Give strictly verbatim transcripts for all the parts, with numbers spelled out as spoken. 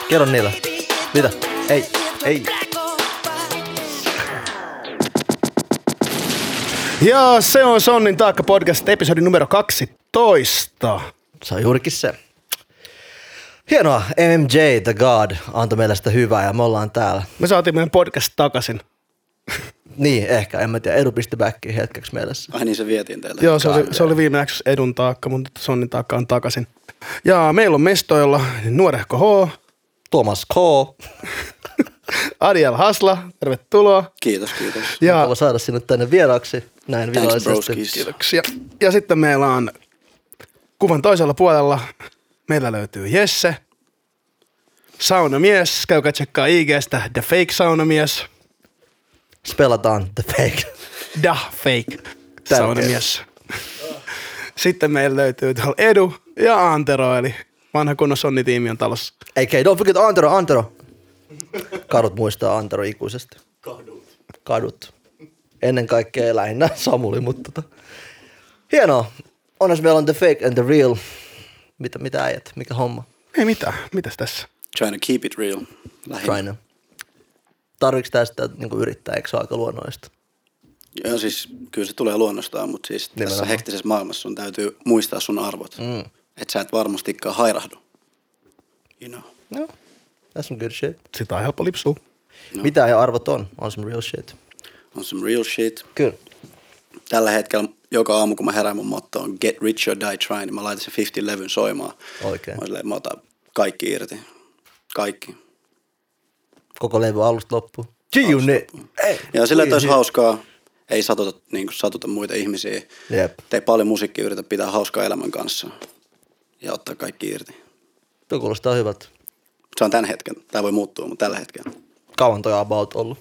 Kerro niillä. Mitä? Ei, ei. Ja se on Sonnin taakka podcast episodi numero kaksitoista. Se on juurikin se. Hienoa, M J The God antoi meille sitä hyvää ja me ollaan täällä. Me saatiin meidän podcast takaisin. Niin, ehkä, en mä tiedä. Edu pisti backiin hetkeksi mielessä. Ai niin, se vietiin teiltä. Joo, se oli, se oli viime jaksossa Edun taakka, mutta Sonnin taakka on takaisin. Ja meillä on mestoilla Nuorehko H. Thomas K. Adiel Hasla, tervetuloa. Kiitos, kiitos. Ja Mukava saada sinut tänne vieraaksi näin Thanks, virallisesti. broskis. kiitoksia. Ja sitten meillä on kuvan toisella puolella. Meillä löytyy Jesse, saunamies. Käykää tsekkaa I G:stä The Fake Saunamies. Spelataan The Fake. The Fake Saunamies. Sitten meillä löytyy tuolla Edu ja Antero, eli vanha kunnon Sonni-tiimi on talossa. Eikä, don't forget Antero, Antero. Kadut muistaa Antero ikuisesti. Kadut. Kadut. Ennen kaikkea lähinnä Samuli, mutta tota. Hienoa. Onneksi meillä on The Fake and The Real. Mitä, mitä äijät? Mikä homma? Ei mitään. Mitäs tässä? Trying to keep it real. Lähinnä. Trying. Tarviiko tästä niin yrittää, eikö se ole aika luonnollista? Joo, siis kyllä se tulee luonnostaan, mutta siis tässä Nimenomaan. hektisessä maailmassa sun täytyy muistaa sun arvot. Mm. Että sä et varmastikaan hairahdu. You know. No, that's some good shit. Sitä on helppo lipsua. No. Mitä ja arvot on? On some real shit. On some real shit. Kyllä. Tällä hetkellä joka aamu, kun mä herään, mun motto on get rich or die trying, niin mä laitan se viisikymmentä-levyn soimaan. Oikein. Mä, silleen, mä otan kaikki irti. Kaikki. Koko levy alusta loppuun. G-Unit. Ja sillä, että olisi hauskaa, ei satuta, niin kuin, satuta muita ihmisiä. Jep. Tee paljon musiikkia, yritä pitää hauskaa elämän kanssa ja ottaa kaikki irti. Tuo kuulostaa hyvältä. Se on tämän hetken. Tämä voi muuttua, mutta tällä hetkellä. Kauan toi about ollut?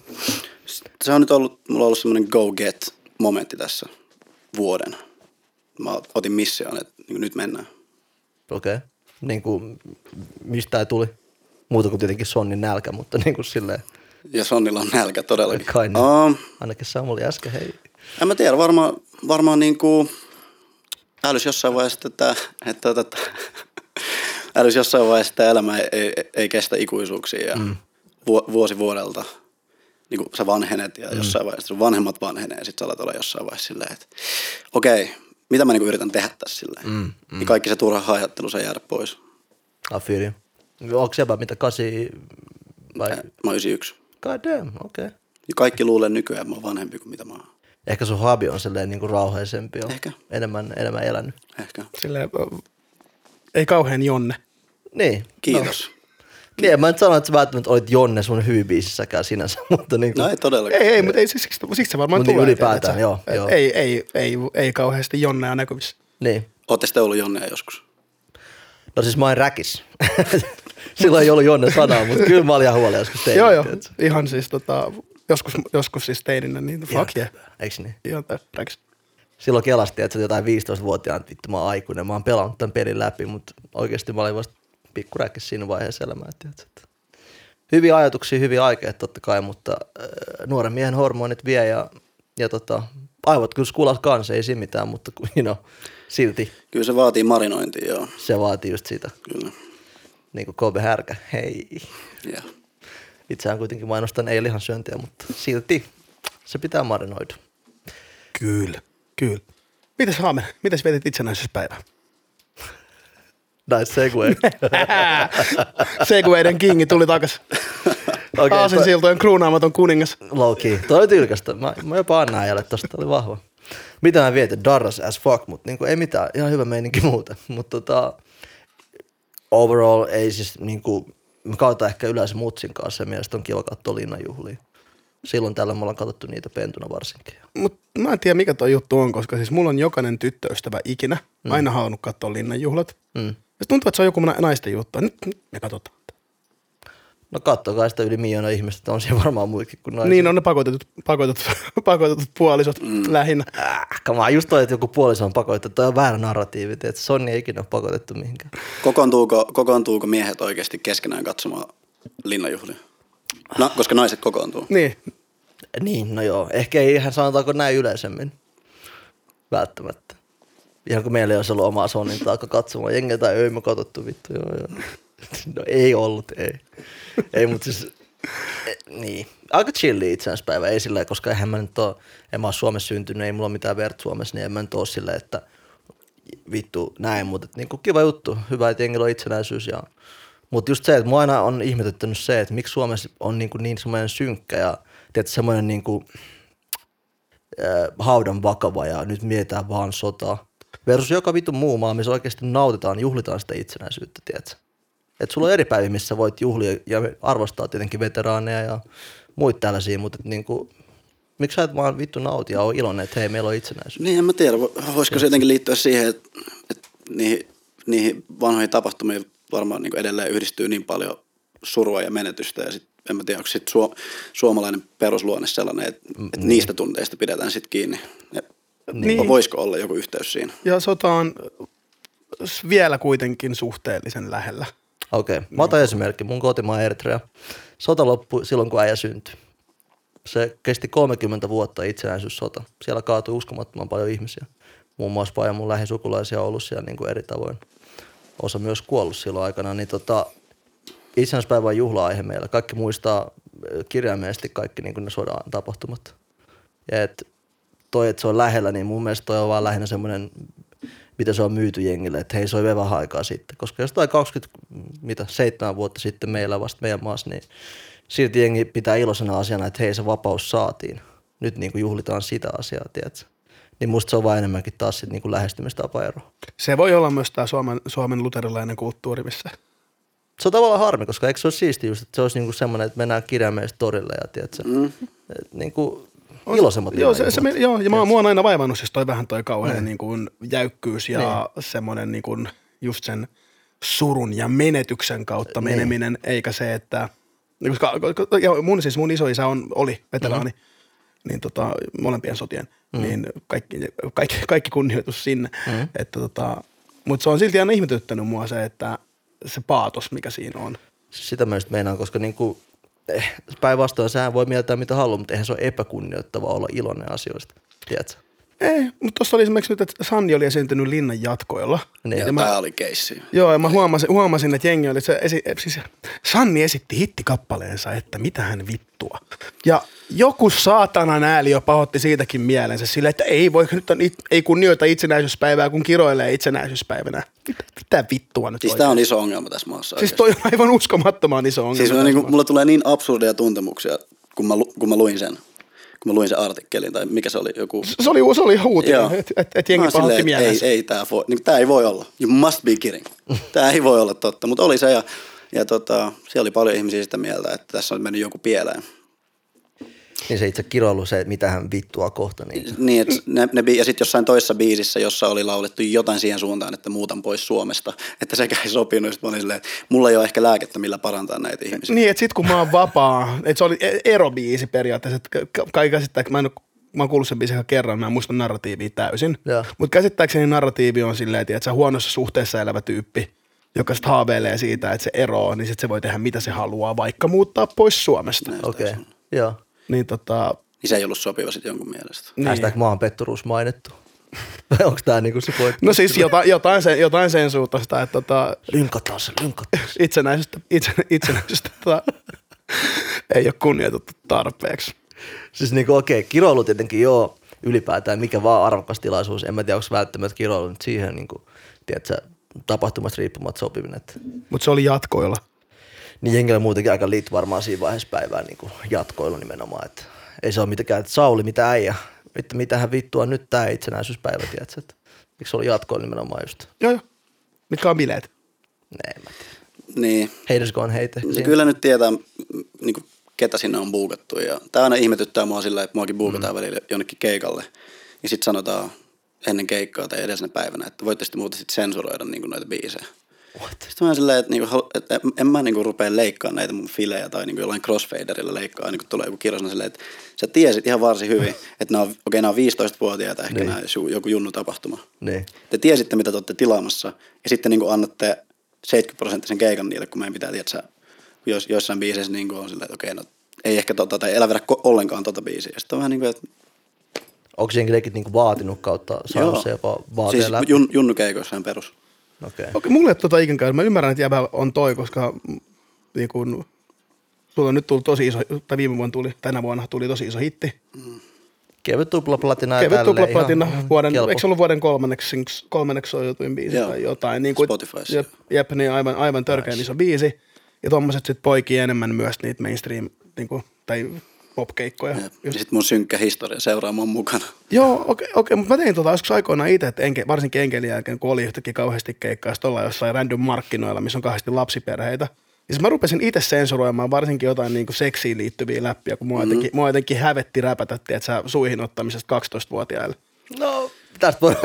Se on nyt ollut, mulla on ollut semmoinen go-get-momentti tässä vuoden. Mä otin mission, että niin nyt mennään. Okei. Okay. Niin kuin, mistä tää tuli? Muuta kuin tietenkin Sonnin nälkä, mutta niin kuin silleen. Ja Sonnilla on nälkä todellakin. Kai niin. Uh, Ainakin Samuli äsken, hei. en mä tiedä, varmaan, varmaan niin kuin älys jossain vaiheessa, että, että, että älys jossain vaiheessa, että elämä ei, ei, ei kestä ikuisuuksia ja mm. vuosi vuodelta niin kuin sä vanhenet ja mm. jossain vaiheessa sun vanhemmat vanhenee ja sit sä alat olla jossain vaiheessa silleen, että okei, okay, mitä mä niin kuin yritän tehdä tässä silleen. Mm. Mm. Niin kaikki se turha haihattelu saa jäädä pois. I feel you. Onko sepä mitä kasi vai? Mä oon yhdeksänkymmentäyksi. God damn, okei. Okay. Ja kaikki luulee nykyään, että mä oon vanhempi kuin mitä mä oon. Ehkä sun hobby on silleen niin kuin rauhaisempi. On Ehkä. Enemmän, enemmän elänyt. Ehkä. Silleen, ei kauhean Jonne. Niin. Kiitos. No. Niin, en mä nyt sano, että sä välttämättä olit Jonne sun hyvybiisissäkään sinänsä, mutta niin kuin. No ei todellakaan. Ei, ei, mutta ei, siksi, siksi se varmaan Mut niin tulee. ylipäätään, tiedät sä. joo, joo. Ei, ei, ei, ei kauheasti Jonnea näkyvissä. Niin. Ootte sitten ollut Jonnea joskus? No siis mä oon räkis. Silloin ei ollut Jonne sanaa, mutta kyllä mä olin ihan huolella joskus tein. Joo, joo. Ihan siis tota, joskus, joskus siis teininä, niin fuck yeah. Eiks niin? Ihan täysin. Silloin kelastiin, että sä jotain viisitoistavuotiaan, vittu mä oon aikuinen, mä oon pelannut tämän pelin läpi, mutta oikeasti mä olin vasta pikkuräkkis siinä vaiheessa elämää. Että hyviä ajatuksia, hyviä aikeita totta kai, mutta äh, nuoren miehen hormonit vie ja, ja tota, aivot kyllä skulas kanssa, ei siinä mitään, mutta you know, silti Kyllä se vaatii marinointia, joo. se vaatii just sitä. Kyllä. Niin kuin Kobe Härkä, hei. Yeah. Itseään kuitenkin mainostan ei lihansyöntiä, mutta silti se pitää marinoida. Kyllä, kyllä. Mitäs Haamen, mitäs vietit itsenäisyyspäivää? Nice segue. Segwayden kingi tuli takas. Okay, Aasinsiltojen kruunaamaton kuningas. low key. Toi oli tyylikästä. Mä, mä jopa annan äijälle tosta, oli vahva. Mitä mä vietin? Darras as fuck, mutta niinku, ei mitään. Ihan hyvä meininki muuten. Mutta tota, overall ei siis niinku, me katsotaan ehkä yleensä mutsin kanssa ja mielestäni on kiva katsoa linnanjuhlia. Silloin tällä me ollaan katsottu niitä pentuna varsinkin. Mut mä en tiedä mikä toi juttu on, koska siis mulla on jokainen tyttöystävä ikinä mm. aina halunnut katsoa linnanjuhlat. Mm. Ja tuntuu, että se on joku naisten juttu. Nyt, nyt me katsotaan. No kattokaa sitä yli miljoona ihmistä, että on siellä varmaan muikin kuin naisia. Niin on ne pakotetut, pakotetut, pakotetut puolisot mm. lähinnä. Äh, come on, just toi, että joku puoliso on pakotettu. Toi on väärä narratiivi, että Sonni ei ikinä ole pakotettu mihinkään. Kokoontuuko, kokoontuuko miehet oikeasti keskenään katsomaan linnanjuhlia? No, koska naiset kokoontuu. Niin. Niin, no joo. Ehkä ei ihan sanotaanko näin yleisemmin. Välttämättä. Ihan kun meillä ei olisi ollut omaa Sonnin taakka katsomaan. Jengi tai ei me katsottu vittu, joo joo. No ei ollut, ei. Ei, mutta siis, e, niin. Aika chilli itsenäispäivä, ei sillä, koska eihän mä nyt ole, en mä ole Suomessa syntynyt, ei mulla ole mitään verta Suomessa, niin en mä nyt ole silleen, että vittu näin, mutta niinku kiva juttu, hyvä, että jengillä on itsenäisyys. Ja, mutta just se, että mua aina on ihmetyttänyt se, että miksi Suomessa on niinku niin semmoinen synkkä ja tietysti semmoinen niinku, äh, haudan vakava ja nyt mietitään vaan sotaa. Versus joka vittu muu maa, missä oikeasti nautitaan, juhlitaan sitä itsenäisyyttä, tiedätkö? Että sulla on eri päiviä, missä voit juhlia ja arvostaa tietenkin veteraaneja ja muita tällaisia, mutta niinku, miksi sä et vaan vittu nauti ja ole iloinen, että hei, meillä on itsenäisyys? Niin, en mä tiedä. Voisiko se jotenkin liittyä siihen, että, että niihin, niihin vanhoihin tapahtumiin varmaan niin kuin edelleen yhdistyy niin paljon surua ja menetystä ja sit, en mä tiedä, onko sit suo, suomalainen perusluonne sellainen, että, mm, että niin. niistä tunteista pidetään sitten kiinni. Ja niin. Voisiko olla joku yhteys siinä? Ja sota on vielä kuitenkin suhteellisen lähellä. Okei, okay. Mä otan esimerkki. Mun kotimaa Eritrea. Sota loppui silloin, kun äijä syntyi. Se kesti kolmekymmentä vuotta itsenäisyyssota. Siellä kaatui uskomattoman paljon ihmisiä. Muun muassa paljon mun lähisukulaisia on ollut siellä niin kuin eri tavoin. Osa myös kuollut silloin aikana. Niin tota, itsenäispäivä on juhla-aihe meillä. Kaikki muistaa kirjaimellisesti kaikki niin kuin ne sodan tapahtumat. Ja et toi, että se on lähellä, niin mun mielestä toi on vaan lähinnä semmoinen, mitä se on myyty jengille, että hei, se oli vähän aikaa sitten. Koska jos toi kaksikymmentäseitsemän vuotta sitten meillä vasta meidän maassa, niin silti jengi pitää iloisena asiana, että hei, se vapaus saatiin. Nyt niin kuin juhlitaan sitä asiaa, tiedätkö? Niin musta se on vaan enemmänkin taas sit niin kuin lähestymistapaero. Se voi olla myös tämä Suomen, Suomen luterilainen kulttuuri, missä... Se on tavallaan harmi, koska eikö se ole siistiä just, että se olisi niin kuin semmoinen, että mennään kirjaimellisesti torille ja tiedätkö? Mm. Et niin kuin iloisemmat. Joo, se, se, joo, ja mä, mua on aina vaivannut siis toi vähän toi kauhean mm. niin kuin jäykkyys ja niin. semmoinen niin kuin just sen surun ja menetyksen kautta niin. meneminen, eikä se, että... Koska, ja mun, siis mun isoisä on, oli veteraani, mm-hmm. niin tota, molempien sotien, mm-hmm. niin kaikki, kaikki, kaikki kunnioitus sinne. Mm-hmm. Että tota, mutta se on silti aina ihmetyttänyt mua se, että se paatos, mikä siinä on. Sitä mä just meinaan, koska niinku, eh, päinvastoin sähän voi mieltää mitä haluaa, mutta eihän se ole epäkunnioittavaa olla iloinen asioista, tiedätkö? Ei, mutta tuossa oli esimerkiksi nyt, että Sanni oli esiintynyt linnan jatkoilla. Niin, ja ja tämä oli keissi. Joo, ja mä huomasin, huomasin että jengi oli, se esi, siis Sanni esitti hittikappaleensa, että mitähän vittua. Ja joku saatanan ääli jo pahoitti siitäkin mielensä silleen, että ei voi, nyt on, ei kunnioita itsenäisyyspäivää, kun kiroilee itsenäisyyspäivänä. Mitä, mitä vittua nyt siis tämä on iso ongelma tässä maassa. Siis toi on aivan uskomattoman iso ongelma. Siis niin kuin, mulla tulee niin absurdeja tuntemuksia, kun mä, kun mä luin sen. Kun mä luin sen artikkelin, tai mikä se oli, joku... Se oli, se oli huutinen, että et, et jengi pahoitti mielensä. Ei, ei tää voi, niin, tää ei voi olla. You must be kidding. Tää ei voi olla totta, mutta oli se, ja, ja tota, siellä oli paljon ihmisiä sitä mieltä, että tässä on mennyt joku pieleen. Niin se itse kiroilu se, että mitähän vittua kohta. Niin, niin että ne, ne, ja sitten jossain toisessa biisissä, jossa oli laulettu jotain siihen suuntaan, että muutan pois Suomesta, että sekä ei sopinut, sitten mä olin silleen, että mulla ei ole ehkä lääkettä, millä parantaa näitä ihmisiä. Niin, että sit kun mä oon vapaa, että se oli erobiisi periaatteessa, että kaikki käsittääkö, mä en mä oon kuullut sen biisin kerran, mä en muista narratiivia täysin, mutta käsittääkseni narratiivi on silleen, että sä huonossa suhteessa elävä tyyppi, joka sitten haaveilee siitä, että se eroo, niin sit se voi tehdä mitä se haluaa, vaikka muuttaa pois Suomesta. Okei, okay. Joo. Niin tota... Niin se ei ollut sopiva sitten jonkun mielestä. Niin. Hashtag maanpetturuus mainittu. Vai onko tää niinku se pointti? No siis jotain, jotain, sen, jotain sen suuntaista, että tota... Lynkataan se, lynkataan se. Itsenäisyystä, itse, itsenäisyystä tota, ei ole kunnioitettu tarpeeksi. Siis niinku okei, okay, kiroilu tietenkin joo, ylipäätään mikä vaan arvokas tilaisuus. En mä tiedä, onko välttämättä kiroilu nyt siihen niinku, tiedätkö, tapahtumasta riippumatta sopiminen. Mutta se oli jatkoilla. Niin jengillä muutenkin aika liittyy varmaan siinä vaiheessa päivää niin jatkoilla nimenomaan, että ei se ole mitenkään, että Sauli, mitä äijä, että mitähän vittua nyt tää itsenäisyyspäivä, tiedätkö, että eikö se ole jatkoilla nimenomaan just? Joo, joo. Mitkä on bileet? Nee, mä tiedän. Niin. Haters gone hate. No, kyllä nyt tietää, niin kuin, ketä sinne on buukattu ja tää aina ihmetyttää mua sillä, että muakin buukataan mm. välillä jonnekin keikalle ja sit sanotaan ennen keikkaa tai edellisenä päivänä, että voitte sitten muuta sit sensuroida niin kuin noita biisejä. What? Sitten mä silleen, että, niinku, että en mä niinku rupea leikkaamaan näitä mun filejä tai niinku jollain crossfaderilla leikkaa, niin kun tulee joku kirjasana silleen, että sä tiesit ihan varsin hyvin, että nämä on, okei, okay, nämä on viisitoistavuotiaita ehkä niin. Nämä, joku junnu tapahtuma. Niin. Te tiesitte, mitä te olette tilaamassa ja sitten niinku annatte seitsemänkymmentä prosenttisen keikan niille, kun meidän pitää tietää, jos joissain biiseissä niinku on silleen, että okei, okay, no ei ehkä tota, tai elä vedä ollenkaan tota biisiä. Sitten on vähän niin kuin, että... Onko jenkin leikit niinku vaatinut kautta saanut se jopa vaatia siis läpi? Jun, junnukeikoissa on perus. Okei. Okay. Okei, mulle ei ole tota ikinä käynyt. Mä ymmärrän, että jäbä on toi, koska niin kun, sulla on nyt tullut tosi iso, tai viime vuonna tuli, tänä vuonna tuli tosi iso hitti. Mm. Kevyt tuplaplatina ja Kevyt tälleen. tuplaplatina. Ihan Vuoden, kelpo. eikö se ollut vuoden kolmanneksi, kolmanneksi soituin biisi Joo. tai jotain? Niin kuin, Spotifyssa. Jep, jep, niin aivan, aivan törkeän Nice. iso biisi. Ja tommoset sit poikii enemmän myös niitä mainstream, niin kuin, tai popkeikkoja. Ja, ja sitten mun synkkä historia seuraa mun mukana. Joo, okei, okay, okay, mutta mä tein tota joskus aikoinaan itse, että enke, varsinkin enkelin jälkeen, kun oli yhtäkkiä kauheasti keikkaa, sit ollaan jossain random markkinoilla, missä on kauheasti lapsiperheitä. Ja sit mä rupesin itse sensuroimaan varsinkin jotain niinku seksiin liittyviä läppiä, kun mua, mm-hmm. jotenkin, mua jotenkin hävetti räpätä, että sä suihin ottamisesta kaksitoistavuotiaille. No, tästä voi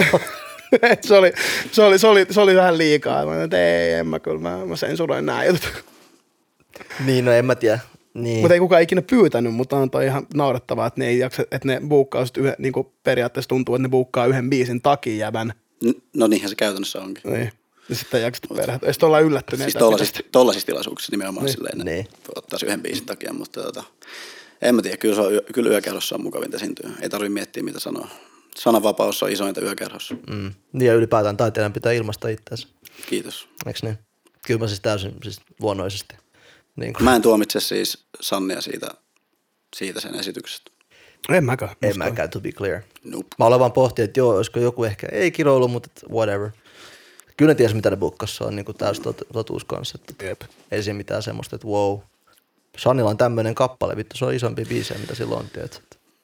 se, oli, se, oli, se, oli, se oli vähän liikaa. Mä sanoin, että ei, en mä kyllä, mä, mä sensuroin nää jutut. Niin, no en mä tiedä. Niin. Mutta ei kukaan ikinä pyytänyt, mutta on toi ihan naurettavaa, että ne ei jaksa, että ne buukkaa sit yhden, niin kuin periaatteessa tuntuu, että ne buukkaa yhden biisin takia jävän. N- no niinhän se käytännössä onkin. Niin. Ja sitten ei jakseta perhät. Ja sitten ollaan yllättyneitä. Siis tollasissa, tollasissa tilaisuuksissa nimenomaan Niin. silleen, ne Niin. ottaisi yhden biisin takia, mutta tota, en mä tiedä, kyllä, se on, yö- kyllä yökerhossa on mukavinta esiintyä. Ei tarvitse miettiä, mitä sanoa. Sananvapaus on isointa yökerhossa. Mm. Niin ja ylipäätään taiteilijan pitää ilmaista itseänsä. Kiitos. Eiks niin? Kyllä mä siis täysin siis luonnollisesti. Niin kuin, Mä en tuomitse siis Sannia siitä, siitä sen esityksestä. En mäkään. en Musta- mäkään, to be clear. Nope. Mä olen vaan pohtinut, että joo, olisiko joku ehkä ei kiroilu, mutta whatever. Kyllä ne ties, mitä ne bukkassa on niin kuin täysin tot, totuus kanssa. Että Jep. ei siinä mitään semmoista, että wow. Sanilla on tämmöinen kappale, vittu se on isompi biisejä, mitä silloin on, tiedätkö?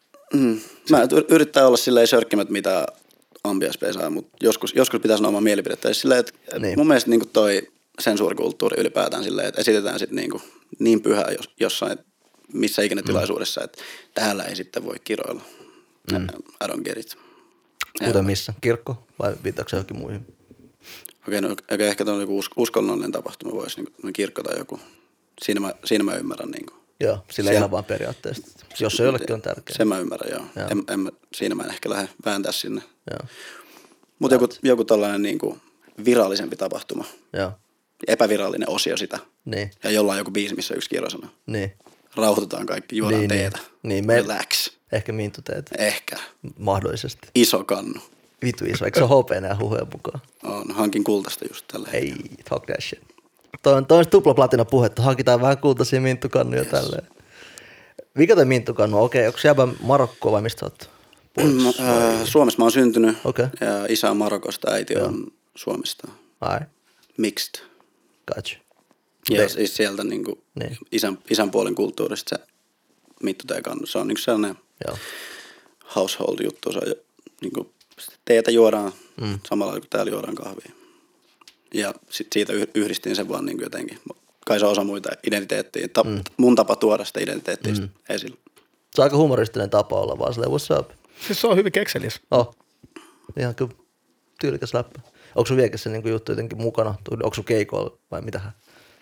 Mm. Mä y- yrittää olla silleen sörkkimät, mitä ambiaspe saa, mutta joskus, joskus pitää sanoa oma mielipidettä. Ja silleen, että Niin. niin. mun mielestä niin toi sensuurikulttuuri ylipäätään silleen, että esitetään sit niin, kuin niin pyhää jos, jossain, missä ikinä tilaisuudessa, että täällä ei sitten voi kiroilla. Mm. I don't get it. Kuten missä? Kirkko vai viittaako se johonkin muihin? Okei, no, okei ehkä tuon joku us- uskonnollinen tapahtuma voisi, niin kuin kirkko tai joku. Siinä mä, siinä mä ymmärrän. Niin kuin. Joo, sillä Siellä- ei vaan periaatteessa. Jos se jollekin on tärkeää. Sen mä ymmärrän, joo. Joo. En, en, mä- siinä mä en ehkä lähde vääntää sinne. Joo, Mutta joku, joku tällainen niin kuin virallisempi tapahtuma. joo, Epävirallinen osio sitä. niin, Ja jollain joku biisi, missä on yksi kirosana. niin. Rauhoitutaan kaikki, juodaan Niin, teetä. niin. Niin, me- Relax. Ehkä mintu teet. Ehkä. Mahdollisesti. Iso kannu. Vitu iso. Eikö se ole H P enää huhujen mukaan? On, hankin kultaista just tällä Ei, fuck that shit. Toi on, toi on tuplaplatina puhetta. Hankitaan vähän kultaisia minttukannuja yes. tälleen. Mikä toi minttukannu on? Okei, onko se jäbä Marokkoa vai mistä oot? No, äh, Suomessa mä oon syntynyt. Okei. Ja isä on Marokosta, äiti on Suomesta. Ai, Mixed. gotcha. Ja Ei. siis sieltä niin kuin Niin. isän, isän puolen kulttuurista se mittuteekannu. Se on niin sellainen Joo. household-juttu. Se on jo, niin kuin, teetä juodaan mm. samalla kuin täällä juodaan kahvia. Ja sit siitä yh- yhdistin sen vaan niin kuin jotenkin. Kai se on osa muita identiteettiä. Ta- mm. Mun tapa tuoda sitä identiteettiä mm. esille. Se on aika humoristinen tapa olla vaan silleen, what's up? Siis se on hyvin kekseliäs. Oh, ihan kyllä tyylikäs läppä. Onko sun vieläkin se niinku juttu jotenkin mukana? Onko sun keikoilla vai mitähän?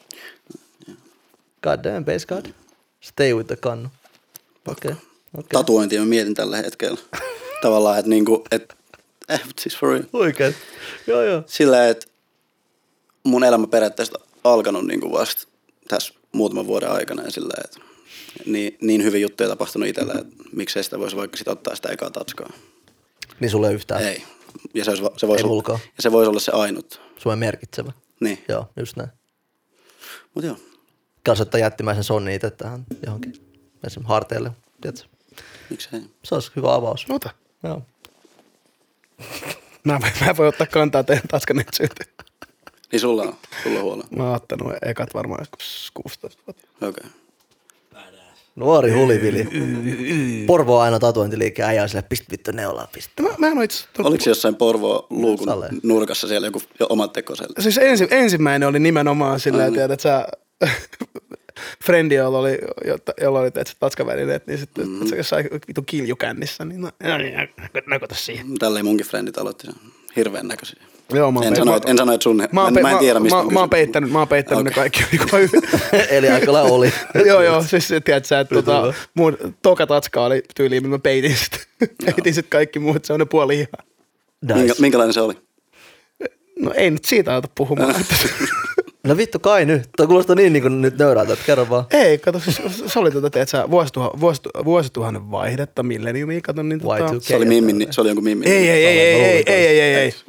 God damn, bass god. Stay with the kannu. Okei. Okay. Okay. Tatuointia mä mietin tällä hetkellä. Tavallaan, että niinku, et, eh, siis for real. Oikein. Joo, joo. Sillä, että mun elämä periaatteessa alkanut niinku vasta tässä muutaman vuoden aikana ja sillä, että niin, niin hyvin juttuja tapahtunut itsellä, että miksei sitä voisi vaikka sit ottaa sitä ekaa tatskaa. Niin sulle ei yhtään. Ei. Ja se, olisi, se voisi Ei olla, mulkaan. ja se voisi olla se ainut. Sulle merkitsevä. Niin. Joo, just näin. Mut joo. Kanssa ottaa jättimäisen sonni itse tähän johonkin. Esimerkiksi harteille. Tiedätkö? Miksei? Se olisi hyvä avaus. Ota. Joo. Mä, mä voin ottaa kantaa teidän taskanetsyyteen. Niin sulla on, sulla on huono. Mä oon ottanut ekat varmaan joskus kuusitoista vuotta. Okei. Okay. Nuori hulivili. Porvo on aina tatuointiliike äijä sille, pist vittu neulaa, pist. Mä, mä en oo itse... Oliko se jossain Porvoon luukun Sale. nurkassa siellä joku jo omat tekoselle? Siis ensi, ensimmäinen oli nimenomaan silleen, Ai niin. että sä... Frendi, jolla oli, jolla oli teet, tatskavälineet, niin sitten mm. se jossain vitu kiljukännissä, niin no, no niin, näkötä siihen. Tälleen munkin frendit aloitti sen. Hirveän näköisiä. Joo, mä oon En pe- sano, mä- että, en sano, että sun, mä, Mä, oon mä, pe- mä en tiedä, mistä mä, on mä, mä oon kysymys. peittänyt, mä oon peittänyt Okei. ne kaikki. Eli aika oli. joo, joo, siis tiedät sä, että tota, mun toka tatska oli tyyliin, mä peitin sit, peitin sit kaikki muut, se on ne puoli ihan. Nice. Minkä, minkälainen se oli? No ei nyt siitä aleta puhumaan. No vittu kai nyt. Toi kuulostaa niin niin kuin nyt nöyrältä, että kerro vaan. Ei, kato, siis se oli tota, tiedät sä, vuosituha, vuositu, vuosituhannen vaihdetta, milleniumia, kato, niin tota... Y two K. Se oli, mimmin, se oli jonkun mimmin. Ei, ei, ei, ei, ei, ei, ei, ei, ei.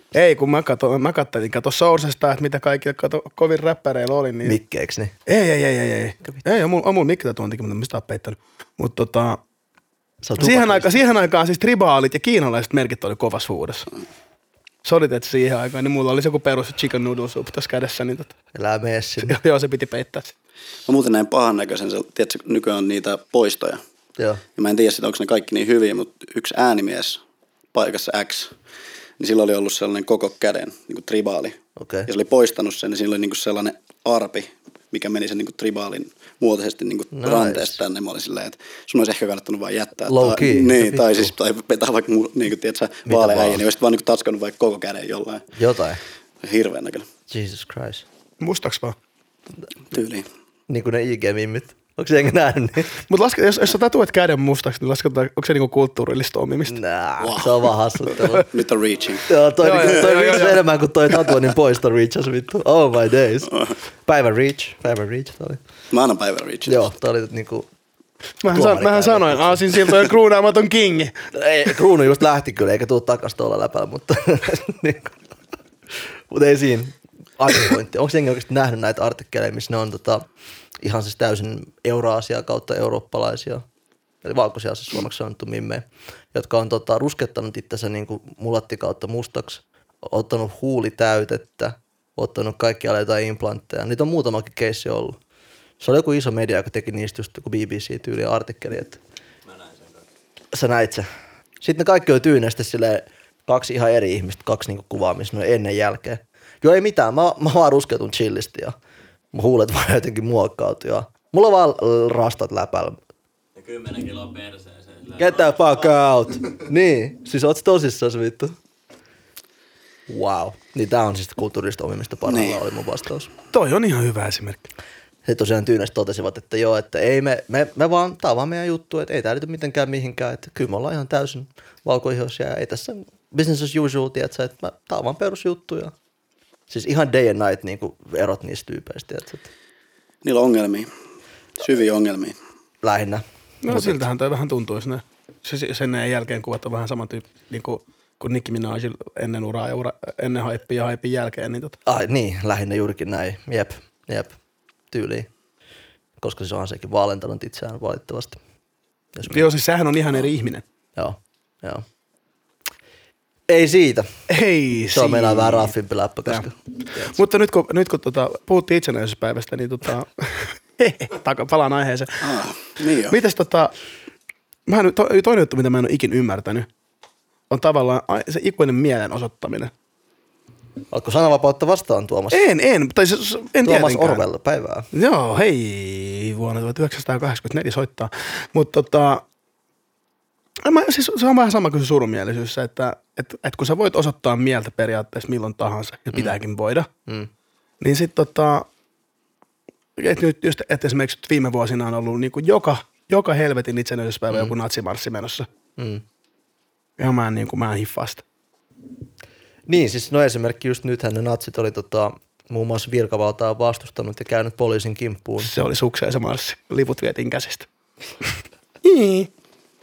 Ei, kun mä, kato, mä kattelin, kato Sourcesta, että mitä kaikilla kato, kovin räppäreillä oli. Niin... Mikkeeks niin? Ei, ei, ei, ei, ei. Ei, on mulla, on mulla mikkitatuointikin, mutta mistä oon peittänyt. Mutta tota, siihen, aika, siihen aikaan siis tribaalit ja kiinalaiset merkit oli kovassa huudossa. Sorit, että siihen aikaan, niin mulla oli se joku perus chicken noodle soup tässä kädessä. Niin tota, elää mene sinne. Joo, se piti peittää. Mä muuten näin pahan näköisen, tiedätkö, nykyään on niitä poistoja. Joo. Ja mä en tiedä, onko ne kaikki niin hyviä, mutta yksi äänimies paikassa X, niin sillä oli ollut sellainen koko käden niin kuin tribaali. Okay. Ja se oli poistanut sen, niin sillä oli niin kuin sellainen arpi, mikä meni sen niin kuin tribaalin muotoisesti niin kuin nice. ranteesta tänne. Mä olin silleen, että sun olisi ehkä kannattanut vaan jättää. Low tai, key. Niin, tai siis tai vetää vaikka niin kuin, tiedätkö, vaaleäijä, niin olisit vaan niin kuin tatskannut vaikka koko käden jollain. Jotain. Hirveän näköinen. Jesus Christ. Mustaks vaan? Tyyliin. Niin kuin ne I G-mimmit. Onko se jengi nähnyt niitä? Mutta laske, jos, jos sä tatuet käden mustaksi, niin lasketaan, onko se niinku kulttuurillista omimista? Nää, Wow. se on vaan hassuttelua. Nyt on reaching. Joo, toi, Joo, niinku, joo, toi joo, reach joo. enemmän kuin toi tatuoinnin poisto reachas vittu. Oh my days. Päivän reach, päivän reach toi oli. Mä annan päivän reaching. Joo, toi oli niinku... Mähän, san, mähän sanoin, aasin siltojen kruunaamaton kingi. Ei, kruunu just lähti kyllä, eikä tuu takas tuolla läpällä, mutta... niinku, mutta ei siinä. Aika pointti. Onko jengi oikeasti nähnyt näitä artikkeleja, missä ne on tota, ihan siis täysin Euraasiaa kautta eurooppalaisia, eli valkoisia siis suomeksi sanottu mimmejä, jotka on tota, ruskettanut itsensä niin kuin mulatti kautta mustaksi, ottanut huulitäytettä, ottanut kaikkialle jotain implantteja. Niitä on muutamakin keissi ollut. Se oli joku iso media, joka teki niistä just joku B B C-tyyli artikkeli. Että... Mä näin sen kaikki. Sä näit sen. Sitten ne kaikki on tyynesti silleen kaksi ihan eri ihmistä, kaksi niinku kuvaa, missä ne on ennen jälkeen. Joo, ei mitään. Mä, mä vaan rusketun chillisti ja mun huulet vaan jotenkin muokkautui. Ja mulla on vaan rastat läpällä. Ja kymmenen kiloa perseeseen. Get the fuck out. Niin, siis oot tosissaan vittu. Wow. Niin tää on siis kulttuurista omimista parhaillaan niin. Oli mun vastaus. Toi on ihan hyvä esimerkki. He tosiaan tyynesti totesivat, että joo, että ei me, me, me vaan, tää on vaan meidän juttu, että ei tää liity mitenkään mihinkään, että kyllä me ollaan ihan täysin valkoihoisia ja ei tässä business as usual, tiedätkö, että mä, tää on vaan perusjuttuja. Siis ihan day and night niin kuin erot niistä tyypeistä, tiedätkö? Niillä on ongelmia, syviä ongelmia. Lähinnä. No Mut siltähän toi vähän tuntuisi ne. Se, sen jälkeen kuvat on vähän saman tyyppi, niin kuin, kuin Nicki Minaj ennen uraa ja ura, ennen haippia ja haippin jälkeen. Niin, tota. Ai niin, lähinnä juurikin näin. Jep, jep, tyyliin. Koska se on sekin vaalentanut itseään valitettavasti. Joo, siis sehän on ihan eri ihminen. Joo, joo. Ei siitä. Ei Se on meillä vähän raffimpi läppä, koska... Mutta nyt kun, nyt kun tota, puhuttiin itsenäisyyspäivästä, niin tota, palaan aiheeseen. Ah, niin jo. Mites tota, mä en, to, toinen juttu, mitä mä en ole ikin ymmärtänyt, on tavallaan se ikuinen mielen osoittaminen. Oletko sananvapautta vastaan, Tuomas? En, en. Tai se, en Tuomas tietenkään. Orwell, päivää. Joo, hei, vuonna tuhatyhdeksänsataakahdeksankymmentäneljä soittaa. Mutta tota, mä, siis se on vähän sama kuin se surumielisyys, että et, et kun sä voit osoittaa mieltä periaatteessa milloin tahansa, ja pitääkin voida, Mm. niin sitten tota, et nyt just, että esimerkiksi viime vuosina on ollut niin kuin joka, joka helvetin itsenäisyyspäivä mm. joku natsimarssi menossa. Mm. Ja mä en, niin kuin, mä en hiffaa sitä. Niin, siis no esimerkki just nythän ne natsit oli tota, muun muassa virkavaltaa vastustanut ja käynyt poliisin kimppuun. Se oli sukseen se marssi. Liput vietiin käsistä. Niin.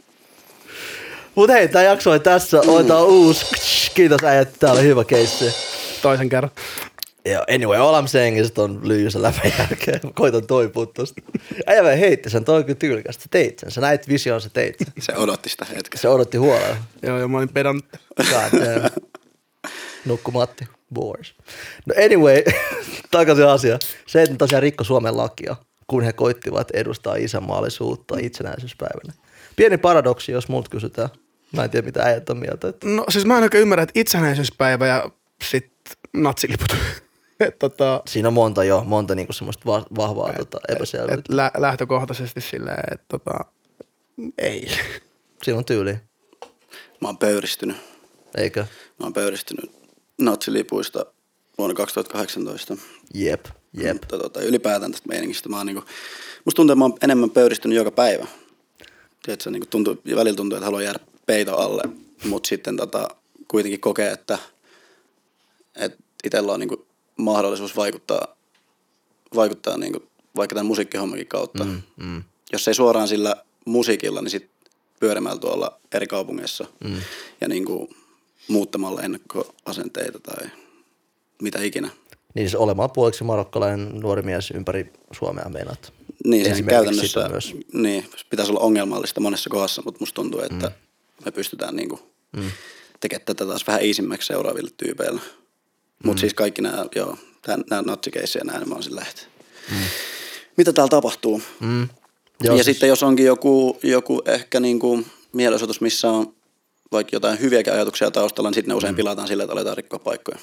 Mut hei, tää jakso oli tässä. Otetaan uusi. Kiitos äijät, tää oli hyvä keissi. Toisen kerran. Joo, anyway, all I'm saying is, ton lyijysen läpän jälkeen. Mä koitan toipua tosta. Äijä vähän heitti sen, toi on kyllä tyylikästä. Sä teit sen, sä näit vision, sä teit sen. Se odotti sitä hetkeä. Se odotti huolella. Joo, ja mä olin pedannut. God damn. Nukku Matti. Boars. No anyway, takaisin asia. Se, että ne tosiaan rikko Suomen lakia, kun he koittivat edustaa isänmaallisuutta itsenäisyyspäivänä. Pieni paradoksi, jos multa kysytään. Mä en tiedä, mitä äijät on mieltä. Että... No siis mä en oikein ymmärrä, että itsenäisyyspäivä ja sit natsiliput. Et, tota, Siinä on monta jo, monta niinku semmoista va- vahvaa tota, epäselvyyttä. et lä- lähtökohtaisesti silleen, että tota, ei. Siinä on tyyli, Mä oon pöyristynyt. eikö? Mä oon pöyristynyt natsilipuista vuonna kaksituhattakahdeksantoista. Jep, jep. Mutta tota, ylipäätään tästä meiningistä mä oon niinku, musta tuntuu, että mä oon enemmän pöyristynyt joka päivä. Tiedätkö, niinku tuntuu, välillä tuntuu, että haluaa jäädä peito alle, mutta sitten tota, kuitenkin kokee, että, että itsellä on niinku mahdollisuus vaikuttaa, vaikuttaa niinku, vaikka tämän musiikkihommankin kautta. Mm, mm. Jos ei suoraan sillä musiikilla, niin sitten pyörimällä tuolla eri kaupungeissa. Mm. Ja niinku, muuttamalla ennakkoasenteita tai mitä ikinä. Niin siis olemaan puoliksi marokkalainen nuori mies ympäri Suomea meinaat. Niin se käytännössä myös. Niin, pitäisi olla ongelmallista monessa kohdassa, mutta musta tuntuu, että mm. me pystytään niinku mm. tekemään tätä taas vähän easimmäksi seuraaville tyypeille. Mutta mm. siis kaikki nämä, joo, nämä natsikeissejä ja näin, mä oon silleen, että mm. mitä täällä tapahtuu. Mm. Joo, ja siis sitten jos onkin joku, joku ehkä niinku mielenosoitus, missä on vaikka jotain hyviäkin ajatuksia taustalla, niin sitten ne usein mm. pilataan sillä, että aletaan rikkoa paikkoja.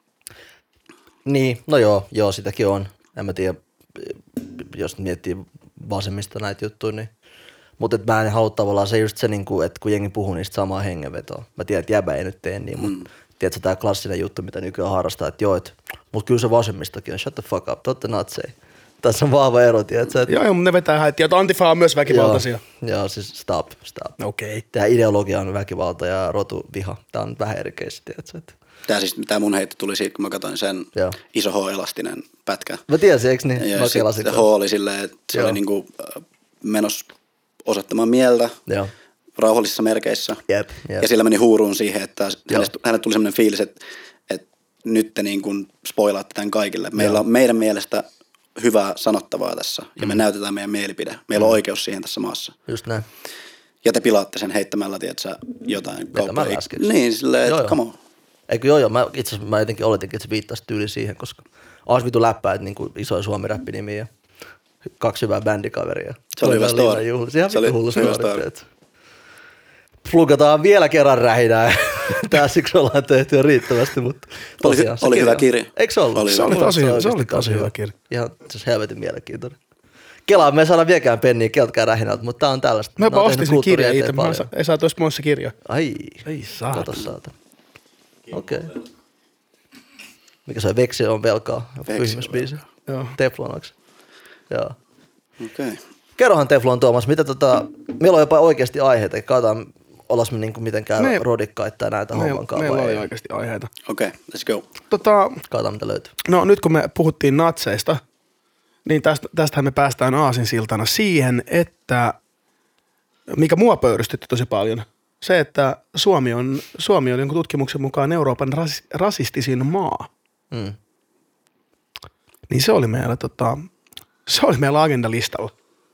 Niin, no joo, joo, sitäkin on. En mä tiedä, jos miettii vasemmista näitä juttuja, niin. Mutta mä en halua tavallaan se just se, niinku, että kun jengi puhuu niistä samaa hengenvetoa. Mä tiedän, että jäbä ei nyt tee niin, mutta mm. tiedätkö tää klassinen juttu, mitä nykyään harrastaa, että joo, että mutta kyllä se vasemmistakin on, shut the fuck up, totte natsei. Tässä on vahva ero, tiedätkö? Että... Joo, joo, mutta ne vetää häittiä, että Antifa on myös väkivaltaisia. Joo, joo siis stop, stop. Okei. Okay. Tää ideologia on väkivalta ja rotuviha. Tää on vähän eri keissi, tiedätkö? Että... Tää siis, tää mun heitto tuli siitä, kun mä katsoin sen joo. Iso H-elastinen pätkä. Mä tiesin, eikö niin? Ja sitten H oli silleen, että se joo. oli niinku menossa osoittamaan mieltä joo. rauhallisissa merkeissä. Jep, jep. Ja sillä meni huuruun siihen, että hänelle tuli semmoinen fiilis, että, että nyt te niin kuin spoilaatte tämän kaikille. Meillä on meidän mielestä hyvää sanottavaa tässä ja mm. me näytetään meidän mielipide. Meillä mm. on oikeus siihen tässä maassa. Just näin. Ja te pilaatte sen heittämällä, tiedätkö, jotain kauppoja. Niin, silleen, että come on. Eikö joo joo, mä itse asiassa mä jotenkin oletinkin, että se viittasi tyyli siihen, koska olisi vitu läppää, että niinku isoja suomi-räppinimiä ja kaksi hyvää bändikaveria. Se oli hyvä story. Se oli hullu story. Plugataan vielä kerran rähinää. Tää siksi ollaan tehty jo riittävästi, mutta tosiaan oli, oli hyvä kirja. Eikö se ollut? Oli, se oli tosi, se oli tosi hyvä kirja. Ihan siis helvetin mielenkiintoinen. Kelaa, me ei saada vieläkään penniä keltkään rähinältä, mutta tää on tällaista. Mäpä ostin sen kirjan itse, mä ei saa tuossa muissa kirjoja. Ai, ei saa. Kato saata. Okei. Okay. Mikä se on? Veksi on velkaa. Pyhimysbiisi. Joo. Teflonaksi. Joo. Okei. Okay. Kerrohan Teflon Tuomas, mitä tota, meillä on jopa oikeasti aiheita. Katsotaan, ollas me niinku mitenkään me, rodikkaita tai näitä me, homman Meillä oli oikeasti aiheita. Okei, okay, let's go. Tota, katsotaan, mitä löytyy. No nyt kun me puhuttiin natseista, niin tästä, tästähän me päästään aasinsiltana siihen, että mikä mua pöyristytti tosi paljon, se, että Suomi on, Suomi on jonkun tutkimuksen mukaan Euroopan ras, rasistisin maa. Mm. Niin se oli meillä, tota, se oli meillä agendalistalla.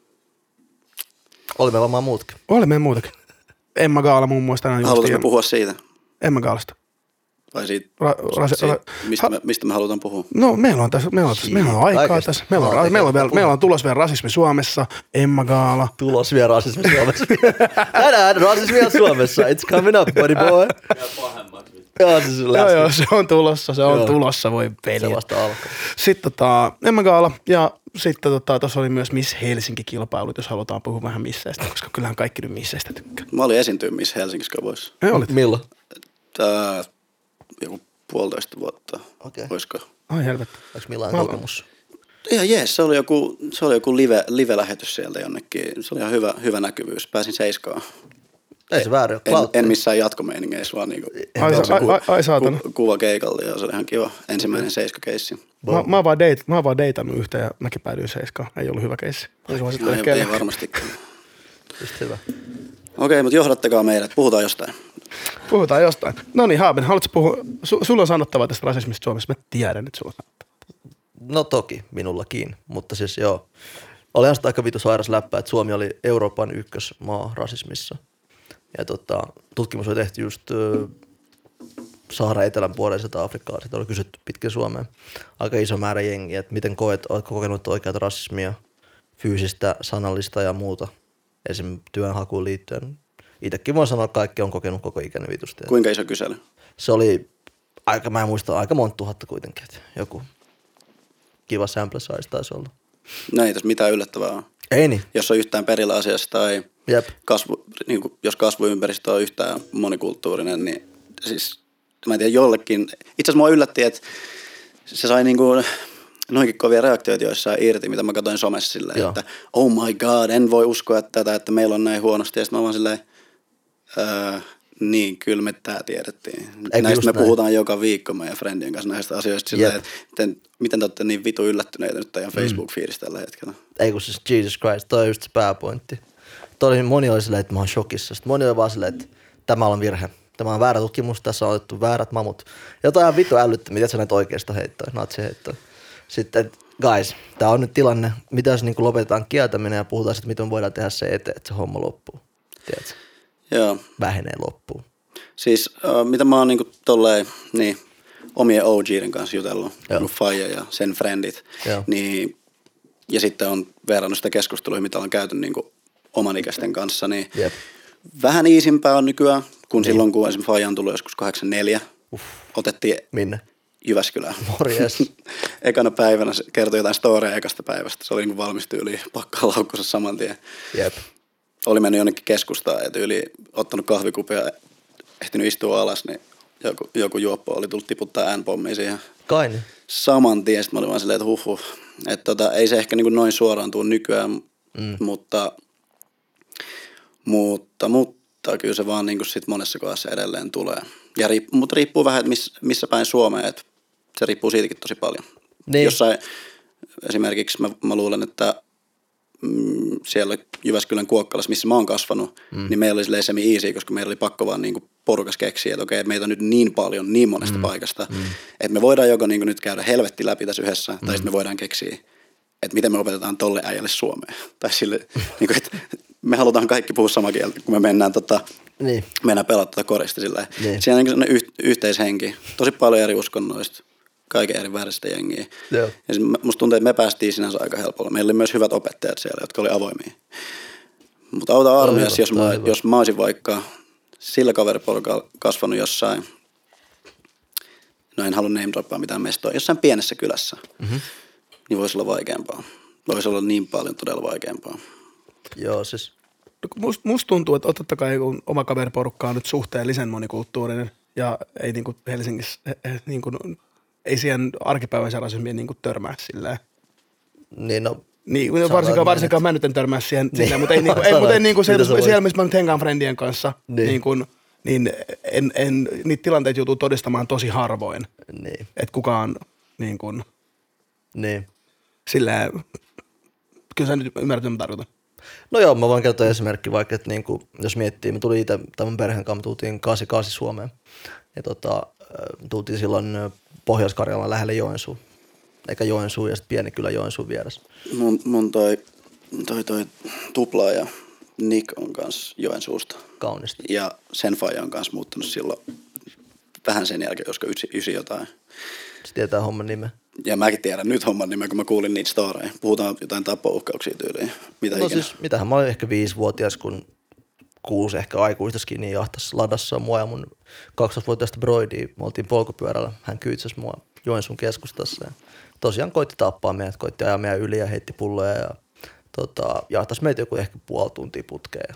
Oli meillä varmaan muutkin. Oli meillä muutakin. Emma Gaala muun muassa tänään. Haluaisitko puhua siitä? Emma Gaalasta. Vai siitä, ra- siitä ra- mistä, ha- me, mistä me halutaan puhua? No meillä on tässä, meillä on, tässä, meillä on aikaa kaikesta. Tässä. Meillä on, no, meillä, on vielä, meillä on tulos vielä rasismi Suomessa, Emma Gaala. Tulos vielä rasismi Suomessa. Tänään rasismi Suomessa, it's coming up, buddy boy. Ja pahemmat. Joo, siis joo, joo, se on tulossa, se on joo. tulossa, voi peliä. Se vasta alkaa. Sitten tota, Emma Gaala ja sitten tota, tuossa oli myös Miss Helsinki-kilpailut, jos halutaan puhua vähän misseistä, koska kyllähän kaikki nyt misseistä tykkää. Mä olin esiintynyt Miss Helsingissä-kaupoissa. Ei olit? Milloin? Tää joku puolitoista vuotta. Okei. Okay. Olisiko? Ai helvettä. Oliko millainen kokemus? Ihan jees, se oli joku, se oli joku live, live-lähetys sieltä jonnekin. Se oli ihan hyvä, hyvä näkyvyys. Pääsin seiskaan. Ei se väärin en, en missään jatkomeiningeissä, vaan niinku ai, ai, ai, ai, saatana. Ku, kuva keikalle ja se oli ihan kiva. Ensimmäinen seiskakeissi. Mä, mä, oon vaan date, mä oon vaan deitannut yhtä ja mäkin päädyin seiskaan. Ei ollut hyvä keissi. Ei, ei, ei varmastikaan. Just hyvä. Okei, mutta johdattakaa meidät. Puhutaan jostain. Puhutaan jostain. No niin, Haaben, haluatko puhua? Su, sulla on sanottavaa tästä rasismista Suomessa. Mä tiedän, että sulla on sanottavaa. No toki, minullakin. Mutta siis joo. Olihan sitä aika vitu sairas läppä, että Suomi oli Euroopan ykkösmaa rasismissa. Ja tota, tutkimus oli tehty just äh, Saharan etelän puoleiselta Afrikkaa. Sitten oli kysytty pitkin Suomeen aika iso määrä jengiä, että miten koet, oletko kokenut oikeat rasismia, fyysistä, sanallista ja muuta esim. Työnhakuun liittyen. Itsekin voin sanoa, että kaikki on kokenut koko ikäinen vitusti. Kuinka iso kysely? Se oli, aika, mä en muista, aika monta tuhatta kuitenkin. Että joku kiva sample size taisi olla. No ei tässä mitään yllättävää ole. Ei niin. Jos on yhtään perillä asiassa tai Jep. kasvu, niin kuin, jos kasvuympäristö on yhtään monikulttuurinen, niin siis mä en tiedä jollekin. Itse asiassa mua yllätti, että se sai niin kuin noinkin kovia reaktioita joissain irti, mitä mä katsoin somessa silleen, Joo. että oh my god, en voi uskoa tätä, että meillä on näin huonosti. Ja sitten mä vaan silleen, öö, niin, kyllä me tää tiedettiin. Eikö näistä me näin? Puhutaan joka viikko meidän friendien kanssa näistä asioista silleen, että miten, miten te olette niin vitu yllättyneitä nyt teidän Facebook-fiidistä tällä hetkellä. Ei kun siis Jesus Christ, toi on just se pääpointti. Toi moni oli silleen, että mä oon shokissa. Sitten moni oli vaan silleen, että tämä on virhe. Tämä on väärä tutkimus, tässä on otettu väärät mamut. Jotain vittu älyttömiä, mitä sä näitä oikeista heittoja, natsiheittoja. Sitten, guys, tää on nyt tilanne, mitä jos niin lopetetaan kieltäminen ja puhutaan sitten, miten voidaan tehdä se eteen, että se homma loppuu. Tiedätkö? Joo. Vähenee loppuun. Siis uh, mitä mä oon niinku tolleen, niin omien O G:iden kanssa jutellut, niin Faija ja sen friendit, niin, ja sitten on verrannut sitä keskustelua, mitä on käyty niinku oman ikäisten kanssa, niin Jep. vähän iisimpää on nykyään, kun niin. silloin, kun esimerkiksi Faija on tullut joskus kahdeksankymmentäneljä, Uff. otettiin Minne? Jyväskylään. Morjes. Ekana päivänä se kertoi jotain storia ekasta päivästä, se oli niin valmis tyyliin pakkaan laukkunsa saman tien. Jep. Oli mennyt jonnekin keskustaan ja tyyliin ottanut kahvikupia, ehtinyt istua alas, niin joku, joku juoppo oli tullut tiputtaa äänpommia siihen. Kai niin. Saman tien. Sitten mä olin vaan silleen, että huh huh. Että tota, ei se ehkä niin kuin noin suoraan tuu nykyään, mm. mutta, mutta, mutta kyllä se vaan niin kuin sit monessa kohdassa edelleen tulee. Ja riippu, mutta riippuu vähän, että miss, missä päin Suomeen, että se riippuu siitäkin tosi paljon. Niin. Jossain esimerkiksi mä, mä luulen, että mm, siellä Jyväskylän Kuokkalassa, missä mä oon kasvanut, mm. niin meillä oli silleen semi-easy, koska meillä oli pakko vaan niin kuin porukas keksiä, että okei, meitä on nyt niin paljon, niin monesta mm. paikasta, mm. että me voidaan joko niin kuin nyt käydä helvetti läpi tässä yhdessä, mm. tai sitten me voidaan keksiä, että miten me opetetaan tolle äijälle suomea. Tai sille, niin kuin, että me halutaan kaikki puhua samaa kieltä, kun me mennään, tota, niin. mennään pelaa tuota korista silleen. Niin. Siinä on niin sellainen yh- yhteishenki, tosi paljon eri uskonnoista, kaiken eri väristä jengiä. Joo. Ja musta tuntuu, että me päästiin sinänsä aika helpolla. Meillä oli myös hyvät opettajat siellä, jotka oli avoimia. Mutta auta armiassa, jos, mä, jos mä olisin vaikka sillä kaveriporukalla kasvanut jossain, no en halua name droppaa mitään mestoa, jossain pienessä kylässä, mm-hmm. niin voisi olla vaikeampaa. Voisi olla niin paljon todella vaikeampaa. Joo, siis. Musta must tuntuu, että totta kai kun oma kaveriporukka on nyt suhteellisen monikulttuurinen ja ei niin kuin Helsingissä, niin kuin, ei siihen arkipäiväisen rasismiin niin kuin törmää silleen. Niin no. Niin, varsinkaan, varsinkaan mä nyt en törmää siihen, niin. silleen, mutta ei, niin kuin, ei, mutta ei niin kuin se, siellä, missä mä nyt hengaan friendien kanssa, niin, niin, kuin, niin en, en, niitä tilanteita joutuu todistamaan tosi harvoin. Niin. Että kukaan niin kuin, niin. silleen, kyllä sä nyt ymmärrät, mitä mä tarkoitan. No joo, mä voin kertoa esimerkki vaikka, että niinku, jos miettii, me tuli itse tämän perheen kanssa, me tultiin kahdeksankymmentäkahdeksan Suomeen ja tota, tultiin silloin Pohjois-Karjalan lähelle Joensuu, eikä Joensuu ja sitten pieni kylä Joensuun vieressä. Mun, mun toi, toi, toi tupla ja Nick on kanssa Joensuusta. Kaunista. Ja sen faija on kanssa muuttunut silloin vähän sen jälkeen, koska ysi, ysi jotain. Se tietää homman nimeä. Ja mäkin tiedän nyt homman nimeä, kun mä kuulin niitä storeja. Puhutaan jotain tappouhkauksia tyyliin. Mitä no ikinä. Siis, mitähän mä olin ehkä viisivuotias, kun kuusi ehkä aikuistakin niin jahtas ladassa mua ja mun kaksitoistavuotiaista broidia. Me oltiin polkupyörällä, hän kyytsäsi mua Joensuun keskustassa. Ja tosiaan koitti tappaa meidät, koitti ajaa meidän yli ja heitti pulloja ja tota, jahtas meitä joku ehkä puoli tuntia putkeen.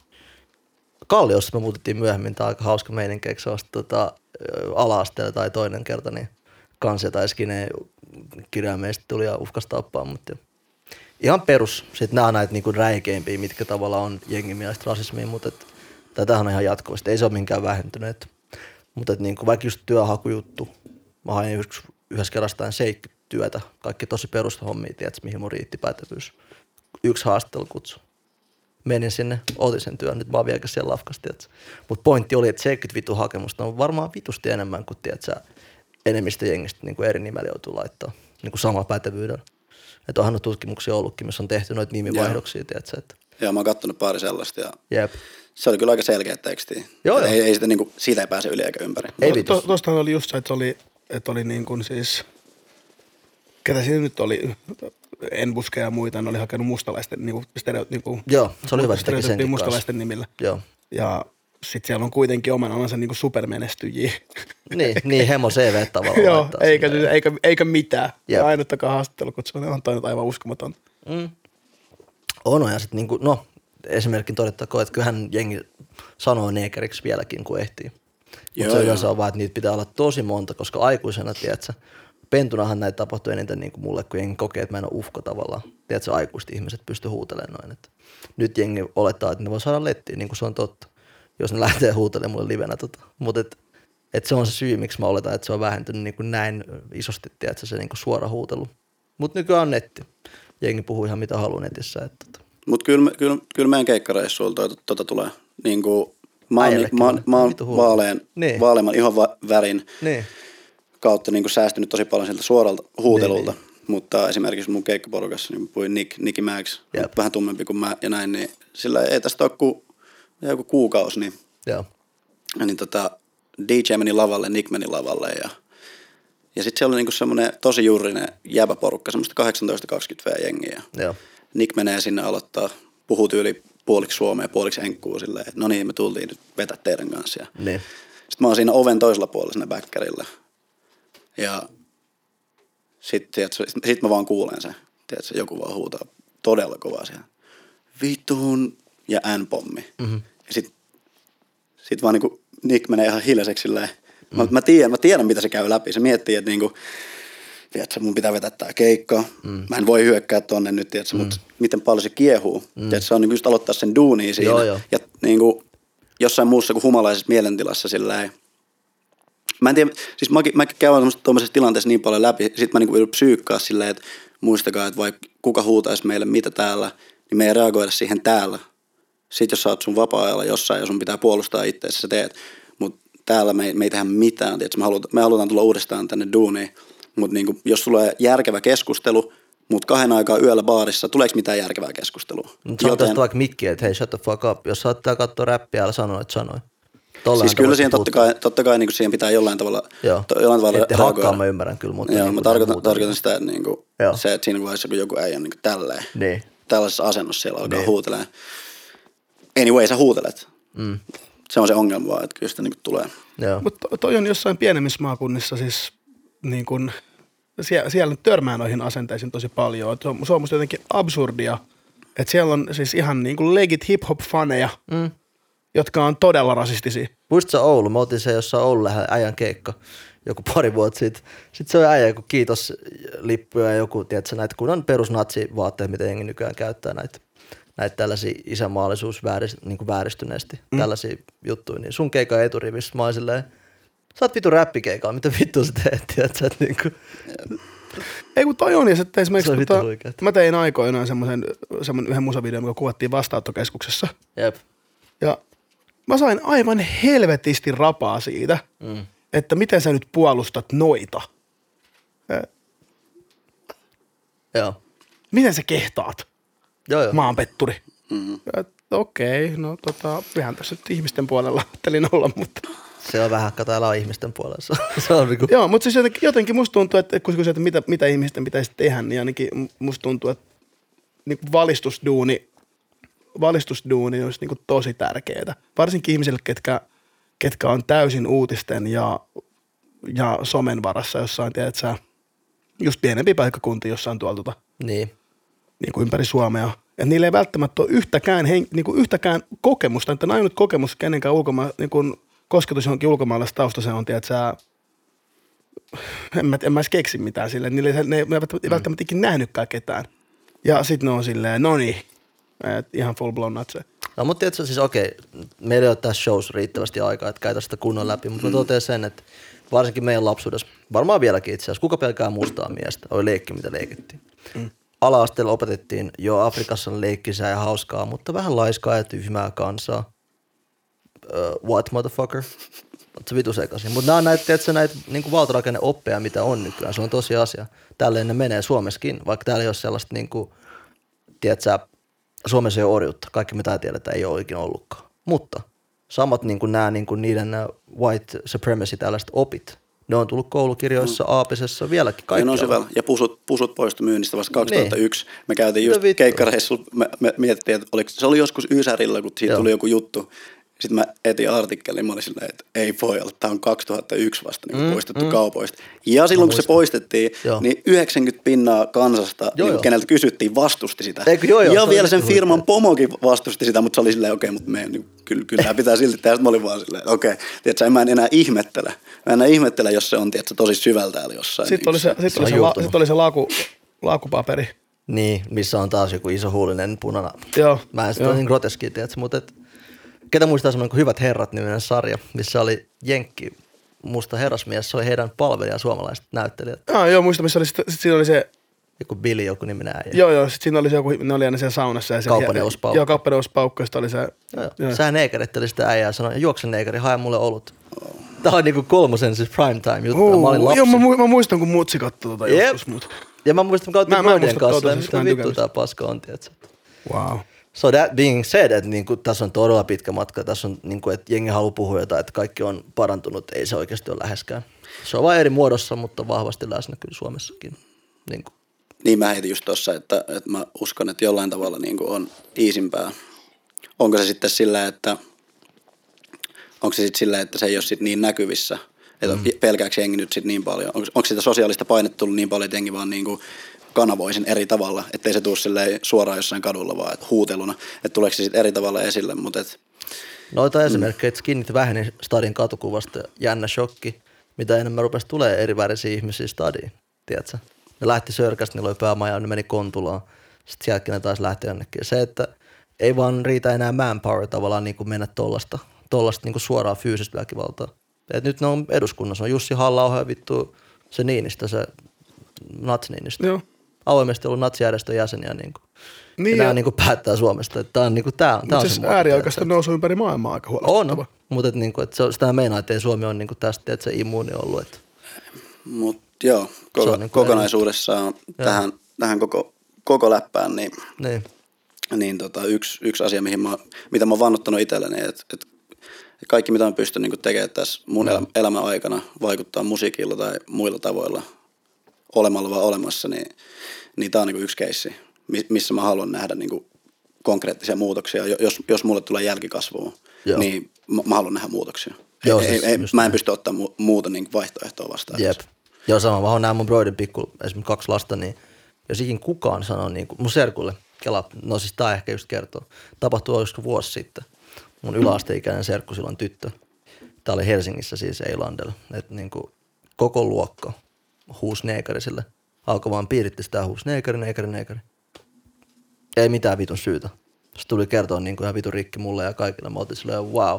Kalliosta me muutettiin myöhemmin, tää on aika hauska meininki, se on tota, ala-asteella tai toinen kerta, niin kansia tai skineen kirjaimeista tuli ja uhkas tappaa, mutta ihan perus. Sitten nämä on näitä niinku räikeimpiä, mitkä tavallaan on jengin mielestä rasismia, mutta et, tätähän on ihan jatkuvasti. Ei se ole minkään vähentynyt. Mutta niinku, vaikka just työhakujuttu, mä hain yhdessä, yhdessä kerrastaan seitsemänkymmentä työtä, kaikki tosi perushommia, tiedätkö, mihin mun riitti pätevyys. Yksi haastattelukutsu. Menin sinne, otin sen työn, nyt mä oon vieläkin siellä lafkasta, mutta pointti oli, että seitsemänkymmentä vitu hakemusta on varmaan vitusti enemmän kuin, tiedätkö, enemmistö jengistä niin kuin eri nimellä joutuu laittaa niin kuin sama pätevyydellä. Että onhan tutkimuksia ollutkin, missä on tehty noita nimivaihdoksia, tiedätkö? Että. Joo, mä oon kattonut pari sellaista ja Jep. se oli kyllä aika selkeä teksti. Joo, ei, ei sitä, niin kuin, siitä ei pääse yli eikä ympäri. Ei vitus. To, Tuostahan oli just se, että oli, että oli niin kuin siis, ketä siinä nyt oli, Enbuske ja muita, ne oli hakenut mustalaisten niin kuin stereo, niin kuin, joo, se oli hyvä, että teki senkin mustalaisten nimillä. Joo. Ja sitten siellä on kuitenkin oman alansa niin kuin supermenestyjiä. Niin, niin hemo C V tavallaan. Joo, eikä, eikä, eikä mitään. Ja ainuttakaan haastattelu, kun se on toinen aivan uskomaton. Mm. On, ja sitten niinku, no, esimerkkin todettakoon, että kyllähän jengi sanoo neekeriksi vieläkin, kun ehtii. Mutta se yleensä on vaan, että niitä pitää olla tosi monta, koska aikuisena, tiedätkö, pentunahan näitä tapahtuu eniten niin kuin mulle, kun jengi kokee, että mä en ole ufko tavallaan. Tiedätkö, aikuiset ihmiset pystyy huutelemaan noin. Että nyt jengi olettaa, että ne voi saada lettiin, niin kuin se on totta, jos ne lähtee huutelemaan mulle livenä. Tota. Mutta et, et se on se syy, miksi mä oletan, että se on vähentynyt niin kuin näin isosti, tiedätkö, se niin kuin suora huutelu. Mutta nykyään on netti. Jengi puhuu ihan mitä haluaa netissä. Tota. Mutta kyllä, kyllä, kyllä meidän keikkareissuilla tuota, tuota tulee. Niin kuin Mä oon, Äijällekin mä on. oon, mä oon Vittu hullu. vaalean, Niin. vaaleamman ihon va- värin Niin. kautta niin kuin säästynyt tosi paljon sieltä suoralta huutelulta. Niin, Mutta esimerkiksi mun keikkaporukassa, niin puhuin Nick, Nicky Max, Jep. vähän tummempi kuin mä ja näin, niin sillä ei tästä ole kuin joku kuukausi, niin, Joo. niin tota, D J meni lavalle, Nick meni lavalle ja, ja sitten siellä oli niinku semmoinen tosi juurinen jäbäporukka, semmoista kahdeksantoista kaksikymmentä jengiä. Joo. Nick menee sinne aloittaa, puhuu tyyli puoliksi suomea, puoliksi enkkuu silleen, että no niin, me tultiin nyt vetää teidän kanssa. Ja Niin. sitten mä oon siinä oven toisella puolella siinä bäkkärillä. Ja sitten sit mä vaan kuulen sen. Tiedätkö, joku vaan huutaa todella kovaa siellä. Vitun ja N-pommi. Mm-hmm. Ja sit, sit vaan niinku Nick menee ihan hiljaiseksi silleen. Mm. Mä, mä, tiedän, mä tiedän, mitä se käy läpi. Se miettii, että niinku, tiedätkö, mun pitää vetää tää keikka. Mm. Mä en voi hyökkää tonne nyt, tiedätkö, mm. mutta miten paljon se kiehuu. Mm. Tiedätkö, se on niinku just aloittaa sen duunia siinä. Joo, joo. Ja niinku jossain muussa kuin humalaisessa mielentilassa silleen. Mä en tiedä, siis mä, mä käyn tuollaisessa tilanteessa niin paljon läpi, sit mä niinku yritän psyykkaa silleen, että muistakaa, että vaikka kuka huutaisi meille mitä täällä, niin me ei reagoida siihen täällä. Sitten jos sä oot sun vapaa-ajalla jossain ja sun pitää puolustaa itseäsi, sä teet. Mutta täällä me ei, me ei tehdä mitään, tiedätkö? Me, halutaan, me halutaan tulla uudestaan tänne duuniin. Mutta niinku, jos tulee järkevä keskustelu, mutta kahden aikaa yöllä baarissa, tuleeko mitään järkevää keskustelua? Mutta sanotaan Joten... vaikka mikkiä, että hei, shut the fuck up. Jos saattaa katsoa räppiä, älä sanoa, että sanoi. Tollain siis kyllä siihen totta kai, totta kai niin kuin siihen pitää jollain tavalla, to, jollain tavalla ette hakkaa, mä ymmärrän kyllä. Mutta joo, niin mä tarkoitan, tarkoitan sitä, että niin kuin joo. se, että siinä vaiheessa kun joku äijä on niin kuin tälleen, niin. tällaisessa asennossa siellä alkaa niin. huutelemaan. Anyway, sä huutelet. Mm. Se on se ongelma vaan, että kyllä sitä niin kuin tulee. Mutta to, toi on jossain pienemmissä maakunnissa siis niin kuin, siellä, siellä törmää noihin asenteisiin tosi paljon. Se on, se on musta jotenkin absurdia, että siellä on siis ihan niin kuin legit hip-hop-faneja, mm. jotka on todella rasistisia. Muistatko Oulu? Mä otin se jossain Oulun lähellä äijän keikka joku pari vuotta sitten. Sitten se on äijä joku kiitoslippuja ja joku, tiedätkö, näitä kun on perusnatsivaatteet, mitä jengi nykyään käyttää näitä, näitä tällaisia isänmaallisuus väärist, niin kuin vääristyneesti, mm. tällaisia juttuja. Niin sun keikan eturivissä mä oon silleen, sä oot vitu räppikeikalla, mitä vittua sä teet, tiedätkö, että niin kuin. Ei kun toi on, ja sitten esimerkiksi, se tota, mä tein aikoinaan semmoisen, semmoinen yhden musavideon, joka kuvattiin vastaanottokeskuksessa. Jep. Ja mä sain aivan helvetisti rapaa siitä, mm. että miten sä nyt puolustat noita. Eh. Joo. Miten sä kehtaat, joo, joo. maanpetturi? Mm-hmm. Okei, okay, no tota, ihan tässä nyt ihmisten puolella ajattelin olla, mutta. Se on vähän, kato, älä ihmisten puolella. Se on niinku. Joo, mutta siis jotenkin, jotenkin musta tuntuu, että kun kysyt, että mitä, mitä ihmisten pitäisi tehdä, niin ainakin musta tuntuu, että niin valistusduuni, valistusduuni olisi niin tosi tärkeää. Varsinkin ihmisille, ketkä, ketkä on täysin uutisten ja, ja somen varassa jossain, tiedät sä, just pienempi paikkakunti jossain tuolla tota, niin. Niin kuin ympäri Suomea. Että niillä ei välttämättä ole yhtäkään, hen, niin kuin yhtäkään kokemusta, että ainut kokemus kenenkään ulkomaan, niin kuin kosketus johonkin ulkomaalaisesta taustaseen on, tiedät sä, en mä, en mä edes keksi mitään silleen, niille, ne, ne ei välttämättä, mm. välttämättä ikinä nähnytkään ketään. Ja sit ne on silleen, no niin, ihan full blown natse. No mutta tiedätkö, siis okei, meillä ei ole tässä shows riittävästi aikaa, että käytä sitä kunnon läpi, mutta mm. mä totean sen, että varsinkin meidän lapsuudessa, varmaan vieläkin itse asiassa, kuka pelkää mustaa miestä, oli leikki, mitä leikittiin. Mm. Ala-asteella opetettiin, jo Afrikassa on leikkisää ja hauskaa, mutta vähän laiskaa ja tyhmää kansaa. Uh, what motherfucker? Ootko vitu sekaisin? Mutta nämä on näitä, tiedätkö, näitä niin valtarakenneoppeja, mitä on nykyään. Se on tosi asia. Tälleen ne menee Suomessakin, vaikka täällä ei ole sellaista, niin kuin, tiedätkö, Suomessa ei ole orjuutta. Kaikki mitä tiedetään ei ole oikein ollutkaan. Mutta samat niin kuin nämä niin kuin niiden nämä white supremacy tällaiset opit, ne on tullut koulukirjoissa, mm. aapisessa, vieläkin kaikki. Ja, syvällä. Ja pusut, pusut poistui myynnistä vasta kaksituhattayksi. Niin. Me käytiin just keikkareissulla, me, me mietittiin, että oliko, se oli joskus Ysärillä, kun siitä Joo. tuli joku juttu. Sitten mä etin artikkelin, mä olin silleen, että ei voi olla, tämä on kaksituhattayksi vasta niin mm, poistettu mm. kaupoista. Ja silloin kun se poistettiin, joo. niin yhdeksänkymmentä pinnaa kansasta, joo, niin keneltä kysyttiin, vastusti sitä. Eikö, joo, joo, ja vielä sen firman hyvä. Pomokin vastusti sitä, mutta se oli silleen, okei, okay, mutta me, niin, kyllä, kyllä tämä pitää silti tehdä. Sitten mä olin vaan silleen, okei, okay, tiedätkö, mä en enää ihmettele. Mä en enää ihmettele, jos se on tiedätkö, tosi syvältä täällä jossain. Sitten oli se, sit oli se, la, sit oli se laaku, laakupaperi. Niin, missä on taas joku iso huulinen punana. Joo. Mä en sitä ole niin groteski, tiedätkö, mutta et, ketä muistaa semmoinen kuin Hyvät herrat -niminen sarja, missä oli jenkki musta herrasmies, se oli heidän palvelija suomalaiset näyttelijät. Ah, joo, muista, missä oli, sit, sit siinä oli se joku Billy, joku niminen äijä. Joo, joo, sit siinä oli se joku, ne oli aina siellä saunassa. Ja Kauppaneuvospaukka. Joo, kauppaneuvospaukka, sitten oli se. Joo, joo. Sähän neikeretteli sitä äijää ja sanoi, juokse neikeri, hae mulle olut. Tää on niinku kolmosen siis prime time juttu, Uh, mä olin lapsi. Joo, mä, mu- mä muistan, kun mutsi katsoi tota Yep. joskus mut. Ja mä muistan, kun kautta Mä- mä en Brodien muista kanssa, tota, että siis mä mitä en vittu tykännyt tää paska on, tietsä. Wow. So that being said, että niinku, tässä on todella pitkä matka, tässä on, niinku, että jengi haluaa puhua jotain, että kaikki on parantunut, ei se oikeasti ole läheskään. Se on vain eri muodossa, mutta vahvasti läsnä kyllä Suomessakin. Niinku. Niin mä heitin just tossa, että, että mä uskon, että jollain tavalla niin kuin on iisimpää. Onko se sitten sillä, että onko se sitten sillä, että se ei ole sit niin näkyvissä, että mm. pelkääkö jengi nyt sit niin paljon. Onko, onko sitä sosiaalista painetta tullut niin paljon, että jengi vaan niin kuin kanavoi sen eri tavalla, ettei se tule silleen suoraan jossain kadulla vaan että huuteluna, että tuleeko se sitten eri tavalla esille, mutta et, Noita mm. esimerkkejä, että skinnit väheni stadin katukuvasta, jännä shokki, mitä enemmän rupesi tulee eri värisiä ihmisiä stadiin, tiedätkö? Ne lähti Sörkästä, niillä oli päämaja, ne meni Kontulaan, sitten sieltäkin ne taas lähti jonnekin. Se, että ei vaan riitä enää manpower tavallaan niin kuin mennä tollasta, tollasta niin kuin suoraan fyysistä väkivaltaa. Et nyt ne on eduskunnassa, on Jussi Halla-aho ja vittu se Niinistö, se natsi-Niinistö. Joo. Avoimesti ollut natsijärjestön jäseniä niin kuin. Niin, ja nämä ja, niin kuin päättää Suomesta. Että tää on, niin kuin, tää, tää on siis se muoto, ääriaikaista tiedätkö? nousu ympäri maailmaa aika huolestuttava. On, mutta et, niin kuin, et se, sitä meinaa, että ei Suomi ole niin kuin tästä, että se immuuni ollut. Että. mutta joo, koko, niin kokonaisuudessaan tähän, tähän koko, koko läppään, niin Niin. niin tota, yksi, yksi asia, mihin mä, mitä mä oon vannottanut itselleni, että et kaikki mitä mä pystyn niin tekemään tässä mun mm. elämän aikana, vaikuttaa musiikilla tai muilla tavoilla, olemalla vaan olemassa, niin, niin tää on niin yksi keissi, missä mä haluan nähdä niin konkreettisia muutoksia. Jos, jos mulle tulee jälkikasvua, Joo. niin mä, mä haluan nähdä muutoksia. Joo, ei, siis ei, mä en näin. pysty ottamaan mu- muuta niin vaihtoehtoa vastaan. Jep. Joo, sama. Mä oon näin mun broidin pikku, esimerkiksi kaksi lasta, niin jos ikin kukaan sanoo niin kuin mun serkulle, kela, no siis tää ehkä just kertoo, tapahtui olisiko vuosi sitten. Mun yläasteikäinen serkku silloin tyttö. Tää oli Helsingissä siis Eilandella. Että niin kuin koko luokka huusi neekarisille. Alkoi vaan piiritti sitä huusi neekari, neekari, neekari. Ei mitään vitun syytä. Se tuli kertoa niin kuin ihan vitun rikki mulle ja kaikille. Mä otin silleen wow.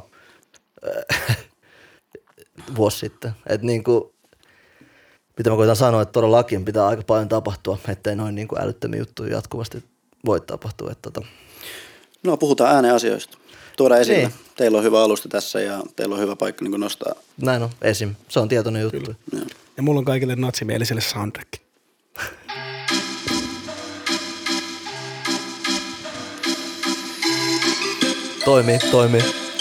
Vuosi sitten. Että niin kuin, mitä mä koitan sanoa, että todellakin pitää aika paljon tapahtua, ettei noin niin kuin älyttömiä juttuja jatkuvasti voi tapahtua. Että tota. No puhutaan ääneen asioista. Tuoda esille. Niin. Teillä on hyvä alusta tässä ja teillä on hyvä paikka niin kuin nostaa. Näin on, esim. Se on tietoinen juttu. Joo. Ja mulla on kaikille natsimielisille soundtrack. Toimii, toimii.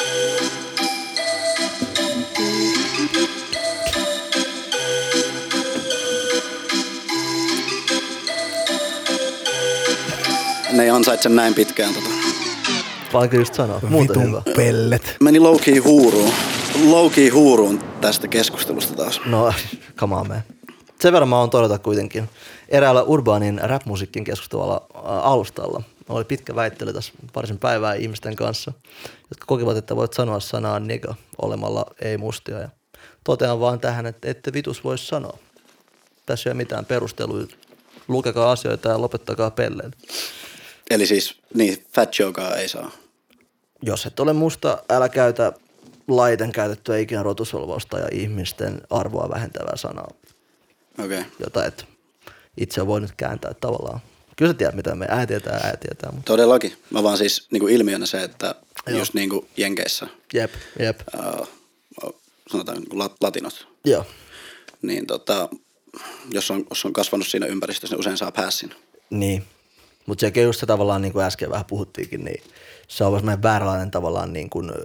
Ne ei ansaitse näin pitkään. Tota. Vaikka just sanoa. Muuta Vitun hyvä. pellet. Meni low-key huuruun. Low-key huuruun tästä keskustelusta taas. No, come on, man. Sen verran mä oon todeta kuitenkin. Eräällä urbaanin rap-musiikin keskustelua alustalla oli pitkä väittely tässä parisen päivää ihmisten kanssa, jotka kokivat, että voit sanoa sanaa nigga olemalla ei mustia. Ja totean vaan tähän, että ette vitus voi sanoa. Tässä ei ole mitään perusteluja. Lukekaa asioita ja lopettakaa pelleen. Eli siis niin, Fat Joekaa ei saa. Jos et ole musta, älä käytä laiten käytettyä ikinä rotusolvausta ja ihmisten arvoa vähentävää sanaa, Okei. Okay. jota et itse on voinut kääntää tavallaan. Kyllä sä tiedät, mitä me ää tietää, ää tietää. Mutta. Todellakin. Mä vaan siis niin kuin ilmiönä se, että Joo. just niin kuin Jenkeissä, Jep, jep. uh, sanotaan niin kuin lat- latinot, Joo. niin tota, jos on, jos on kasvanut siinä ympäristössä, niin usein saa päässin. Niin. Mutta sekin just se tavallaan, niin kuin äsken vähän puhuttiinkin, niin se on vaan semmoinen vääränlainen tavallaan niin kuin,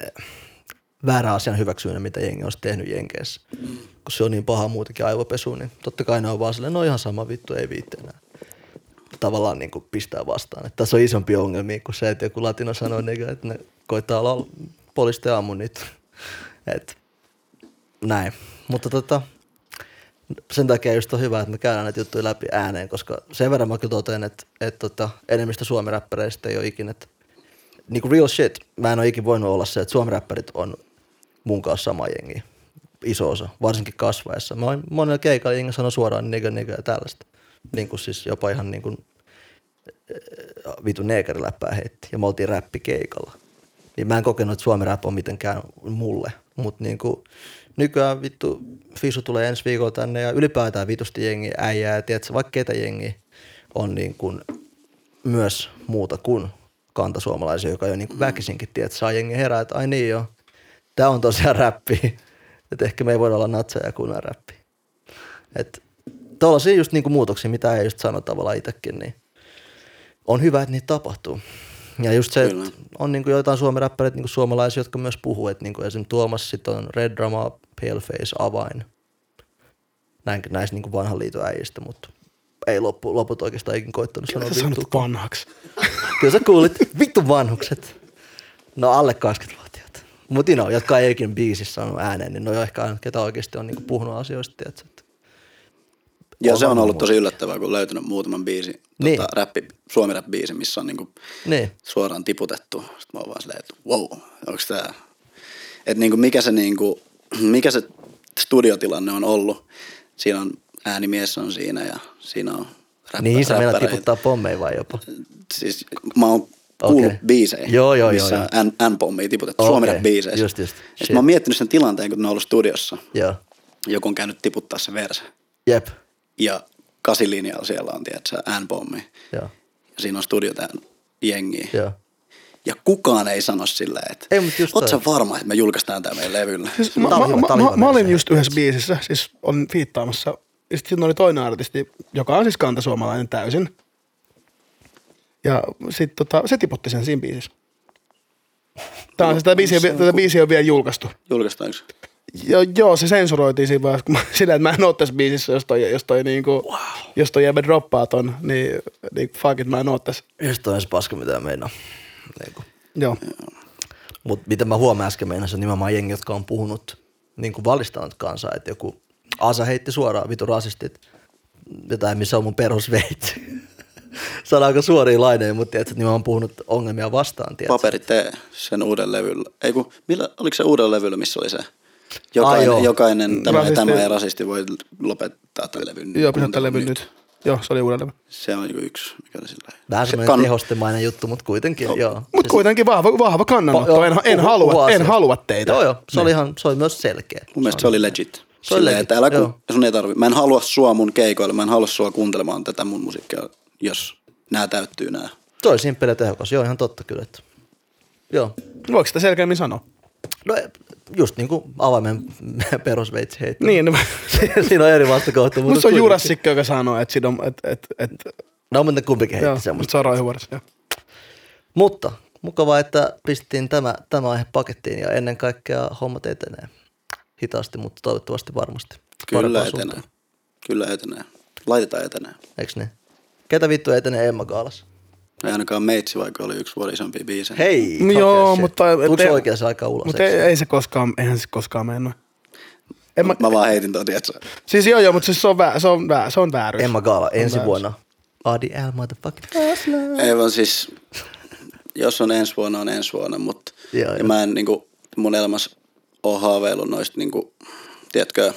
väärä asian hyväksyminen, mitä jengi olisi tehnyt Jenkeissä. Mm. Kun se on niin paha muutenkin aivopesu, niin totta kai ne on vaan silleen, no ihan sama vittu, ei viitti enää. Tavallaan niin kuin pistää vastaan. Että tässä on isompi ongelmia kuin se, että joku latino sanoo, että ne koittaa olla poliisten ammun niitä. Et, näin. Mutta tota, sen takia just on hyvä, että me käydään näitä juttuja läpi ääneen, koska sen verran mä kyllä totean, että, että tota, enemmistö suomiräppäreistä ei ole ikinä, että niin kuin real shit, mä en ole ikinä voinut olla se, että suomiräppärit on mun kanssa sama jengi, iso osa, varsinkin kasvaessa. Mä oon monella keikalla jengi sanoo suoraan nigga nigga ja tällaista, niin kuin siis jopa ihan niin kuin vitun neekeriläppää heitti ja me oltiin räppikeikalla. Niin mä en kokenut, että suomi rap on mitenkään mulle, mutta niin kuin nykyään vittu Fisu tulee ensi viikolla tänne ja ylipäätään vitusti jengi äijää, tiedätkö, vaikka ketä jengi on niin kuin myös muuta kuin kantasuomalaisia, joka jo niin kuin väkisinkin, tiedätkö, saa jengi herää, että ai niin joo, tää on tosiaan räppi, että ehkä me ei voida olla natseja kuin räppi. Että tuollaisia just niin kuin muutoksia, mitä ei just sano tavallaan itsekin, niin on hyvä, että niitä tapahtuu. Ja just se, että on niin kuin joitain suomiräppäreitä niin kuin suomalaisia, jotka myös puhuu, että niin kuin esimerkiksi Tuomas, sitten on Red Drama, Paleface, Avain. Näin, näistä niin kuin vanhan liiton äijistä, mutta ei loppu, loput oikeastaan ikin koittanut sanoa vittua. Sä sanot vanhaksi. Kyllä sä kuulit, vittu vanhukset. No alle kaksikymmentävuotiaat. Mutta no, jotka ei ikin biisissä sanonut ääneen, niin no jo ehkä aina, ketä oikeasti on niin kuin puhunut asioista, tiedätkö? Ja se on ollut tosi yllättävää, kun on löytynyt muutaman biisi, niin. tota, räppi, suomi-rap-biisi, missä on niinku niin. suoraan tiputettu. Sitten mä oon vaan silleen, että wow, onks tää? Että niinku mikä se niinku, mikä se studiotilanne on ollut. Siinä on äänimies on siinä ja siinä on räppä, niin, sä meillä räppäreitä. tiputtaa pommeja vai jopa? Siis mä oon kuullut okay. biisejä, joo, joo, missä joo, on N-pommia tiputettu okay. suomi-rap-biiseissä. Just, just. Ja sit mä oon miettinyt sen tilanteen, kun ne on ollut studiossa. Joo. Joku on käynyt tiputtaa se verse. Jep. Ja kasilinjalla siellä on, tiedätkö, N-pommi. Joo. Ja siinä on studiotään jengiä. Joo. Ja kukaan ei sano silleen, että ei, mutta just oot sä varma, että me julkaistaan tää meidän levyllä? Siis mä, mä, mä, mä, mä olin just yhdessä biisissä, siis olin fiittaamassa. Ja sitten oli toinen artisti, joka on siis kantasuomalainen täysin. Ja sit tota, se tiputti sen siinä biisissä. Tää on, no, tätä biisiä, tätä biisiä on vielä julkaistu. Julkaistaanko? Jo, joo, se sensuroitiin siinä vaiheessa, kun mä, sillä, että mä en oo tässä biisissä, jos toi, jos toi, niinku, wow. jos toi jäbä droppaa ton, niin, niin fuck it, mä en oo tässä. Just toi on se paska, mitä meinaa. Niin joo. Mut mitä mä huomaan äsken meinassa, on nimenomaan jengi, jotka on puhunut, niin kuin valistanut kansaa, että joku Asa heitti suoraan, vitu rasistit, jotain, missä on mun perusveitsi. Sanoinko suoria laineja, mutta tiedätkö, että nimenomaan puhunut ongelmia vastaan. Tiedätkö? Paperi tee sen uuden levyllä. Ei kun, millä, oliko se uuden levyllä, missä oli se? Jokainen, ah, jokainen tämä, rasisti. tämä ja rasisti voi lopettaa tämän levyn. Joo, pysäyttää levyn nyt. nyt. Joo, se oli uuden levy. Se on yksi, mikä oli sillä. Vähän se semmoinen kan... tehostemainen juttu, mutta kuitenkin, no. joo. Mutta siis... kuitenkin vahva, vahva kannanotto. Pa- en, en, halua, en halua teitä. Joo, joo. Se oli, ihan, se oli myös selkeä. Mun mielestä se oli legit. Se oli legit, että älä kun, sun ei tarvi. Mä en halua sua mun keikoille, mä en halua sua kuuntelemaan tätä mun musiikkia, jos nää täyttyy nää. Toi on simppeli ja tehokas. Joo, ihan totta kyllä. Että... Joo. Voiko sitä selkeämmin sanoa? No just niin kuin avaimen perusveitsi heitti. Niin. No, siinä on eri vastakohta. Mutta se on Jurassic, joka sanoo, että siinä on... Et, et, et... No, mutta kuitenkin heitti joo, semmoista. Se on roihuvuodessa, joo. Mutta mukavaa, että pistettiin tämä, tämä aihe pakettiin ja ennen kaikkea hommat etenee. Hitaasti, mutta toivottavasti varmasti. Kyllä etenee. Suuntaan. Kyllä etenee. Laitetaan etenee. Eiks niin? Ketä vittu etenee Emma Gaalassa? Ei ainakaan Meitsi, vaikka oli yksi vuoden isompi biisejä. Hei! No joo, mutta... Tuliko se oikeassa aikaa ulos? Mutta ei, ei se koskaan, eihän se koskaan mennyt. Mä, mä vaan heitin tuon, tietsä. Siis joo joo, mutta siis se on, vä, se on, vä, se on vääryys. Emma Gaala ensi väärys. Vuonna. A D L motherfucking hustler. Ei vaan siis, jos on ensi vuonna, on ensi vuonna, mutta ja, ja mä en niinku mun elämässä ole haaveillut noista niinku, tiedätkö,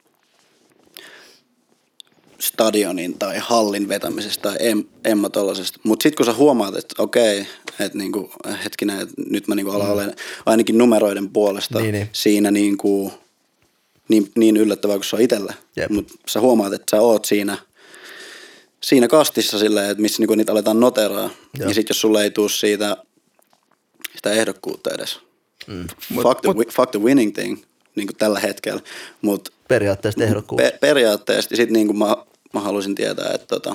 stadionin tai hallin vetämisestä tai em, Emma tollasesta. Mutta sitten kun sä huomaat, että okei, että niinku, hetkinen, että nyt mä niinku alan mm. olen ainakin numeroiden puolesta niin, niin. siinä niinku, niin, niin yllättävää kuin se on itsellä. Mutta sä huomaat, että sä oot siinä, siinä kastissa silleen, että missä niinku niitä aletaan noteraa. Ja sitten jos sulle ei tuu siitä sitä ehdokkuutta edes. Mm. Fuck, the, mut, fuck the winning thing niinku tällä hetkellä. Mut periaatteessa ehdokkuus. Per, periaatteessa. Sitten niin kuin mä, mä haluaisin tietää, että tota,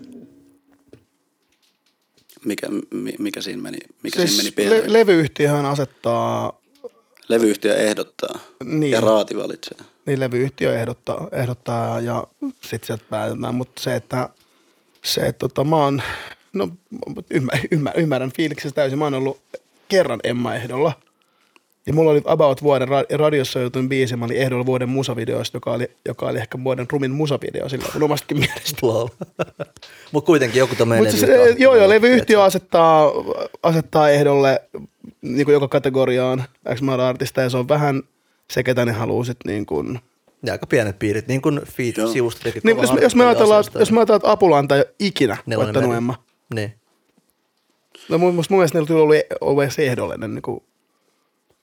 mikä, mikä siinä meni, mikä siis siinä meni pieleen. Le- levyyhtiöhän asettaa... Levyyhtiö ehdottaa niin, ja raati valitsee. Niin, levyyhtiö ehdottaa, ehdottaa ja sitten sieltä päätetään. Mutta se, että, se, että tota, mä oon, no ymmär, ymmär, ymmärrän fiiliksessä täysin. Mä oon ollut kerran Emma-ehdolla. Ja mulla oli about vuoden radiossa joutuin biisi, mä olin ehdolla vuoden musavideoista, joka oli, joka oli ehkä vuoden rumin musavideo sillä mun omastakin mielestä. Wow. Mutta kuitenkin joku tämmöinen levyyhtiö. Joo, joo, levyyhtiö asettaa, asettaa ehdolle niin kuin joka kategoriaan X määrä artista, ja se on vähän se, ketä ne haluaa sitten niin kuin... Ja aika pienet piirit, niin kuin feed-sivusta teki. Niin, jos, jos me ajatellaan, jos me ajatellaan, että Apulanta ei ole ikinä voittanut Emma. Niin. No mun, mun mielestä niillä tuli ollut, ollut edes ehdollinen niin kuin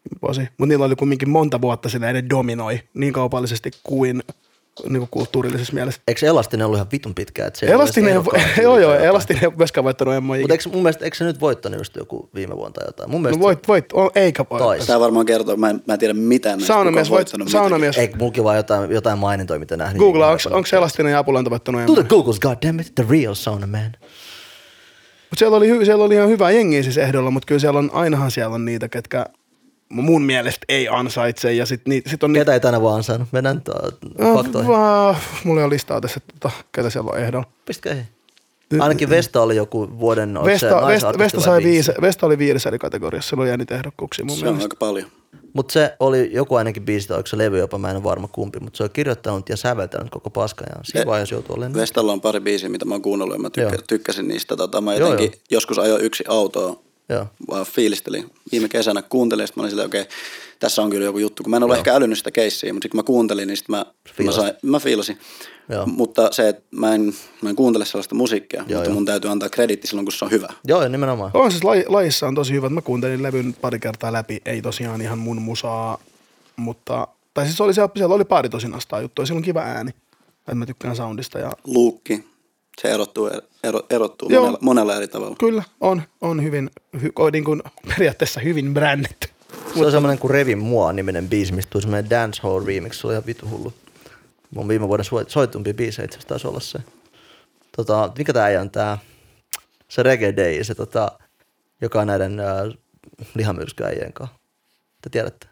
vuosi. Mutta niillä oli kumminkin monta vuotta silleen, ne dominoi niin kaupallisesti kuin niinku kulttuurillisessa mielessä. Eikö Elastinen ollut ihan vitun pitkään? Että se Elastinen, joo joo, Elastinen ei ole myöskään voittanut Emmoja. Mutta eikö mun mielestä, eikö se nyt voittanut just joku viime vuonna tai jotain? Mun mielestä no voit, voit, on, eikä voi. Tämä varmaan kertoo, mä en, mä en tiedä mitään näistä, Saunamies, voit, saunamies. Ei, mulkin vaan jotain, jotain mainintoja, mitä nähnyt. Googlaa, onko Elastinen ja Apulanta voittanut Emmoja? Do the Googles, goddammit, the real sauna man. Mut siellä oli, siellä oli ihan hyvä jengiä siis ehdolla, mutta kyllä siellä on, ainahan siellä on niitä, ketkä mun mielestä ei ansaitse. Ja sit, ni, sit on ketä ei tänä vaan saanut? Mennään faktoihin. Uh, mulla ei ole listaa tässä, tota, ketä siellä on ehdolla. Pistäkää hei. Ainakin Vesta oli joku vuoden Vesta, Vesta, Vesta, sai viisi, Vesta oli viides eri kategoriassa, sillä oli jäänyt ehdokkuuksia mun se mielestä. on aika paljon. Mutta se oli joku ainakin biisi, oliko se levy jopa, mä en ole varma kumpi, mutta se on kirjoittanut ja säveltänyt koko paskan ja siinä vaiheessa joutuu olemaan. Vestalla on pari biisiä, mitä mä oon kuunnellut ja mä tykkä, tykkäsin niistä. Tota, mä Joo, jotenkin joo. joskus ajoin yksi autoa, Joo. vaan fiilistelin. Viime kesänä kuuntelin, sitten mä olin silleen, okei, okay, tässä on kyllä joku juttu. Kun mä en ollut ehkä älynyt sitä keissiä, mutta sitten kun mä kuuntelin, niin sitten mä, mä, sain, mä fiilasin. Joo. Mutta se, että mä en, mä en kuuntele sellaista musiikkia, Joo, mutta joo. mun täytyy antaa krediitti silloin, kun se on hyvä. Joo, nimenomaan. On siis laji, lajissa on tosi hyvä. Mä kuuntelin levyn pari kertaa läpi, ei tosiaan ihan mun musaa, mutta, tai siis oli siellä, siellä oli pari tosin astaa juttuja, siellä on kiva ääni. että mä tykkään soundista. Ja Luukki, se erottuu, ero, erottuu Joo. monella, monella eri tavalla. kyllä, on, on hyvin, hy, on niin kuin periaatteessa hyvin bränditty. Se on semmoinen kuin Revin mua niminen biisi, mistä tuli semmoinen dancehall remix, se oli ihan vitu hullu. Mun viime vuoden soitumpi biisi itse asiassa taisi olla se. Tota, mikä tää äijä on tää? Se Reggae Day, se tota, joka on näiden äh, lihamyrskyäjien kanssa. Te tiedätte?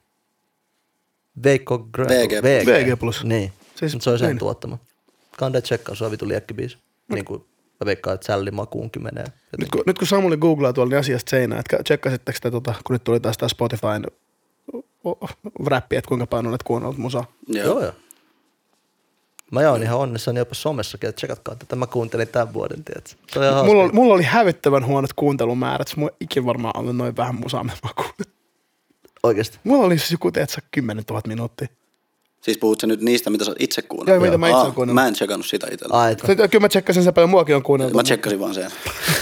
Veikko Gra- V G. V G plus. Niin, Siis siis, se on sen niin. tuottama. Kande tsekkaa, se on vitu liekkibiisi. Mm. Niin kuin mä veikkaan, että sälli makuunkin menee. Nyt kun, nyt kun Samuli googlaa tuolla niin asiasta seinään, että tsekkasitteko te, tota, kun nyt tuli taas tää Spotifyn räppi, että kuinka paljon olet kuunnellut musaa? Joo. Joo, joo. Mä oon ihan onnissani jopa somessakin, että tsekatkaa tätä. Mä kuuntelin tämän vuoden, tiedätkö? Se on ihan Mulla, hauska. oli- mulla oli hävyttävän huonot kuuntelumäärät, mulla ei ikin varmaan ollut noin vähän musaa, mitä mä kuuntelin. Oikeesti. Mulla oli siis joku, tiedätkö, kymmenen tuhatta minuuttia. Siis puhut sä nyt niistä, mitä sä oot itse kuunnellut? Joo, mitä mä itse oon Aa, kuunnellut. Mä en tsekannut sitä itsellä. Ai, et, Sitten, kyllä mä tsekkasin sen paljon, muakin on kuunneltu. Mä tsekkasin vaan sen.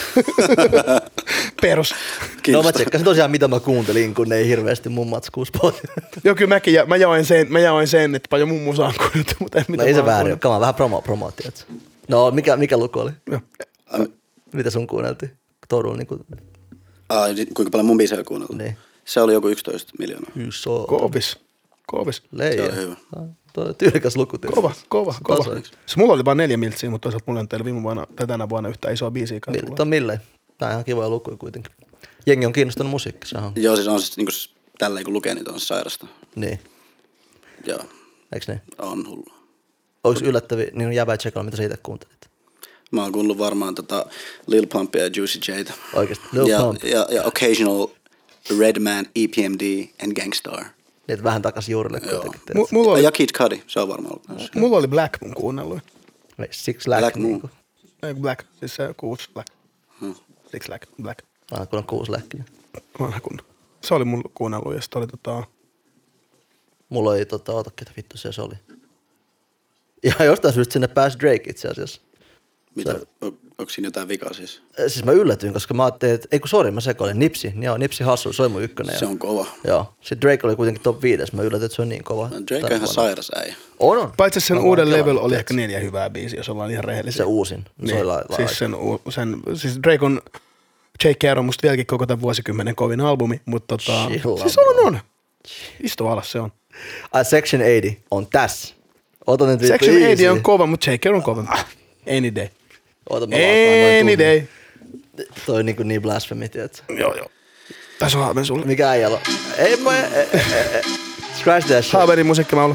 Perus. no mä Kiinnostaa. tsekkasin tosiaan, mitä mä kuuntelin, kun ne ei hirveästi mun matskuu Spotify. Joo, kyllä mäkin, ja mä jaoin sen, mä jaoin sen, että paljon mun musaa on kuunneltu, mutta en No mitä ei mä se oon väärin, kuunnellut. kama vähän promo, promo tiedätkö? No mikä, mikä luku oli? Joo. Mitä sun kuunneltiin? Torulla niinku, Aa, ja sit kuinka paljon mun biisejä on kuunnellut? niin. Se oli joku yksitoista miljoonaa. Iso. Koovis. Koovis. Leija. Se oli hyvä. Ah, Tuo on tyylikäs luku. tietysti. Kova, kova, kova. Tasoiksi. Se mulla oli vain neljä miltsiä, mutta toisaalta mulla ei ole viime vuonna tai tänä vuonna yhtään isoa biisiä. Millit on milleen. Tää on ihan kivoja lukuja kuitenkin. Jengi on kiinnostunut musiikki, se on. Joo, siis on siis niinku s- tälleen kun lukee, niin on sairasta. Niin, Joo, eiks niin? on hullu. Onks yllättäviä, niin on jäbää tsekalla, mitä sä itse kuuntelit? Mä oon kuullut varmaan tota Lil Pumpia ja Juicy Jta. Oikeesti, Lil ja, Pump. Ja, ja Occasional Redman, E P M D and Gangstar. Niitä vähän takas juurille Joo. kuitenkin. M- tiedätkö? mulla, oli, Ja Kid Cudi, se on varmaan ollut myös. mulla oli Black mun kuunnelluin. Ei, Six Lack Black niinku. Ei Black, siis se kuusi Black. Hmm. Six Black, Black. Ah, kun on kuusi läkkiä. Vanha kun. Se oli mun kuunnellut ja sitten oli tota... Mulla oli tota, ota ketä vittu se oli. Ja jostain syystä sinne pääsi Drake itse asiassa. Mitä, on, onko siinä jotain vikaa siis? Eh, Siis mä yllätyin, koska mä ajattelin, että ei kun sori, mä sekoilin. Nipsi, niin joo, Nipsi Hussle, se oli mun ykkönen. Se ja- on kova. Joo, sitten Drake oli kuitenkin top viides, mä yllätyin, että se on niin kova. No, Drake on tänä ihan vuonna. sairas äijä. On, on. Paitsi sen Mä uuden vaan level kelannut, oli tiedätkö? ehkä neljä hyvää biisiä, jos ollaan ihan rehellisiä. Se uusin. Se Niin, oli la- la- siis, sen, u- sen, siis Drake on, J K on musta vieläkin koko tämän vuosikymmenen kovin albumi, mutta tota, Chilla, siis on, on. Istu alas, se on. Ai, Section kahdeksankymmentä on tässä. Ota nyt vittu Section easy. kahdeksankymmentä on kova, mutta J K on kovempi. Any day. Ota mä lataan noin Any tunnin. day. Toi on niin, niin blasphemy, tiedätkö? Joo, joo. Tässä on Haaben sulle. Mikä äijällä on? Ei mä... E, e, e, e. Scratch that shit. Haaberin musiikkimaulu.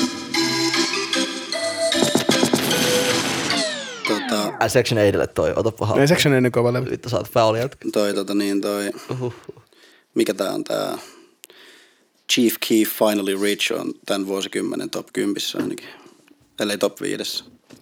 Tota, Ai, Section kahdeksalle toi, otapa Ei haltuun. Section ennen kova levy. Vittu, sä oot foul jätkä. toi, tota niin, toi, Uhuh. mikä tää on tää Chief Keef Finally Rich on tän vuosikymmenen top kympissä ainakin. Ellei top viidessä.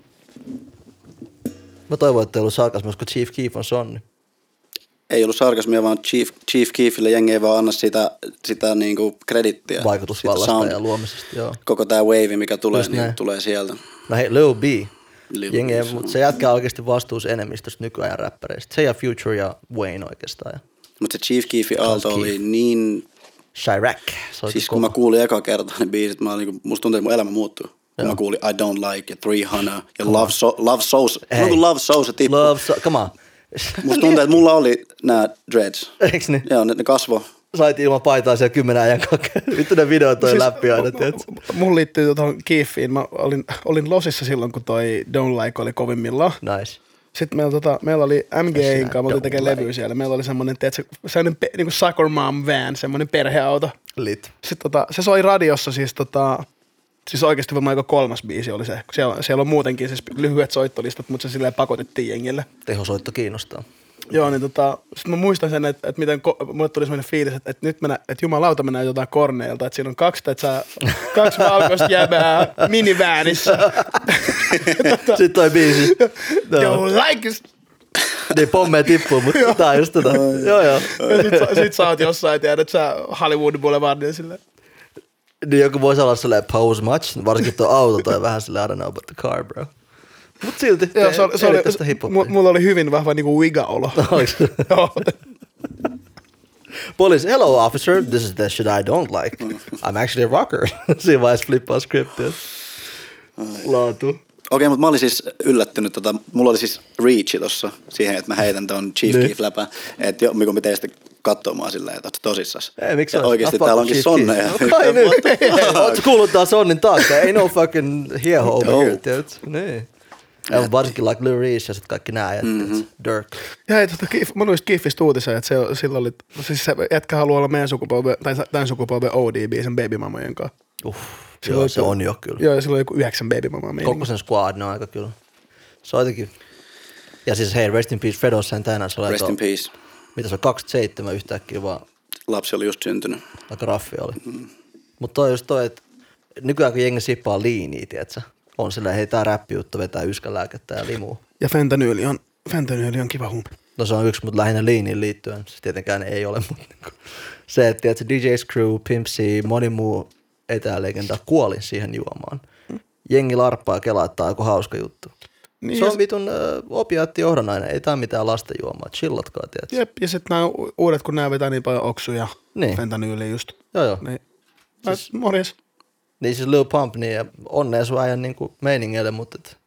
Mä toivon, että ei ollut sarkasmus, kun Chief Keef on sonni. Ei ollut sarkasmia, vaan Chief, Chief Keefille jengi ei vaan anna sitä, sitä niinku kredittiä. Vaikutusvallasta Sitä sound- ja luomisesta, joo. Koko tää wave, mikä tulee, Just niin näin. tulee sieltä. No hei, Lil B. Lil Jengi, B, ei- se mutta on. se jätkää oikeasti vastuus enemmistöstä nykyajan räppäreistä. Se ja Future ja Wayne oikeastaan. Ja Mutta se Chief Keefin aalto Keef. oli niin Chirac. Siis kun mä kuulin eka kertaa ne biisit, mä olin, musta tuntuu, että mun elämä muuttui. Kun Joo. mä kuulin I Don't Like ja three hundred ja Love, so, Love Souls. Hey. Kun Love Souls tippui. Love so, come on. Musta tuntuu, että mulla oli nää dreads. Eiks niin? Joo, ne, ne kasvo. Sait ilman paitaa siellä kymmenen ajan kakea. Vittu ne videot toi siis, läpi aina, tiedätkö? Mun liittyy tuohon Keefiin. Mä olin, olin Losissa silloin, kun toi Don't Like oli kovimmillaan. Nice. Sitten meillä, tota, meillä oli M G A:n kanssa, me oltiin tekemään levyä siellä. Meillä oli semmoinen, tiedätkö, semmoinen pe, niin kuin Sucker Mom van, semmoinen perheauto. Lit. Sitten tota, se soi radiossa siis tota, siis oikeasti varmaan aika kolmas biisi oli se. Siellä, siellä on muutenkin siis lyhyet soittolistat, mutta se silleen pakotettiin jengille. Tehosoitto kiinnostaa. Joo, niin tota, sit mä muistan sen, että, että miten ko- mulle tuli semmoinen fiilis, että, että nyt mennä, että jumalauta mennään jotain Korneilta, että siinä on kaksi, että saa kaksi valkoista jäbää miniväänissä. tota, sitten toi biisi. No. Joo, like it. Niin pommeja tippuu, mutta tää on just tota. Joo, joo. Ja sit, sit sä oot jossain, tiedät sä Hollywood Boulevardin silleen. Niin joku voisi olla silleen pose much, varsinkin tuo auto toi vähän silleen I don't know about the car, bro. Mut silti, joo, se oli, se oli, tästä hiphopia. Mulla oli hyvin vahva niinku wiga-olo. Joo. Police, hello officer, this is the shit I don't like. I'm actually a rocker. Siinä vaiheessa flippaa skriptiä. Laatu. Okei, okay, mutta mä olin siis yllättynyt, tota, mulla oli siis reachi tossa siihen, että mä heitän ton Chief Keef läpää, että joku pitää sitten katsomaan silleen, että oot tosissas. Ei, miksi oikeesti täällä onkin Sonne. No kai nyt. Oot kuullut tää Sonnin taakse, ei no fucking hieho over here, tiedät? Niin. Ja varsinkin like Lil Reese ja sit kaikki nää jättet, mm-hmm. Dirk. Ja hei, tota, mä luin Keefistä uutisen, että se, sillä oli, siis se jätkä haluaa olla meidän sukupolven, tai tämän sukupolven O D B sen babymamojen kanssa. Uff, joo, se on jo kyllä. Joo, ja sillä oli joku yhdeksän babymamaa meininki. Kokkosen squad, ne on aika kyllä. Se on jotenkin. Ja siis hei, rest in peace Fredo Santana. Se rest in peace. Mitä se on, kaksikymmentäseitsemän yhtäkkiä vaan. Lapsi oli just syntynyt. Aika raffi oli. Mm. Mutta toi just toi, että nykyään kun jengi sippaa liiniä, tietsä. On silleen, hei tää räppijuttu vetää yskänlääkettä ja limua. Ja fentanyyli on, fentanyyli on kiva humpi. No se on yksi, mutta lähinnä liiniin liittyen. Se tietenkään ei ole, mutta niinku. Se, että tiedätkö, D J Screw, Pimp C, moni muu etälegenda kuoli siihen juomaan. Jengi larppaa ja kelaa, että tää on joku hauska juttu. Niin se on vitun ö, opiaattijohdonainen, ei tää mitään lasten juomaa, chillatkaa, tiedätkö? Jep, ja sitten nämä uudet, kun nämä vetää niin paljon oksuja, niin. Fentanyyliä just. Joo, joo. Niin. Siis, morjes. Niin siis Lil Pump, niin ja onnea sun äijän niinku meiningeille, mutta et,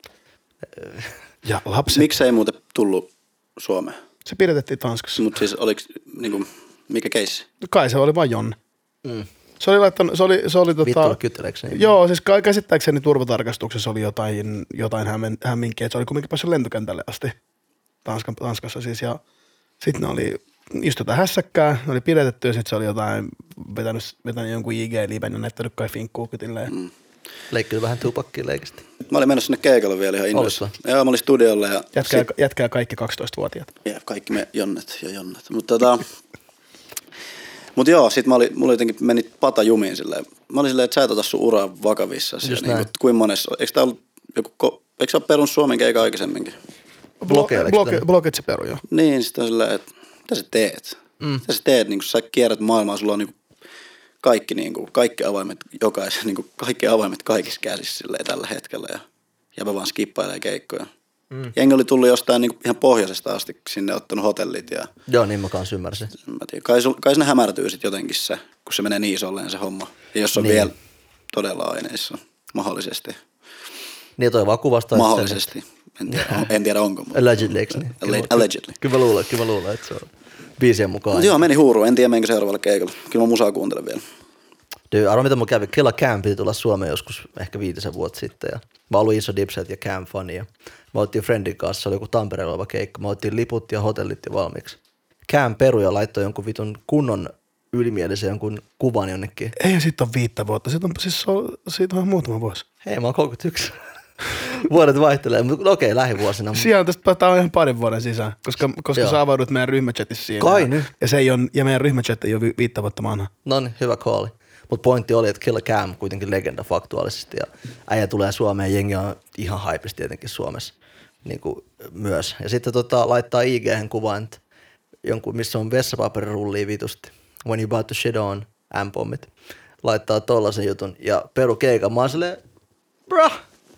ja lapset. Miksi ei muuten tullut Suomeen? Se pidätettiin Tanskassa. Mutta siis oliko niinku, mikä keissi? Kai se oli vaan Jonne. Mm. Se oli laittanut, se oli, se oli tota. Vittu kyttelekseni. Joo, siis käsittääkseni turvatarkastuksessa oli jotain, jotain hämmin, hämminkiä, että se oli kumminkin päässyt lentokentälle asti Tanskan, Tanskassa siis ja sitten ne oli just jotain hässäkkää, ne oli pidätetty ja sitten se oli jotain vetänyt, vetänyt jonkun I G-liven ja näyttänyt kai finkkuu kytilleen. Mm. Leikkyy vähän tupakkiin leikistä. Mä olin menossa sinne keikalle vielä ihan innoissa. Joo, mä olin studiolla. Ja jätkää, sit... jätkää kaikki kaksitoistavuotiaat. Ja kaikki me Jonnet ja Jonnet. Mutta tota, mut joo, sit mä olin, mulla jotenkin meni pata jumiin silleen. Mä olin silleen, että sä et ota sun uraa vakavissa. Niin, kuin monessa, eikö tää ollut joku, eikö sä ole perunut Suomen keika aikaisemminkin? Blogit se peru, joo. Niin, sit on silleen, että mitä sä teet? Mm. Mitä sä teet, niin kun sä kierrät maailmaa, sulla on niin kaikki, niin kuin, kaikki avaimet jokaisen, niin kuin, kaikki avaimet kaikissa käsissä silleen, tällä hetkellä ja jäbä vaan skippailee keikkoja. Mm. Jengi oli tullut jostain niin kuin, ihan pohjoisesta asti sinne, ottanut hotellit. Ja joo, niin mä kanssa ymmärsin. Mä tiedän, kai, kai sinne hämärtyy sitten jotenkin se, kun se menee niin isolleen se homma. Ja jos on niin. Vielä todella aineissa, mahdollisesti. Niin toi vaan kuvastaa. Mahdollisesti. En tiedä, en tiedä onko. Mutta allegedly, eikö niin? Kyllä, allegedly. Kyllä mä luulen, kyllä mä luulen, että se on biisien mukaan. Mutta joo, meni huuruun. En tiedä, menkö seuraavalle keikalle. Kyllä mä musaa kuuntelen vielä. Dude, arvo mitä mulla kävi. Killa Cam piti tulla Suomeen joskus ehkä viitisen vuotta sitten. Ja mä olin iso Dipset ja Cam-fani. Ja mä otettiin friendin kanssa, se oli joku Tampereella oleva keikka. Mä otettiin liput ja hotellit jo valmiiksi. Cam peru ja laittoi jonkun vitun kunnon ylimielisen jonkun kuvan jonnekin. Ei siitä on viittä vuotta. Siitä on, siis on, siitä on muutama vuosi. Hei, mä oon kolmekymmentäyksi. Vuodet vaihtelee, mutta okei, lähivuosina. Siellä tästä tämä on ihan parin vuoden sisään, koska, koska sä avaudut meidän ryhmächatissa siinä. Kai nyt. Ja, se ei on, ja meidän ryhmächat ei ole vi- viittä vuotta vanha. No niin, hyvä call. Mutta pointti oli, että Killa Cam kuitenkin legenda faktuaalisesti ja äijä tulee Suomeen, jengi on ihan haipis tietenkin Suomessa niin kuin myös. Ja sitten tota, laittaa I G:hen kuvan, että jonkun, missä on vessapaperirullia vitusti. When you about to shit on, M-pommit. Laittaa tollasen jutun ja peru keikan. Mä oon silleen, brah,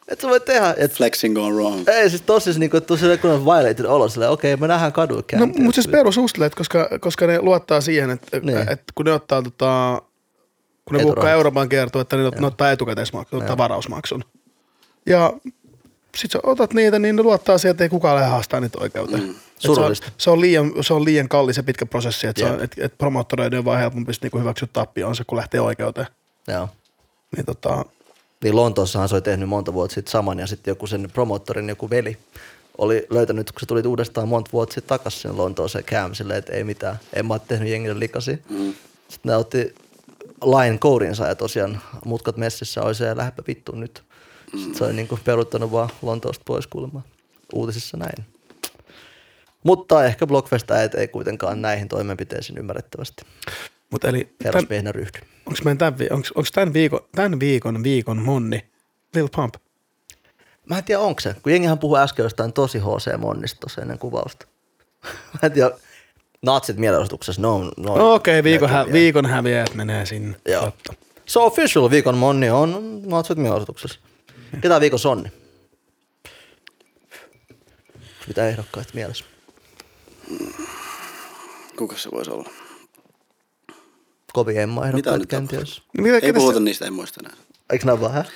Et sä voi tehdä. Et, Flexing gone wrong. ei siis tossa niinku, että tosi kun on violated olo, silleen okei, okay, me nähdään kadulla No, kääntyä. mutta siis perususteleet, koska, koska ne luottaa siihen, että, Niin. että kun ne ottaa tota, kun ne Eturahat. buukkaa Euroopan kertoa, että ne, ne ottaa etukäteismaksun, ottaa varausmaksun. Ja sit sä otat niitä, niin ne luottaa siihen, että ei kukaan lähde haastaa niitä oikeuteen. Mm. Surullista. Se on, se, on liian, se on liian kallis ja pitkä prosessi, että Jep. et, et promoottoreiden on vaan helpompi niinku hyväksyä tappionsa, kun lähtee oikeuteen. Joo. Niin tota, Niin Lontoossahan se oli tehnyt monta vuotta sitten saman ja sitten joku sen promoottorin joku veli oli löytänyt, kun se tuli uudestaan monta vuotta sitten takaisin sinne Lontooseen Cam silleen, että ei mitään, en mä ole tehnyt jengille likaisia. Mm. Sitten ne otti lain kourinsa ja tosiaan mutkat messissä oli se ja lähdepä vittuun nyt. Mm. Sitten se oli niinku peruuttanut vaan Lontoosta pois kuulemaan uutisissa näin. Mutta ehkä Blockfest-äijät ei kuitenkaan näihin toimenpiteisiin ymmärrettävästi. mut eli Herrasmiehenä ryhdy. onko meidän tämän, vi- onks, onks tämän, viikon, tämän viikon viikon monni Lil Pump? Mä en tiedä, onko se, kun jengihän puhui äsken jostain tosi H C-monnista tuossa ennen kuvausta. Mä en tiedä, natsit mielenosoituksessa, no, no, No okei, okay, viikon, hä- näkyviä. viikon häviäjät menee sinne. Joo. Totta. So official viikon monni on natsit mielenosoituksessa. Ketä viikon sonni? Mitä ehdokkaita mielessä? Kuka se voisi olla? Kovin Emma Mitä ehdokkaita nyt kenties. No, mitä, Ei ketä puhuta se- niistä, en muista enää. Eikö nää vähän?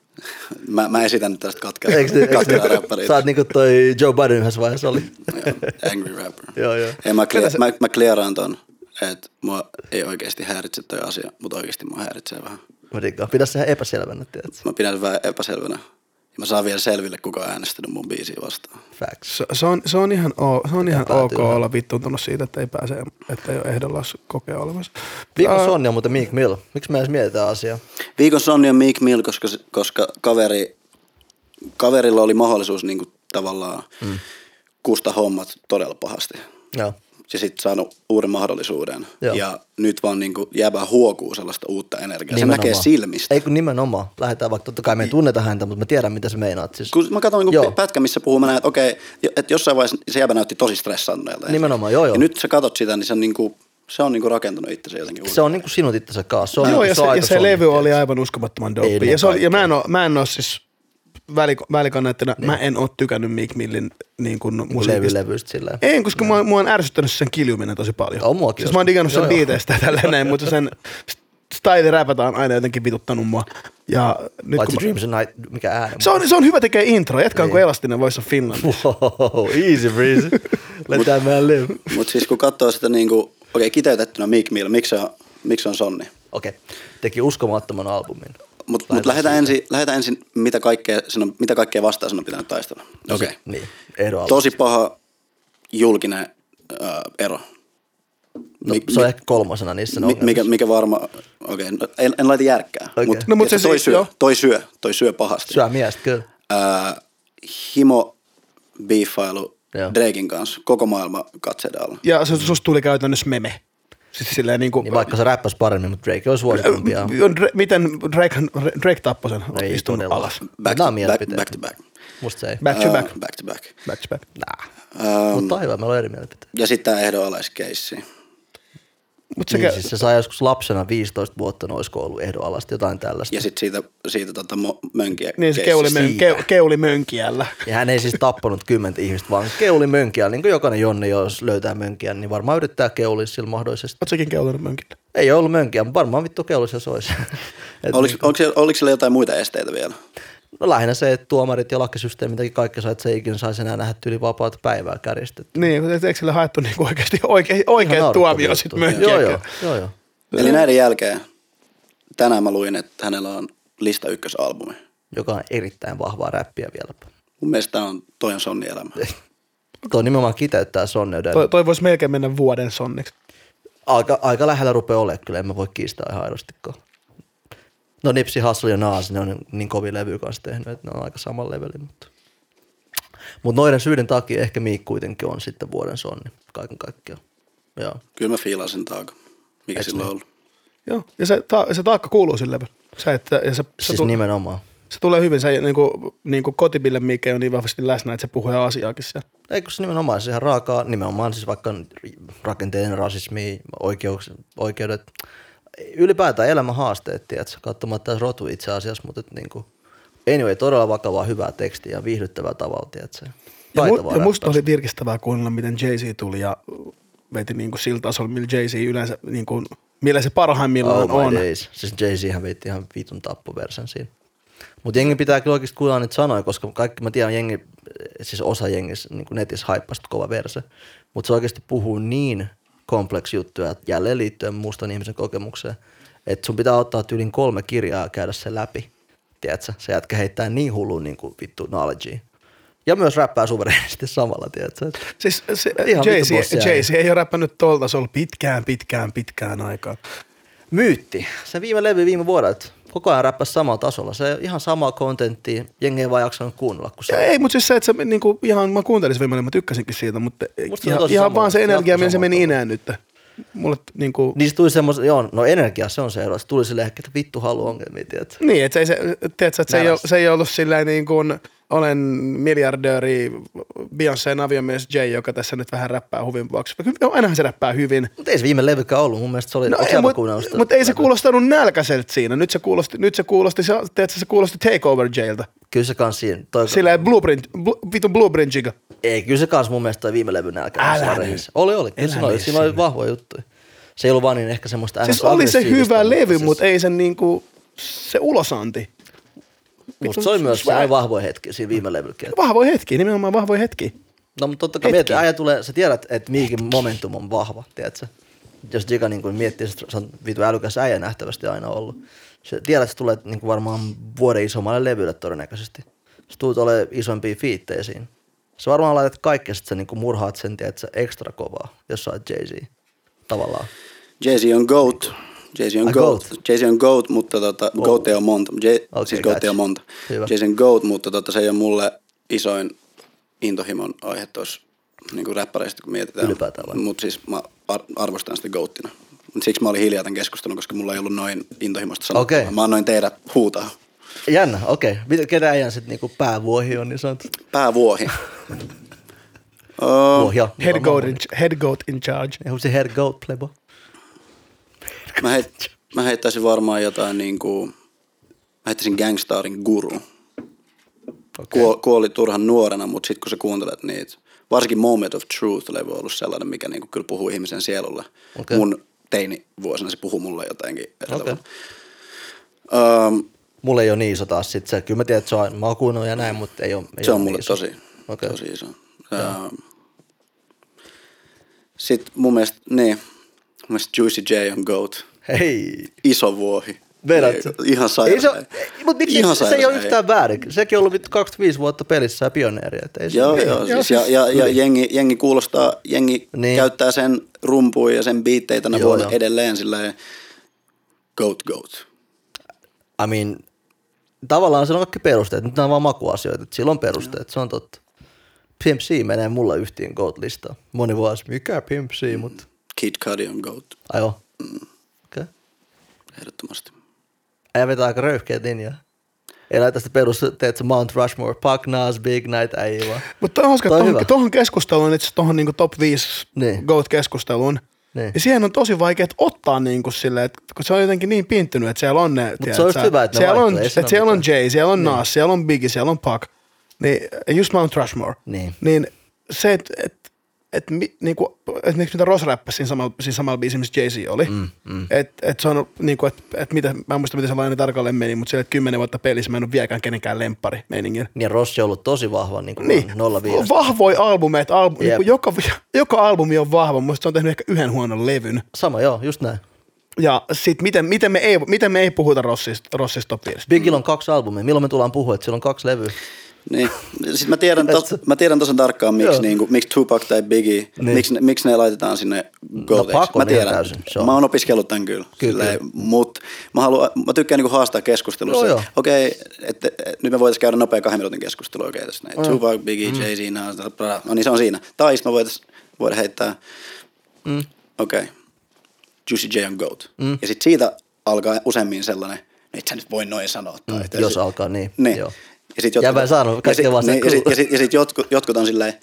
Mä, mä esitän nyt tästä katkelaa. Eikö, eikö, Katkelaa räppäriä. sä oot niinku toi Joe Biden yhdessä vaiheessa oli. Joo, angry rapper. Joo, joo. Ei, mä, klia- mä, mä clearaan ton, että mua ei oikeasti häiritse toi asia, mutta oikeasti mua häiritsee vähän. Mä diggaan. Pidä se ihan epäselvänä, tiedätkö? Mä pidän sen vähän epäselvänä. Ja mä saan vielä selville, kuka on äänestänyt mun biisiä vastaan. Facts. Se, se, on, se on ihan, o, se on ihan päätyy ok ihan. olla vittuuntunut siitä, että ei pääse, että ei ole ehdolla kokea olemassa. Viikon Ää, sonni on muuten Meek Mill. Miksi me edes mietitään asiaa? Viikon sonni on Meek Mill, koska, se- koska kaveri, kaverilla oli mahdollisuus niinku tavallaan mm. kusta hommat todella pahasti. Joo. Ja sitten saanut uuden mahdollisuuden. Joo. Ja nyt vaan niinku jäävää huokuu sellaista uutta energiaa. Se Nimenomaan. näkee silmistä. Ei kun nimenomaan. Lähdetään vaikka, totta kai me ei tunneta häntä, mutta mä tiedän mitä se meinaat. Siis. Kun mä katsoin Joo. niin pätkä, missä puhuu, mä näin, että okei, että jossain vaiheessa se jäbä näytti tosi stressanneelta. Nimenomaan, joo, joo. Ja nyt sä katot sitä, niin se on, niinku, se on niinku rakentunut itsensä jotenkin Se on niinku sinut itsensä kanssa. Se on, Joo, niinku- ja se, on ja aika se sonni, levy oli tiedätkö? aivan uskomattoman Ei dope. ne Ja, se oli, ja kaikki. mä en oo, mä en oo siis välik, välikannettina, niin. mä en oo tykännyt Meek Millin niin kuin Levy, musiikista. levyistä silleen. Ei, koska mua, mua on ärsyttänyt sen kiljuminen tosi paljon. On muakin Siis mä oon digannut sen joskus. Joo, joo. biiteistä ja tälleen näin, mutta sen style räpätä on aina jotenkin vituttanut mua. Ja nyt Paitsi kun mä, Dreams and Night, mikä ääni. se, on, se on hyvä tekee intro, jätkä on Niin. kuin Elastinen Voice of Finland. Wow, easy breezy. Let that man live. Mutta siis kun katsoo sitä niinku, okei okay, kiteytettynä Meek Mill, miksi se on, miksi se on sonni? Okei, okay. Teki uskomattoman albumin. Mutta mut lähdetään ensin, lähdetään ensin mitä, kaikkea, sen on, mitä kaikkea vastaan sen on pitänyt taistella. Okei. Okay. Niin, ehdon Tosi paha julkinen äh, ero. No, Mi- se on mi- ehkä kolmosena niissä mi- mikä, mikä varma, okei, okay, no, en, en laita järkkää, Okei. mutta No, mut se toi, siis- syö, joo. toi syö, toi syö pahasti. Syö miestä, kyllä. Äh, himo biifailu Joo. Draken kanssa, koko maailma katseiden alla. Ja se susta tuli käytännössä meme. Siis silleen niin kuin, Niin vaikka se räppäsi paremmin, mutta Drake olisi suositumpi. ja- Dra- miten Drake, Drake tappoi sen? Ei Istunut todella. alas. Back, Nämä to, on back, mielipiteet. back to back. Musta se ei. Back to Äh, back. back to back. Back to back. Nah. Ähm, Mutta on hyvä, meillä on eri mielipiteet. ja sitten tämä ehdonalaiskeissi. Mut se, Niin, kä- siis se sai joskus lapsena viisitoista vuotta, no olisiko ollut ehdonalasta, jotain tällaista. Ja sitten siitä, siitä tota mo, mönkiä niin se keissistä. keuli, mön, siitä. ke, keuli mönkiällä. Ja hän ei siis tappanut kymmentä ihmistä, vaan keuli mönkiä. Niin kuin jokainen Jonni, jos löytää mönkiä, niin varmaan yrittää keulia sillä mahdollisesti. Oot säkin keulannut mönkillä? Ei ole ollut mönkiä, mutta varmaan vittu keulissa jos olisi. Et Oliko, oliko, siellä, oliko siellä jotain muita esteitä vielä? No lähinnä se, että tuomarit ja lakisysteemi teki kaikkensa, että se ei ikinä saisi enää nähdä tyyli vapaata päivää kärjistetty. Niin, et eikö sille haettu niinku oikeasti oikein, oikein Ihan tuomio naurettavia sit juttuja. mönkkiä? Joo, joo, joo, joo. Eli näiden jälkeen tänään mä luin, että hänellä on lista ykkösalbumi. Joka on erittäin vahvaa räppiä vieläpä. Mun mielestä tää on toi on Sonnin elämä. Tuo nimenomaan kiteyttää sonneuden. Toi, toi voisi melkein mennä vuoden sonniksi. Aika, aika lähellä rupeaa olemaan, kyllä en mä voi kiistää ihan aidostikaan. No Nipsi Hussle ja Nas, ne on niin kovin levy kanssa tehnyt, että ne on aika saman levelin. Mutta Mut noiden syiden takia ehkä Meek kuitenkin on sitten vuoden sonni kaiken kaikkiaan. Joo. Kyllä mä fiilaan sen taaka. Mikä Eiks sillä on niin? ollut? Joo, ja se, ta, se taakka kuuluu sille. Se, että, ja se, se, Siis tu, nimenomaan. se tulee hyvin, se niinku, niinku kotibille, mikä on niin vahvasti läsnä, että se puhuu ihan asiaakin siellä. Eikö se nimenomaan se ihan raakaa, nimenomaan siis vaikka rakenteellinen rasismi, oikeus, oikeudet, ylipäätään elämän haasteet, tiedätkö, katsomatta edes rotu itse asiassa, mutta et niinku, anyway, todella vakavaa, hyvää tekstiä ja viihdyttävää tavalla, tiedätkö? Ja, mu- ja musta oli virkistävää kuunnella, miten Jay-Z tuli ja veti niinku sillä tasolla, millä Jay-Z yleensä, niinku, millä se parhaimmillaan oh on. Days. Siis Jay-Zhän veitti ihan vitun tappoversen siinä. Mutta jengi pitää kyllä oikeasti kuulla niitä sanoja, koska kaikki mä tiedän jengi, siis osa jengissä niin netissä haippasta kova verse, mutta se oikeasti puhuu niin kompleksi juttuja, jälleen liittyen mustan ihmisen kokemukseen, että sun pitää ottaa tyylin kolme kirjaa ja käydä se läpi. Tiedätkö? Se jätkä heittää niin hulluun niin kuin vittu knowledgea. Ja myös räppää suvereenisesti samalla, tiedätkö? Siis se, Jay-Z, Jay-Z ei ole räppänyt tuolla tasolla pitkään, pitkään, pitkään aikaa. Myytti. Se viime levy viime vuodelta. Koko ajan räppäsi samalla tasolla. Se ihan samaa kontenttia. Jengi ei vaan jaksanut kuunnella. Kun se ei, mutta siis se, että se niinku, ihan, mä kuuntelin viime, mä tykkäsinkin siitä, mutta ihan, ihan vaan se energia, millä se meni inään nyt. Mulle niinku... Niin se tuli semmos, joo, no energia, se on se ero. Se tuli silleen, että vittu halu ongelmia, tiedätkö? Niin, että se, se, tiedätkö, että se, ei, se ei ollut silleen niin kuin olen miljardööri Beyoncén aviomies Jay, joka tässä nyt vähän räppää huvin vuoksi. No, ainahan se räppää hyvin. Mutta ei se viime levykään ollut, mun mielestä se oli... No, mutta mut ei se kuulostanut nälkäiseltä siinä. Nyt se kuulosti, nyt se kuulosti, tiedätkö, se kuulosti Takeover Jailta. Kyllä se kans siinä. Toi... Silleen blueprint, blu, vitun blueprintiga. Ei, kyllä se kans mun mielestä toi viime levy nälkäinen. Oli, oli. Kyllä siinä oli, siinä oli vahvoja juttuja. Se ei ollut vaan niin ehkä semmoista... Siis oli se hyvä levy, siis... mutta ei sen niinku, se ulosanti. Mutta se oli myös se vahvoja hetki siinä viime levylläkin. Vahvoja hetki, nimenomaan vahvoja hetki. No mutta totta kai mietin, äijä tulee, sä tiedät, että Miikin momentum on vahva, tiedätkö? Jos Jika niin kuin miettii, että se on vitu älykäs äijä nähtävästi aina ollut. Se tiedät, että se tulee niin kuin varmaan vuoden isommalle levylle todennäköisesti. Se tulet olemaan isompia fiittejä siinä. Sä varmaan laitat kaikkea, että sä niin kuin murhaat sen, tiedätkö, ekstra kovaa, jos sä oot Jay-Z tavallaan. Jay-Z on GOAT. Jay-Z on GOAT. Jay-Z on GOAT, mutta tota, oh. GOAT ei ole monta. Jay, okay, siis GOAT ei ole monta. Jay-Z on GOAT, mutta tota, se ei ole mulle isoin intohimon aihe tuossa niin kuin räppäreistä, kun mietitään. Ylipäätään. Mutta siis mä ar- arvostan sitä GOATina. Siksi mä olin hiljaa tämän keskustelun, koska mulla ei ollut noin intohimosta sanottavaa. Okay. Mä annoin tehdä huutaa. Jännä, okei. Okay. Ketä äijän sitten niinku päävuohi on niin sanottu? Päävuohi. uh, Vuohia. Head goat, in, head goat in charge. Who's the head goat, playboy? Mä, heit, mä heittäisin varmaan jotain niinku, mä heittäisin Gangstarin Guru. Okay. Kuoli, kuoli turhan nuorena, mutta sit kun sä kuuntelet niitä, varsinkin Moment of Truth-levy on ollut sellainen, mikä niinku kyllä puhuu ihmisen sielulle. Okay. Mun teinivuosina se puhuu mulle jotenkin eri okay. um, Mulla ei ole niin iso taas sit se. Kyllä mä tiedän, että se on, mä oon kuunnellut ja näin, mutta ei ole ei Se on ole mulle niin tosi, okay. tosi iso. Um, Sitten mun mielestä, niin, mun mielestä Juicy J on GOAT. Hei. Iso vuohi. Vedät. Ihan sairaan. Mutta miksi ihan se, se ei ole yhtään väärin? Sekin on ollut kaksikymmentäviisi vuotta pelissä ja pioneeri. Joo, joo. joo siis, ja ja, ja jengi, jengi kuulostaa, jengi niin. käyttää sen rumpuja ja sen biittejä tänä joo, vuonna joo. edelleen silleen GOAT, GOAT. I mean, tavallaan se on kaikki perusteet. Nyt nämä on vaan makuasioita, että sillä on perusteet. Se on totta. Pimp C menee mulla yhtiin GOAT-listaan. Moni vuosi, mikä Pimp C, mm. mutta... Kid Cudi on GOAT. Ai joo? Mm. Okei. Okay. Ehdottomasti. Äijä vetää aika röyhkeät linjaa. Ei laita sitä perus, teet sä Mount Rushmore, Pac, Nas, Big Night, äijä vaan. Mutta tohon, tohon keskusteluun, itse tohon niinku top viisi niin. GOAT-keskusteluun, niin. Ja siihen on tosi vaikea ottaa niinku silleen, että kun se on jotenkin niin pinttynyt, että siellä on ne, mutta se on just hyvä, että ne siellä vaihtuu. On, että siellä on Jay, siellä on niin. Nas, siellä on Biggie, siellä on Pac, niin just Mount Rushmore. Niin, niin se, että et, et, niinku, esimerkiksi mitä Ross räppäsi siinä samalla, siinä samalla biisissä, missä Jay-Z oli, mm, mm. että et se on niinku, että et mitä, mä en muista miten se lainen tarkalleen meni, mutta siellä, että kymmenen vuotta pelissä mä en ole vieläkään kenenkään lemppari meiningillä. Niin Ross on ollut tosi vahva, niin kuin niin, nolla viisi. Vahvoja albumeita, albu, niin kuin joka, joka albumi on vahva, musta se on tehnyt ehkä yhden huonon levyn. Sama, joo, just näin. Ja sit miten, miten, me, ei, miten me ei puhuta Rossista, Rossista top viisi? Bigillä on kaksi albumia, milloin me tullaan puhua, että sillä on kaksi levyä? Niin, sitten mä tiedän, tos, mä tiedän tosi tarkkaan, miksi, niinku, miksi Tupac tai Biggie, niin. miksi, miksi ne laitetaan sinne GOATeiksi. No, mä tiedän, täysin, mä oon opiskellut tämän kyllä, kyllä. Mutta mä, mä tykkään niinku haastaa keskustelussa. No, okei, okay, että et, nyt me voitaisiin käydä nopea kahden minuutin keskustelua oikein tässä. Mm. Tupac, Biggie, mm. Jay-Z, Nas, no niin se on siinä. Tai sitten me voitaisiin voida heittää, mm. okei, okay, Juicy J on GOAT. Mm. Ja sitten siitä alkaa useammin sellainen, että sä nyt voi noin sanoa. Tai mm. Jos alkaa niin, niin. Joo. Ja sitten jotkut, ja sit, niin, ja sit, ja sit, ja sit jotkut, jotkut on silleen,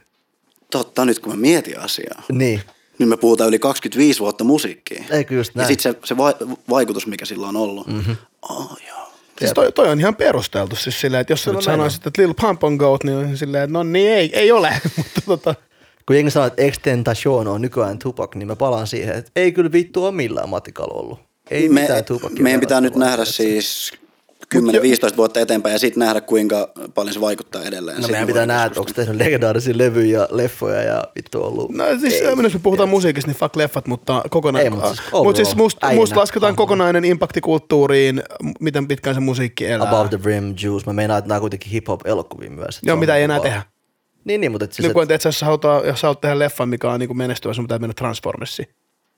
totta nyt kun mä mietin asiaa, niin, niin me puhutaan yli kaksikymmentäviisi vuotta musiikkia. Eikö just näin? Ja sitten se, se va- vaikutus, mikä sillä on ollut, mm-hmm. oh joo, Siis toi, toi on ihan perusteltu siis silleen, että jos sä nyt sanoisit, että Lil Pump on GOAT, niin silleen, että no niin ei, ei ole, mutta tota. Kun jengi sanoo, että Extentation on nykyään Tupac, niin mä palaan siihen, että ei kyllä vittu ole millään matikalla ollut. Ei Me, mitään Tupacia. meidän pitää nyt nähdä siis kymmenen viisitoista vuotta eteenpäin ja sitten nähdä, kuinka paljon se vaikuttaa edelleen. No meidän pitää nähdä, että onko tehnyt legendaarisia levyjä ja leffoja ja vittu ollut. No siis ei, jos me puhutaan musiikista, niin fuck leffat, mutta kokonaan. Ei, mutta siis, mut siis musta must lasketaan kokonainen impaktikulttuuriin, miten pitkään se musiikki elää. Above the Rim, Juice. Mä meinaan, että nämä on kuitenkin hip-hop-elokuvia myös. Joo, mitä ei enää tehdä. Niin, niin, mutta et siis... Niin kuin, että jos sä haluat, jos sä haluat tehdä leffan, mikä on niin menestyvä, sun pitää mennä Transformersiin.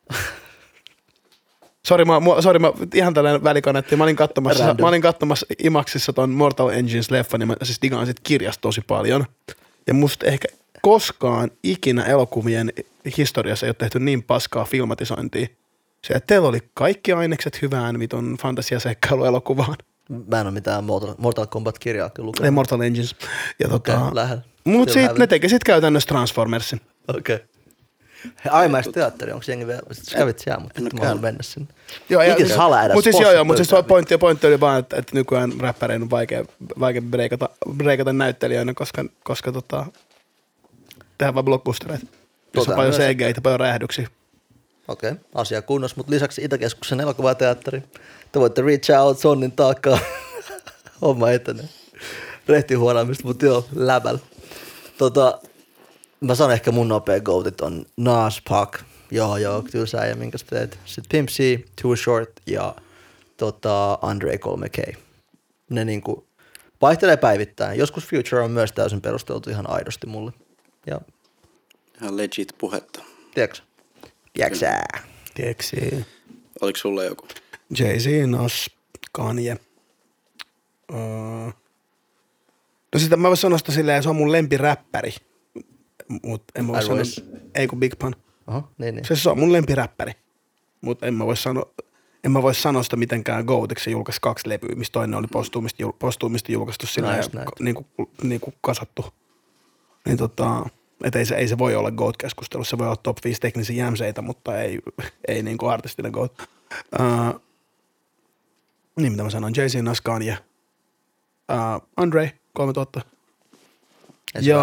Sori, mä, sorry, mä ihan tällainen välikanetti. Mä olin katsomassa, mä olin katsomassa Imaxissa ton Mortal Engines-leffan, ja mä siis digaan sit kirjasta tosi paljon. Ja musta ehkä koskaan ikinä elokuvien historiassa ei ole tehty niin paskaa filmatisointia. Se, että teillä oli kaikki ainekset hyvään vitun fantasiaseikkailuelokuvaan. Mä en ole mitään Mortal, Mortal Kombat-kirjaa kyllä lukenut. Ei Mortal Engines. Ja Okei, tota, lähellä. mut sit ne teki sit käytännössä Transformersin. Okei. Okay. IMAX-teatteri, onko jengi vielä? Sä kävit siellä, mutta nyt mä haluan mennä sinne. Joo, ja, Ikinä hala edes. Mutta siis joo, joo, mutta siis pointti, pointti oli vaan, että, että nykyään räppäreiden on vaikea, vaikea breikata, breikata näyttelijöinä, koska, koska tota, tehdään vaan blockbustereita. Jossa on paljon C G:itä, paljon räjähdyksiä. Okei, okay, asia kunnossa, mutta lisäksi Itäkeskuksen elokuvateatteri. Te voitte reach out Sonnin taakkaa. Homma etenee. Rehtihuonaamista, mutta joo, läbällä. Tota, mä sanon ehkä mun nopea goatit on Nas, Pac, joo joo, tylsää ja minkä sä teet. Sitten Pimp C, Too Short ja tota, Andre kolme K. Ne niinku vaihtelee päivittäin. Joskus Future on myös täysin perusteltu ihan aidosti mulle. Ja ihan legit puhetta. tiedätkö? Jäksää. Tieksi. Oliko sulla joku? Jay-Z, Nas, Kanye. Uh, no sitä mä voin sanoa sitä silleen, se on mun lempiräppäri. Mut en mä voi sanoa, ei kun Big Pun. Oho, niin, niin. Se, se on mun lempiräppäri. Mut en mä voi sanoa, en mä voi sanoa sitä mitenkään goatiksi. Se julkaisi kaksi levyä, mistä toinen oli postuumisti, postuumisti julkaistu sillä ja niinku, niinku kasattu. Niin tota, et ei se, ei se voi olla goat-keskustelussa. Se voi olla top viisi teknisiä jämseitä, mutta ei, ei niinku artistinen goat. Uh, niin mitä mä sanon, Jay-Z, Nas, Kanye. Uh, Andre, kolmetuhatta. Ja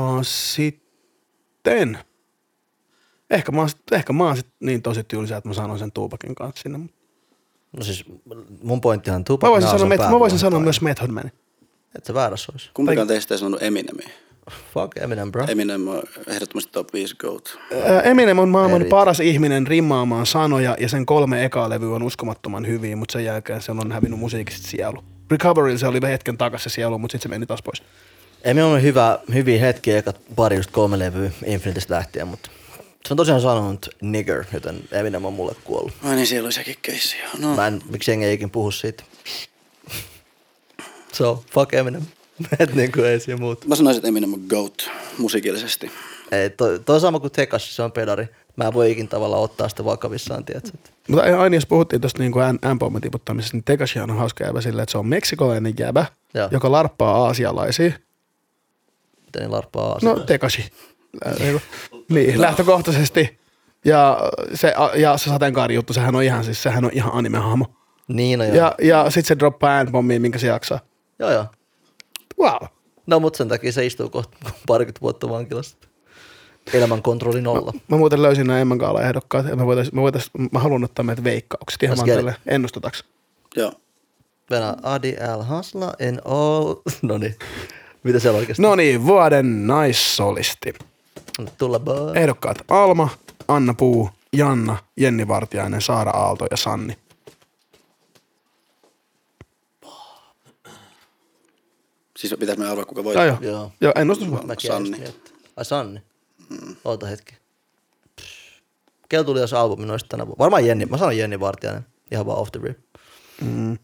sitten, ehkä mä oon sit, ehkä mä oon sit niin tosi tylsä, että mä sanon sen Tupacin kanssa sinne. No siis mun pointtihan Tupac, Mä voisin sanoa, met, mä voisin sanoa myös Method Man. Että se väärässä olisi. Kumpikaan teistä ei sanonut Eminemia. Fuck Eminem, bro. Eminem on ehdottomasti top viisi goat. Eminem on maailman Erit. paras ihminen rimmaamaan sanoja ja sen kolme ekaa levyä on uskomattoman hyviä, mutta sen jälkeen se on hävinnyt musiikista sielu. Recoverylla se oli hetken takas se sielu, mutta sitten se meni taas pois. Eminem on hyvä, hyviä hetkiä, eka pari just kolme levyä Infinitistä lähtien, mutta se on tosiaan sanonut nigger, joten Eminem on mulle kuollut. Ai niin, siellä oli sekin keissi. No. Mä en, miksi jengi ei ikin puhu siitä. So, fuck Eminem. Et niinku ei siinä muuta. Mä sanoisin, että Eminem on goat musiikillisesti. Ei, toi, toi sama kuin Tekashi, se on pedari. Mä en voi ikin tavallaan ottaa sitä vakavissaan, tiedätkö? Mutta aina jos puhuttiin tuosta niin M-pommin tiputtamisesta, niin Tekashi on hauska jäbä silleen, että se on meksikolainen jäbä, Joo. joka larppaa aasialaisia. Miten ne larppaa aasialaisia? No Tekashi. Niin, lähtökohtaisesti. Ja se, ja se sateenkaarijuttu, sehän on ihan, siis, sehän on ihan anime-hahmo. Niin, no joo. Ja, ja sit se droppaa M-pommiin, minkä se jaksaa. Joo, joo. Wow. No, mutta sen takia se istuu kohta parikymmentä vuotta vankilasta. Elämän kontrolli nolla. Mä, mä muuten löysin nämä Emman Gaala-ehdokkaat. Mä, voitais, mä, voitais, mä haluan ottaa meitä veikkaukset. Ihan vaan tälle ennustetaanko. Joo. Venä Adi L. Hasla in all... Noniin. Mitä siellä oikeasti? Noniin, vuoden naissolisti. Tulla boy. Ehdokkaat Alma, Anna Puu, Janna, Jenni Vartiainen, Saara Aalto ja Sanni. Siis pitäisi me arvaa, kuka voittaa. Joo, joo. Joo, joo ennustus vaan. Sanni. Ai Sanni. Mm. Oota hetki. Kello tuli jos albumi noista tänä vuonna. Varmaan Jenni. Mä sanon Jenni Vartiainen. Ihan vaan off the rip. Mm.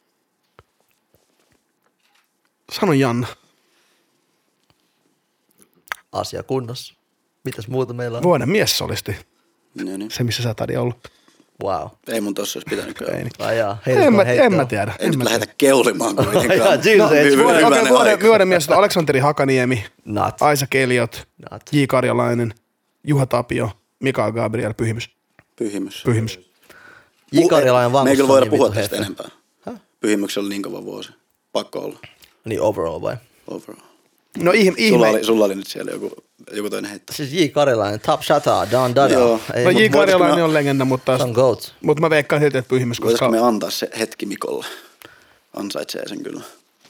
Sano Janna. Asia kunnossa. Mitäs muuta meillä on? Vuoden miessolisti. No niin. Se, missä sä Tadi ollut. Wow. Ei mun tossa olisi pitänyt käydä. Ai jaa. En mä, en mä tiedä. Ei en nyt mä lähetä keulimaan kuitenkaan. Jaa, Jesus. Okei, okay, vuoden, vuoden mies on Aleksanteri Hakaniemi, Not. Isaac Elliot, Not. J. Karjalainen, Juha Tapio, Mikael Gabriel, Pyhimys. Pyhimys. Pyhimys. J. Karjalainen vangus. Me ei kyllä voida puhua tästä enempää. Pyhimyksellä oli niin kova vuosi. Pakko olla. Niin overall vai? Overall. No ihme. Sulla oli, sulla oli nyt siellä joku, joku toinen heitto. Siis J. Karjalainen, Top Shata, Don Dada. Joo. No J. Karjalainen on legenda, mutta, Se on GOAT. mutta mä veikkaan silti, että Pyhimys, Voisiko koska me antaa se hetki Mikolle? Ansaitsee sen kyllä.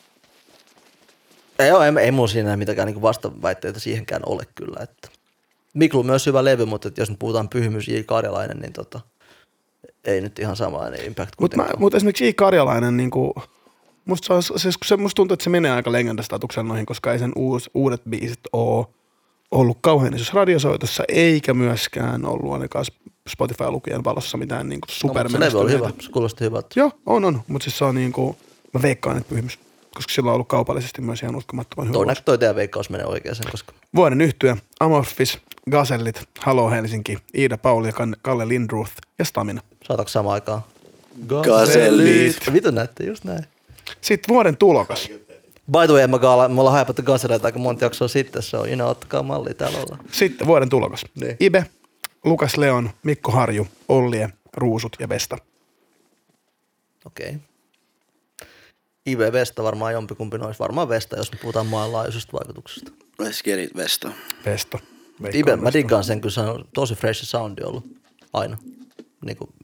Ei, ole, ei, ei mulla siinä mitenkään niin vastaväitteitä siihenkään ole kyllä. Että Miklu on myös hyvä levy, mutta jos nyt puhutaan Pyhimys, J. Karjalainen, niin tota, ei nyt ihan samanlainen impact Mutta mut esimerkiksi J. Karjalainen, niin kuin, musta, se, on, siis, se, musta tuntuu, että se menee aika legendastatuksella noihin, koska ei sen uus, uudet biisit ole ollut kauhean isossa radiosoitossa, eikä myöskään ollut ainakaan Spotify-lukujen valossa mitään niin supermenestyneitä. Se levy oli hyvä, se kuulosti hyvältä. Joo, on, on, mutta siis se on niin kuin, mä veikkaan, että Pyhimys, koska sillä on ollut kaupallisesti myös ihan uskomattoman hyvä. Todennäköisesti toi teidän veikkaus menee oikeaan, koska Vuoden yhtye, Amorphis, Gazellit, Halo Helsinki, Iida Pauli ja Kalle Lindruth ja Stamina. saataanko samaan aikaan? Gazellit. Vitu näette, just näin. Sitten vuoden tulokas. By the way, me, gaala, me ollaan haipattu Gazelleita aika monta jaksoa sitten, se on Ina, ottakaa mallia täällä ollaan. Sitten vuoden tulokas. Niin. Ibe, Lukas Leon, Mikko Harju, Ollie, Ruusut ja Vesta. Okei. Okay. I V Vesta varmaan jompikumpi nois, varmaan Vesta, jos me puhutaan maanlaajuisesta vaikutuksesta. Let's get it, Vesta. Vesta. Veikkaan Ibe, mä Vesta. diggaan sen, kyllä se on tosi fresh soundi ollut aina. Niin kuin,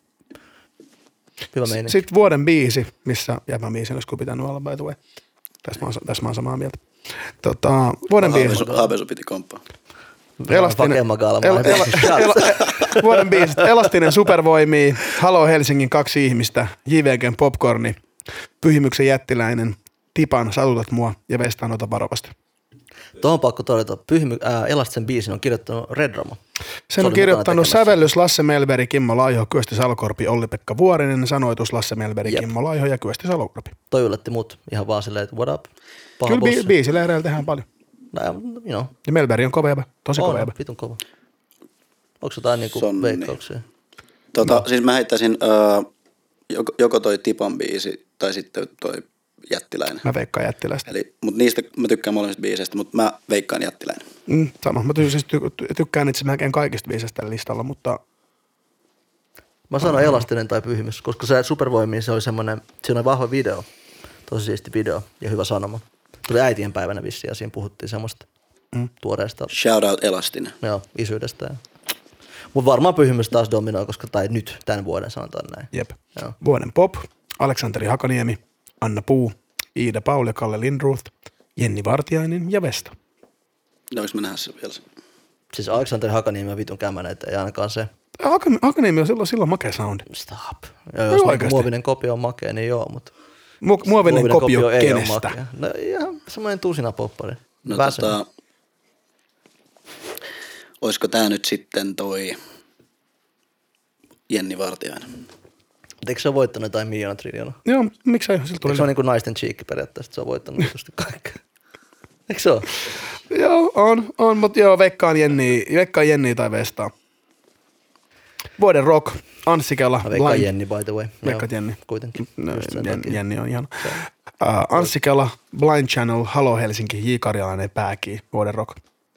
hyvä meininki. Sitten vuoden biisi, missä jääpä biisin olisi pitänyt olla, by the way. Tässä mä oon, tässä mä oon samaa mieltä. Tota, vuoden biisi. Haavesu, Haavesu piti komppaa. Elastinen, Fakemagaala, el, mä el, el, el, vuoden biisit. Elastinen supervoimii, Halo Helsingin kaksi ihmistä, J V G:n Popcorni, Pyhimyksen jättiläinen, Tipan Satutat mua ja Vestaan ota varovasti. Tuohon pakko todeta, Pyhimy, ää, Elastisen biisin on kirjoittanut Red Rama. Sen on kirjoittanut sävellys Lasse Melberg, Kimmo Laiho, Kyösti Salokorpi, Olli-Pekka Vuorinen, sanoitus Lasse Melberg, Jep. Kimmo Laiho ja Kyösti Salokorpi. Toi yllätti mut ihan vaan silleen, että what up? Paha Kyllä bi- bossi. biisileireillä tehdään paljon. No, you know. Ja Melberg on koveba, tosi On, koveba. vitun kova. Onko jotain niinku Sonni. veikkauksia? Tota, no. Siis mä heittäisin öö, joko, joko toi Tipan biisi tai sitten toi Jättiläinen. Mä veikkaan jättiläistä. Eli, mut niistä mä tykkään molemmista biiseistä, mutta mä veikkaan Jättiläinen. Mm, sama. Mä ty- siis ty- tykkään itse melkein kaikista biiseistä tällä listalla, mutta Mä sanon Elastinen tai Pyhimys, koska se Supervoimiin se oli semmoinen, siinä oli vahva video, tosi siisti video ja hyvä sanoma. Tuli äitien päivänä vissiin ja siinä puhuttiin semmoista mm. tuoreesta, Shout out Elastinen. joo, isyydestä. Mutta varmaan Pyhimys taas dominoi, koska tai nyt tämän vuoden sanotaan näin. jep. Joo. Vuoden pop, Aleksanteri Hakaniemi, Anna Puu, Iida Pauli ja Kalle Lindruth, Jenni Vartiainen ja Vesta. No, onko mä nähdä se vielä? Siis Aleksanteri Hakaniemi on vitun kämmänen, että ei ainakaan se. Hak- Hakaniemi on silloin, silloin makea soundi. Stop. Ja jos oikeasti. muovinen kopio on makea, niin joo, mutta Mu- muovinen kopio ei ole kenestä? makea. No ihan semmoinen tusina poppari. No Väsy. tota, olisiko tää nyt sitten toi Jenni Vartiainen? Eikö se ole voittanut jotain miljoona triljoona? Joo, miksei? Sillä tuli Eikö se ole niin kuin naisten cheekki periaatteessa, että se on voittanut tietysti kaikkea? Eikö se ole? Joo, on, on, mutta joo, veikkaan Jenni, veikkaan Jenni tai Vestaa. Vuoden rock, Anssi Kela. Mä veikkaan Blind- Jenni, by the way. Veikkaat Joo, Jenni. Kuitenkin. No, Just sen Jen, takia. Jenni on ihana. Uh, Anssi Kela, Blind Channel, Halo Helsinki, J. Karjalainen, Pääki, vuoden rock.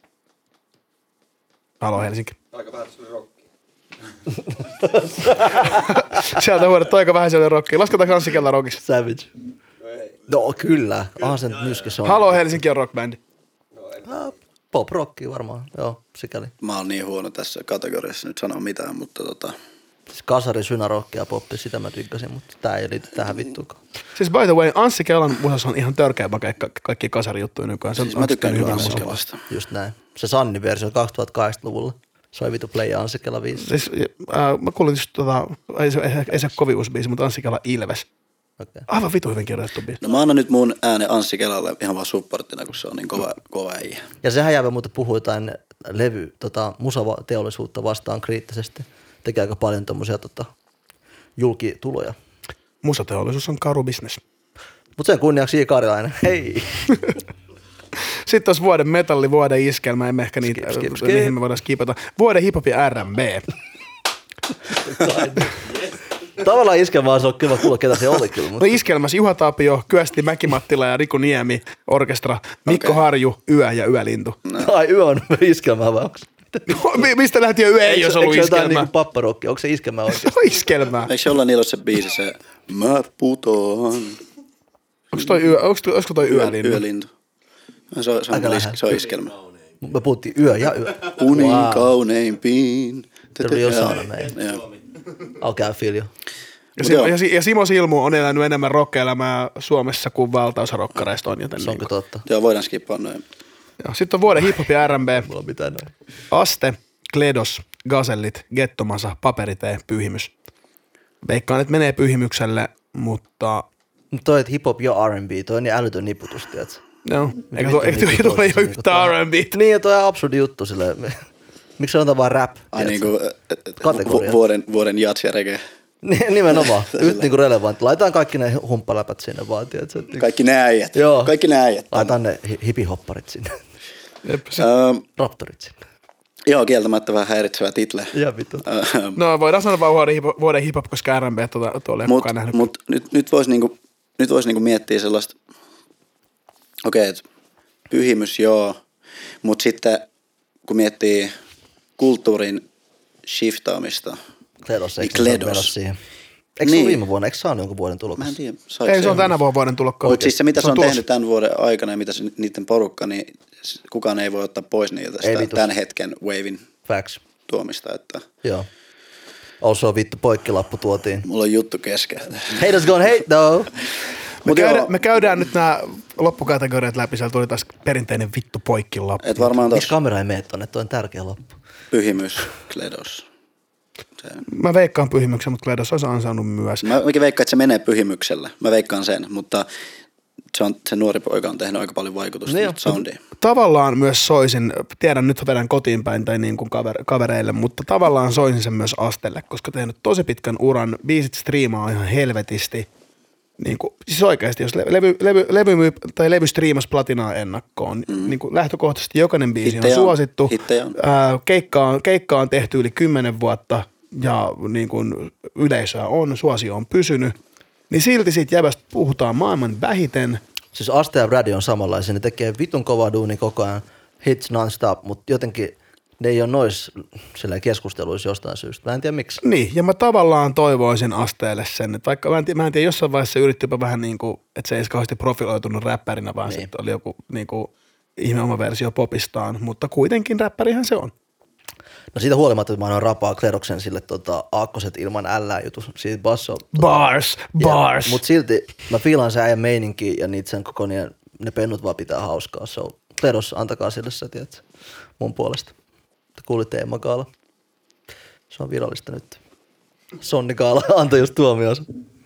Halo Helsinki. Aika vähän se rokki. Sieltä vuodet aika vähän sieltä rockia. Lasketaanko Anssi Kela rockissa? Savage. No kyllä. Onhan se myski se on. Halo Helsinki on rockbändi. Ah, pop rockia varmaan. Joo, sikäli. Mä oon niin huono tässä kategoriassa nyt sanoa mitään, mutta tota, Siis kasari, synärokki ja poppi, sitä mä tykkäsin, mutta tää ei liity tähän vittuunkaan. Siis by the way, Anssi Kelan musassa on ihan törkeä makea ka- kaikki kasarijuttuja nykyään. Se on siis mä tykkään hyvä kyllä musa. Anssi Kelasta. Just näin. Se Sanni-versio kaksituhattakahdeksankymmentäluvulla. Se oli vitu Play Anssi Kela viisi. Siis, äh, mä kuulin just tota, ei se, ei, ei se ole kovin uusi biisi, mutta Anssi Kela Ilves. Okay. Aivan vitu hyvin kirjoitettu biisi. No mä annan nyt mun äänen Anssi Kelalle ihan vaan supporttina, kun se on niin kova, kova äijä. Ja sehän jäävä muuten puhuu jotain levy, tota, musateollisuutta vastaan kriittisesti. Tekee aika paljon tommosia tota, julkituloja. Musateollisuus on karu business. Mutta sen kunniaksi J. Karjalainen. Hei! Sitten olisi vuoden metalli, vuoden iskelmä, emme ehkä niitä, Skip, skip, skip. mihin me voidaan skipata. Vuoden hiphop ja R and B. Tavallaan iskelmä se on kiva kuulla, ketä se oli kyllä. No Mutta iskelmässä Juha Tapio, Kyösti Mäki-Mattila ja Riku Niemi, orkestra, Mikko Okei. Harju, Yö ja Yölintu. ai yö on iskelmää vai onks? Mistä lähtien yö ei olisi ollut iskelmää? Eikö jotain iskelmää? niinku papparokki? Onko se iskelmää oikein? Iskelmää. Eikö jollain niillä ole se biisi se Mä putoan? Onko toi, yö, onko, onko toi yölintu? Yölintu. Se on, se on, Aika is, lähellä. se on iskelmä. Me puhuttiin yö ja yö. Unin Wow. kauneimpiin. The real sound of me. Joo. Okay, I feel you. Ja, Simo, ja, ja Simo Silmu on elänyt enemmän rock-elämää Suomessa kuin valtaosa rokkareista on, joten Se on niin kyllä totta. Joo, voidaan skippaa noin. Sitten on vuoden hip-hop ja R and B. Mulla on mitään noin. Aste, Kledos, Gazellit, Gettomasa, Paperitee, Pyhimys. Veikkaan, että menee Pyhimykselle, mutta Mutta toi, että hip-hop ja R and B, toi on niin älytön niputus, tiedätkö? joo, eikä tuo Vittu ei niinku tule jo toisessa yhtään niinku R and B. Niin, ja toi on absurdi juttu silleen. Miksi sanotaan vaan rap? Ai tiedätkö? niinku Kategoria. vu- vuoden, vuoden jats ja reggae. Nimenomaan. Yhtä niinku relevantti. Laitetaan kaikki ne humppaläpät sinne vaan, tiedätkö? Niinku- Kaikki ne äijät. Joo. Kaikki ne äijät. Laitetaan ne hi- hipihopparit sinne. Jep, sit- Öö, Raptorit sinne. joo, kieltämättä vähän häiritsevä title. Ja vittu. Öö, No voidaan sanoa vaan vuoden hip- vuoden hip-hop, koska R and B tuolla tuolla ei Mut, kukaan nähnyt. mut nyt, nyt voisi niinku, nyt vois niinku miettiä sellaista, okei, okay, että pyhimys joo, mutta sitten kun miettii kulttuurin shiftaamista, Kledos, eikö Niin se Kledos. mennä siihen? Eikö se Niin. ole viime vuonna? Eikö saanut jonkun vuoden tuloksen? mä en tiedä. saiko Ei, se on tänä vuonna vuoden tulokka. Mutta siis se, mitä se on, tulos. tehnyt tämän vuoden aikana ja mitä se, niiden porukka, niin s- kukaan ei voi ottaa pois niiltä sitä vitus. tämän hetken wavin Facts. tuomista, että Joo. Also vittu poikkilappu tuotiin. mulla on juttu kesken. Haters gonna hate though. Me, Mut käydään, joo, me käydään nyt nämä loppukategoriat läpi. Siellä tuli taas perinteinen vittu poikkilappu. et varmaan Miksi tuossa kamera ei mene tonne? Toi on tärkeä lappu. pyhimys, Kledos. Se. Mä veikkaan Pyhimyksen, mutta Kledos olisi ansainnut myös. Mä mäkin veikkaan, että se menee pyhimykselle. Mä veikkaan sen, mutta se, on, se nuori poika on tehnyt aika paljon vaikutusta Niin nyt soundiin. Tavallaan myös soisin, tiedän nyt vedän kotiin päin tai niin kuin kaver, kavereille, mutta tavallaan soisin sen myös Astelle, koska tehnyt tosi pitkän uran, biisit striimaa ihan helvetisti. Niin kuin, siis oikeasti, jos le- levy, levy, levy, myy, tai levy striimas platinaa ennakkoon, mm. niin kuin lähtökohtaisesti jokainen biisi Hittejä on on. suosittu. Hittejä on. Ää, keikka, on, keikka on tehty yli kymmenen vuotta ja niin kuin yleisöä on, suosio on pysynyt. Niin silti siitä jäbästä puhutaan maailman vähiten. Siis Aste ja Brady on samanlaisia. Ne tekee vitun kovaa duuni koko ajan. Hits non-stop, mutta jotenkin ne ei ole nois silleen keskusteluissa jostain syystä. Mä en tiedä miksi. Niin, ja mä tavallaan toivoisin Asteelle sen, että vaikka mä en tiedä, mä en tiedä jossain vaiheessa yritti jopa vähän niin kuin, että se ei kauheasti profiloitunut räppärinä, vaan Niin. sitten oli joku niin kuin ihme oma versio popistaan, mutta kuitenkin räppärihän se on. No siitä huolimatta, että mä annan rapaa Kleroksen sille tota, aakkoset ilman ällää jutu. Siitä basso. Tota, Bars, bars. Mutta silti mä fiilaan se äijän meininki ja niitä sen koko ne, ne pennut vaan pitää hauskaa. So, Kleros, antakaa sille se, tiedätkö, mun puolesta. Te kuulitte Emma Gaala. Se on virallista nyt. Sonni Gaala antoi just tuomionsa.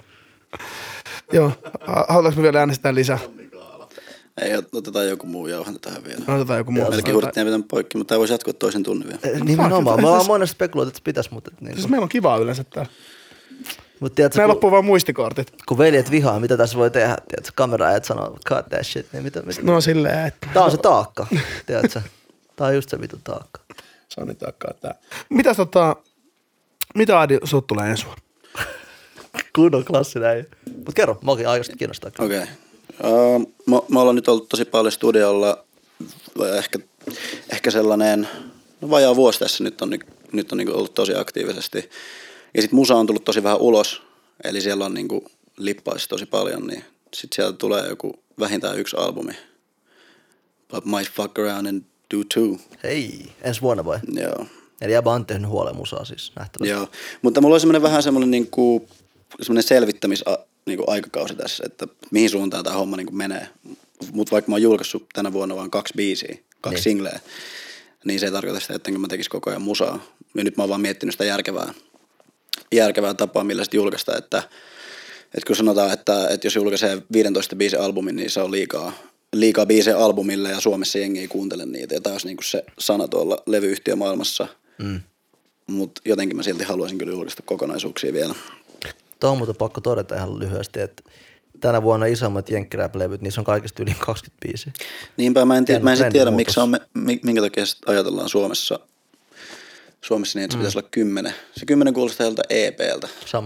Joo, halutaanko me vielä äänestää lisää? Ei, otetaan joku muu jauhanta tähän vielä. Otetaan joku muu. Melkein huudettiin pitää poikki, mutta tämä voisi jatkua toisen tunnin vielä. Eh, Nimenomaan. Me ollaan monesti spekuloitu, että se pitäisi, mutta... Niin Siis meillä on kivaa yleensä täällä. Mut tiedätkö, Meillä kun, loppuu vaan muistikortit. kun veljet vihaa, mitä tässä voi tehdä, tiedätkö, kameraajat sanoo, cut that shit, niin mitä, mitä? No silleen, että Tää on se taakka, tiedätkö? Tää on just se vitun taakka. se on nyt taakkaa tää. Mitäs tota, mitä Adi sut tulee ensi vuonna? Kunnon klassi näin. Mut kerro, mä oikein aikaisesti kiinnostaa. Okei. Okay. Uh, me, me ollaan nyt ollut tosi paljon studiolla, ehkä, ehkä sellainen, no vajaa vuosi tässä nyt on, nyt on niinku ollut tosi aktiivisesti. Ja sit musa on tullut tosi vähän ulos, eli siellä on niinku lippaisi tosi paljon, niin sit sieltä tulee joku vähintään yksi albumi. But might fuck around and do two. Hei, ensi vuonna vai? Joo. Eli jäbä on tehnyt huolen musaa siis nähtävästi. Joo, mutta mulla on semmoinen vähän semmoinen niinku, semmoinen selvittämis niinku aikakausi tässä, että mihin suuntaan tämä homma niinku menee. Mutta vaikka mä oon julkaissut tänä vuonna vain kaksi biisiä, kaksi Niin. singleä, niin se ei tarkoita sitä, että mä tekisin koko ajan musaa. Ja nyt mä oon vaan miettinyt sitä järkevää, järkevää tapaa, millä sitä julkaista, että, että kun sanotaan, että, että jos julkaisee viisitoista biisin albumin, niin se on liikaa, liikaa biisejä albumille ja Suomessa jengi ei kuuntele niitä. Ja tämä olisi niinku se sana tuolla levyyhtiömaailmassa. Mm. Mutta jotenkin mä silti haluaisin kyllä julkaista kokonaisuuksia vielä. Tuo on muuten pakko todeta ihan lyhyesti, että tänä vuonna isommat jenkkirap-levyt, niissä on kaikista yli kaksikymmentäviisi. Niinpä mä en, tiedä, mä en sit tiedä, Trendimuutos. miksi on, me- minkä takia sit ajatellaan Suomessa, Suomessa niin, että se Mm. pitäisi olla kymmenen. Se kymmenen kuulostaa jolta E P:ltä. Sama.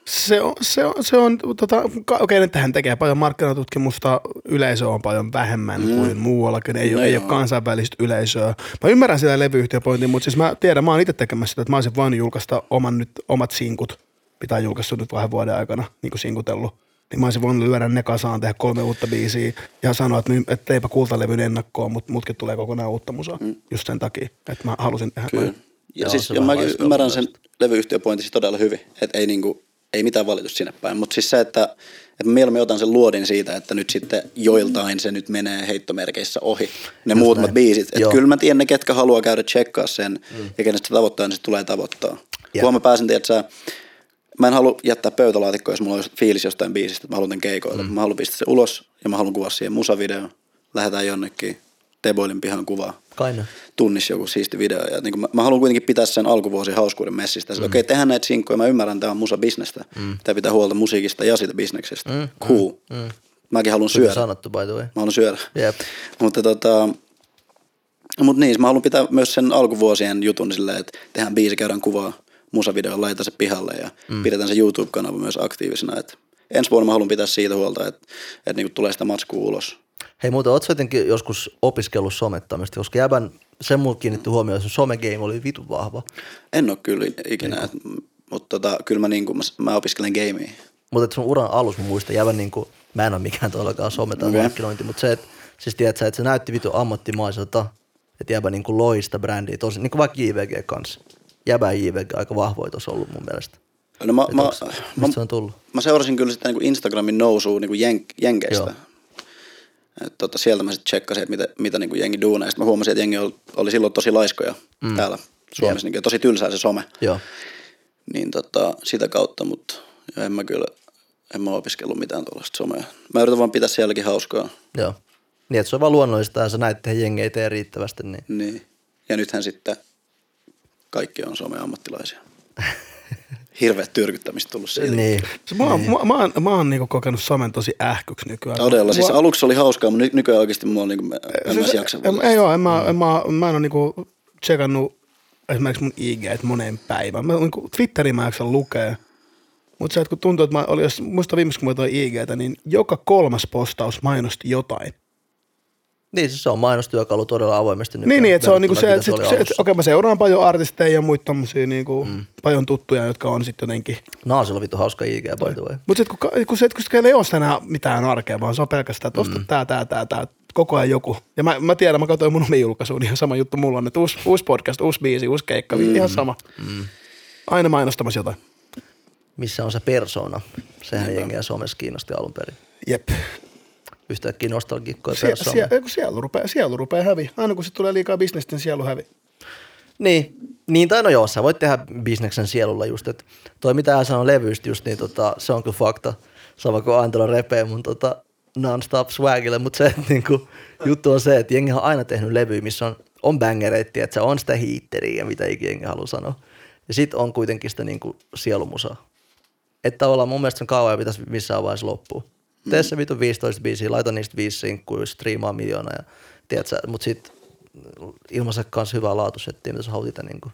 Se on, se on, se on tota, okei, nyt tähän tekee paljon markkinatutkimusta, yleisö on paljon vähemmän mm. kuin muuallakin, ei, no ei ole kansainvälistä yleisöä. Mä ymmärrän sitä levyyhtiöpointin, mutta siis mä tiedän, mä oon itse tekemässä sitä, että mä olisin voinut julkaista oman nyt, omat sinkut, mitä on julkaissut nyt kahden vuoden aikana, niin kuin sinkutellut. Niin mä olisin voinut lyödä ne kasaan, tehdä kolme uutta biisiä ja sanoa, että, että eipä kultalevyn ennakkoon, mutta mutkin tulee kokonaan uutta musaa mm. just sen takia, että mä halusin tehdä. Kyllä. Ja joo, siis ja mäkin ymmärrän sen levyyhtiöpointin todella hyvin, että ei, niinku, ei mitään valitus sinne päin. Mutta siis se, että, että mä mieluummin otan sen luodin siitä, että nyt sitten joiltain se nyt menee heittomerkeissä ohi, ne just muutamat näin. Biisit. Että kyllä mä tiedän ne, ketkä haluaa käydä tsekkaa sen mm. ja kenestä se tavoittaa, niin se tulee tavoittaa. Yeah. Kun mä pääsen, tiedätkö, mä en halua jättää pöytälaatikkoa, jos mulla olisi fiilis jostain biisistä, että mä haluan tämän keikoilla. Mm. Mä haluan pistää se ulos ja mä haluan kuvaa siihen musavideo. Lähdetään jonnekin Teboilin pihan kuvaa. Kaina. Tunnis joku siisti video. Ja niin mä, mä haluan kuitenkin pitää sen alkuvuosien hauskuuden messistä. Mm. Okei, okay, tehdään näitä sinkkoja. Mä ymmärrän, että tämä on musa-bisnestä. Mm. Pitää pitää huolta musiikista ja siitä bisneksestä. Mm. Cool. Mm. Mäkin haluan syödä. Sanottu, by the way. Mä haluan syödä. Yep. Mutta tota... Mut niin, mä haluan pitää myös sen alkuvuosien jutun silleen, että tehdään biisi, käydään kuvaa musavideolla, laitetaan se pihalle ja mm. pidetään se YouTube-kanava myös aktiivisena. Et ensi vuonna mä haluan pitää siitä huolta, että et niinku tulee sitä matskua ulos. Hei muuten, ootko jotenkin joskus opiskellut somettamista, koska jäbän, sen mulla kiinnitti huomioon, että some-game oli vitun vahva. En ole kyllä ikinä, mutta tota, kyllä mä, niinku, mä, mä opiskelen gamea. Mutta sun uran alussa mä muistan, jäbän niinku, mä en ole mikään todellakaan some tai okay. markkinointi, mutta se, että siis tiedätkö, että se näytti vitun ammattimaiselta, että jäbä niinku loi sitä brändiä tosi, niin kuin vaikka J V G kanssa. Jäbä J V G aika vahvoja tuossa ollut mun mielestä. No mä, mä, onks, mä, se on tullut? Mä seurasin kyllä sitä niinku Instagramin nousua niinku jenk, jenkeistä. Et tota, sieltä mä sitten tsekkasin, että mitä, mitä niinku jengi duunaa. Ja sitten mä huomasin, että jengi oli, oli silloin tosi laiskoja mm. täällä Suomessa. Niin, tosi tylsää se some. Joo. Niin tota, sitä kautta, mutta en mä kyllä, en mä opiskellut mitään tuollaista somea. Mä yritän vaan pitää sielläkin hauskaa. Joo. Niin, että se on vaan luonnollista ja sä näet, että jengi ei tee riittävästi. Niin. niin. Ja nythän sitten kaikki on some-ammattilaisia. Hirveät tyrkyttämistä tullut siitä. Niin. Se, mä, niin. Mä, mä, mä, mä oon niinku kokenut somen tosi ähkyksi nykyään. Todella. Siis mä... aluksi oli hauskaa, mutta nykyään oikeasti mulla on niinku, en mä jaksa. Ei oo, en mä, en mä, mä en oo niinku tsekannut esimerkiksi mun I G:t moneen päivään. Mä niinku Twitterin mä jaksan lukea. Mutta se, että kun tuntuu, että mä olin, jos muista viimeksi kun mä toin I G:tä, niin joka kolmas postaus mainosti jotain. Niin, se on mainostyökalu todella avoimesti nykyään. Niin, niin että se on niinku se, että, se, että okei okay, mä seuraan paljon artisteja ja muita tommosia niinku, mm. paljon tuttuja, jotka on sitten jotenkin. Naasilla on vittu hauska I G, by the way. Mutta sitten kun, kun se, kun se ei ole enää mitään arkea, vaan se on pelkästään, että osta mm. tää, tää, tää, tää, koko ajan joku. Ja mä, mä tiedän, mä katsoin mun omiin julkaisuun, ihan sama juttu mulla on, että uusi, uusi podcast, uusi biisi, uusi keikka, mm. ihan sama. Mm. Aina mainostamassa jotain. Missä on se persona? Sehän jengiä somessa kiinnosti alun perin. Jep. Yhtäkkiä nostalgikkoja Sie, persona. Sie, sielu rupeaa, sielu rupeaa häviä. Aina kun se tulee liikaa bisnestä, niin sielu häviä. Niin, niin tai no joo, sä voit tehdä bisneksen sielulla just, että toi mitä hän sanoo levyistä just, niin tota, se on kyllä fakta. Sama kuin Antelo repee mun tota non-stop swagille, mutta se niinku, juttu on se, että jengi on aina tehnyt levyjä, missä on, on bangereittiä, että se on sitä hiitteriä ja mitä ikinä jengi haluaa sanoa. Ja sit on kuitenkin sitä niinku sielumusaa. Että tavallaan mun mielestä sen kauan pitäisi missään vaiheessa loppua. Mm. Tee se vitun viisitoista biisiä, laita niistä viisi sinkkuja, striimaa miljoona ja tiedätkö, mutta sit ilmaisen kanssa hyvää laatusettiä, mitä sä haluat itse niinku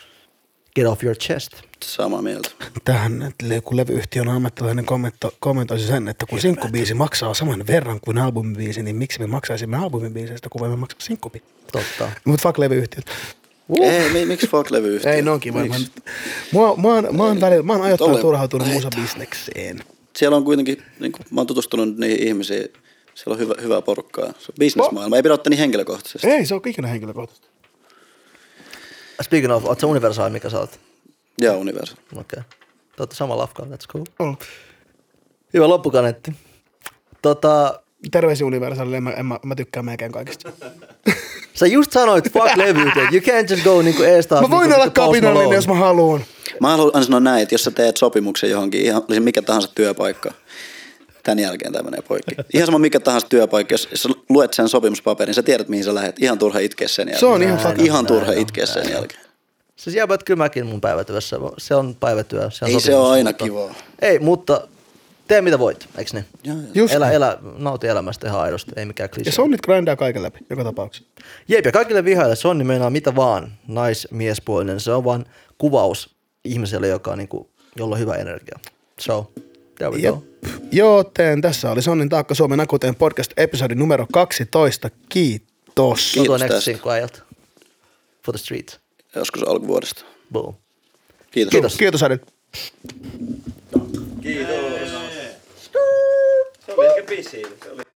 get off your chest. Samaa mieltä. Tähän kun levyyhtiön ammattilainen kommento, kommentoisi sen, että kun sinkkubiisi maksaa saman verran kuin albumibiisi, niin miksi me maksaisimme albumibiisistä, kun voimme maksaa sinkkubiisi? Totta. Mutta fuck levyyhtiöt. Uh. Ei, miksi fuck levyyhtiöt? Ei, ne on kiva. Mä, mä, mä, oon, mä, oon välillä, mä oon ajoittain turhautunut musabisnekseen. Siellä on kuitenkin, niin kuin, mä oon tutustunut niihin ihmisiin, siellä on hyvä, hyvää porukkaa. Se on bisnesmaailma, ei pidä ottaa niin henkilökohtaisesti. Ei, se on ikinä henkilökohtaisesti. Speaking of, oot sä Universal, mikä sä oot? Joo, Universal. Okei. Okay. Te ootte sama lafka, that's cool. On. Hyvä loppukaneetti. Tota... Terveisiä Universalille, mä, mä, mä tykkään melkein kaikista. Sä just sanoit fuck levyyt, you can't just go niinku ees taas. Mä voin niinku olla kapinallinen, jos mä haluun. Mä haluan sanoa näin, että jos sä teet sopimuksen johonkin, ihan olisi mikä tahansa työpaikka, tämän jälkeen tämä menee poikki. Ihan sama mikä tahansa työpaikka, jos sä luet sen sopimuspaperin, sä tiedät mihin sä lähet. Ihan turha itkeä sen jälkeen. Se on ihan fakta. Ihan turha itkeä sen jälkeen. Siis jääpät kyllä mäkin mun päivätyössä. Se on päivätyö. Se on ei se ole aina kivaa. Ei, mutta tee mitä voit, eiks niin? Joo, elä, elä, nauti elämästä ihan aidosti, ei mikään klisee. Ja Sonnit grindaa kaiken läpi, joka tapauksessa. Jep, ja kaikille vihaille Sonni meinaa mitä vaan, naismiespuolinen. Se on vaan kuvaus ihmiselle, joka on niinku, jolla on hyvä energia. So, there we Jep. go. Joten tässä oli Sonnin Taakka Suomen Akuteen podcast-episodi numero kaksitoista. Kiitos. Tuo Kiitos next tästä. sinkku äijältä. For the streets. Joskus alkuvuodesta. Boom. Kiitos. Kiitos. Kiitos Adel. Kiitos. Se oli ehkä biisi. Se oli.